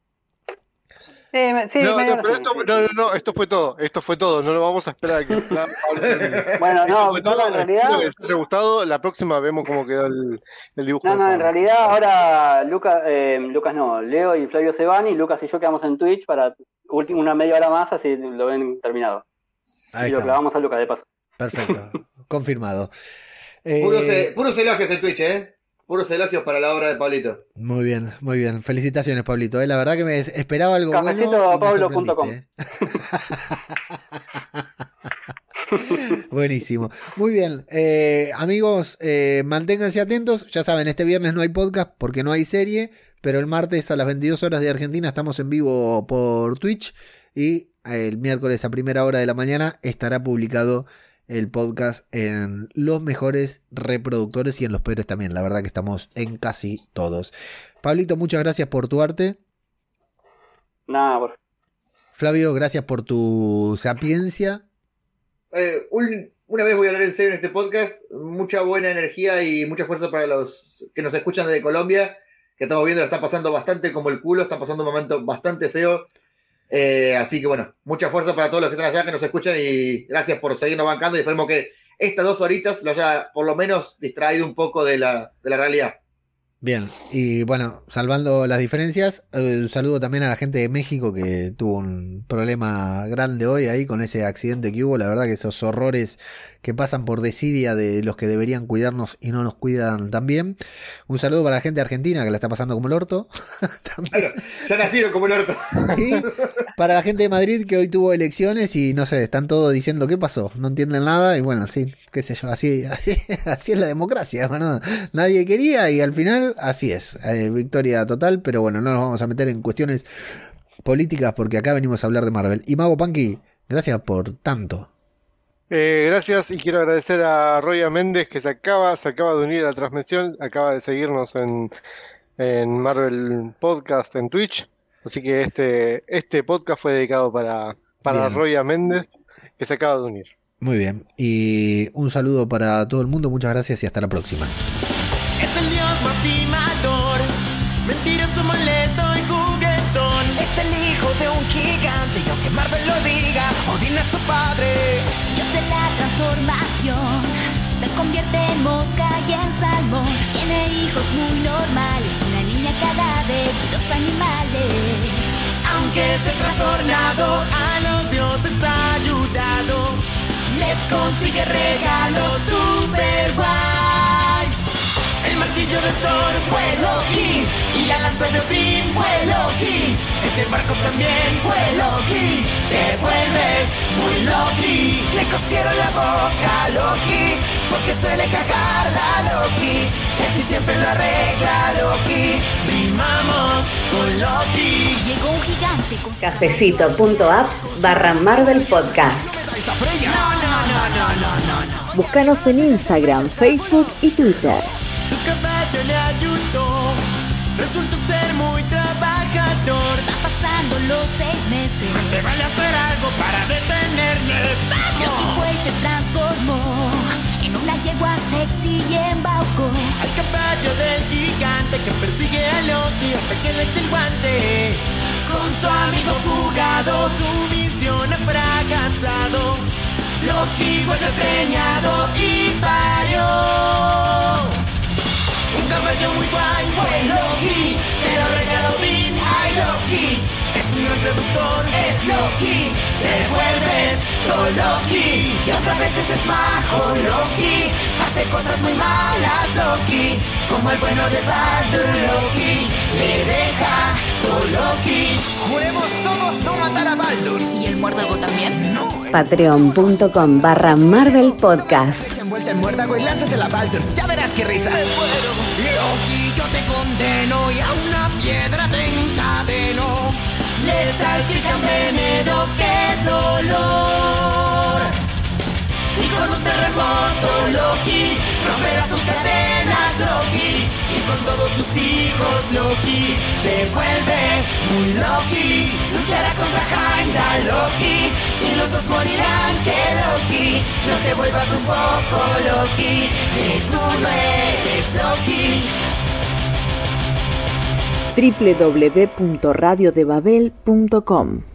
Sí, no, esto fue todo, no lo vamos a esperar a que bueno, en realidad si les ha gustado, la próxima vemos cómo quedó el dibujo. No, en realidad ahora Leo y Flavio se van y Lucas y yo quedamos en Twitch para una media hora más, así lo ven terminado. Ahí y lo clavamos a Lucas de paso. Perfecto, confirmado. Puros elogios en Twitch, puros elogios para la obra de Pablito. Muy bien. Felicitaciones, Pablito. La verdad que me esperaba algo Cafecito.pablo.com. Buenísimo. Muy bien. Amigos, manténganse atentos. Ya saben, este viernes no hay podcast porque no hay serie, pero el martes a las 22 horas de Argentina estamos en vivo por Twitch y el miércoles a primera hora de la mañana estará publicado el podcast en los mejores reproductores y en los peores también. La verdad que estamos en casi todos. Pablito, muchas gracias por tu arte. Nada, por... Flavio, gracias por tu sapiencia. Una vez voy a hablar en serio en este podcast. Mucha buena energía y mucha fuerza para los que nos escuchan desde Colombia, que estamos viendo, lo están pasando bastante como el culo, están pasando un momento bastante feo. Así que bueno, mucha fuerza para todos los que están allá, que nos escuchan, y gracias por seguirnos bancando y esperemos que estas 2 horitas lo haya por lo menos distraído un poco de la realidad. Bien, y bueno, salvando las diferencias, un saludo también a la gente de México que tuvo un problema grande hoy ahí con ese accidente que hubo. La verdad que esos horrores que pasan por desidia de los que deberían cuidarnos y no nos cuidan tan bien. Un saludo para la gente de Argentina que la está pasando como el orto. Claro, ya nacieron como el orto. Y para la gente de Madrid que hoy tuvo elecciones y no sé, están todos diciendo qué pasó, no entienden nada y bueno, sí, qué sé yo, así es la democracia, ¿no? Nadie quería y al final así es, victoria total, pero bueno, no nos vamos a meter en cuestiones políticas porque acá venimos a hablar de Marvel. Y Mago Punky, gracias por tanto. Gracias, y quiero agradecer a Roya Méndez que se acaba de unir a la transmisión, acaba de seguirnos en Marvel Podcast en Twitch, así que este podcast fue dedicado para Roya Méndez que se acaba de unir. Muy bien, y un saludo para todo el mundo, muchas gracias y hasta la próxima. Es el dios más timador, mentiroso, molesto y juguetón. Es el hijo de un gigante y aunque Marvel lo diga, Odín es su padre. Dios de la transformación, se convierte en mosca y en salmón. Tiene hijos muy normales, una niña cadáver y 2 animales. Aunque esté trastornado, a los dioses ha ayudado. Les consigue regalos super guays. El martillo de Thor fue Loki y la lanza de Odín fue Loki. Este barco también fue Loki. Te vuelves muy Loki. Le cosieron la boca a Loki porque suele cagarla Loki. Y así siempre lo arregla Loki. Rimamos con Loki. Llegó un gigante con Cafecito.app/Marvel Podcast. No. Búscanos en Instagram, Facebook y Twitter. Su caballo le ayudó, resultó ser muy trabajador. Va pasando los 6 meses, más te vale hacer algo para detenerme. ¡Vamos! Loki fue y se transformó en una yegua sexy y embaucó al caballo del gigante que persigue a Loki hasta que le eche el guante. Con su amigo fugado, su misión ha fracasado. Loki vuelve preñado y parió. Un caballo muy guay fue Loki, se lo regaló Odín, ¡ay Loki! Es un gran seductor, es Loki, te vuelves todo Loki. Y otras veces es majo Loki, hace cosas muy malas Loki. Como el bueno de Baldur Loki, le deja todo Loki. Juremos todos no matar a Baldur. ¿Y el muérdago también? No. Patreon.com/Marvel Podcast. Envuelta en muérdago y lánzasela a Baldur, ya verás qué risa. Loki, yo te condeno y a una piedra te encadeno. Le salpican veneno, qué dolor. Y con un terremoto Loki romperá sus cadenas Loki. Y con todos sus hijos Loki se vuelve muy Loki. Luchará contra Heimdall Loki y los dos morirán que Loki. No te vuelvas un poco Loki, que tú no eres Loki. www.radiodebabel.com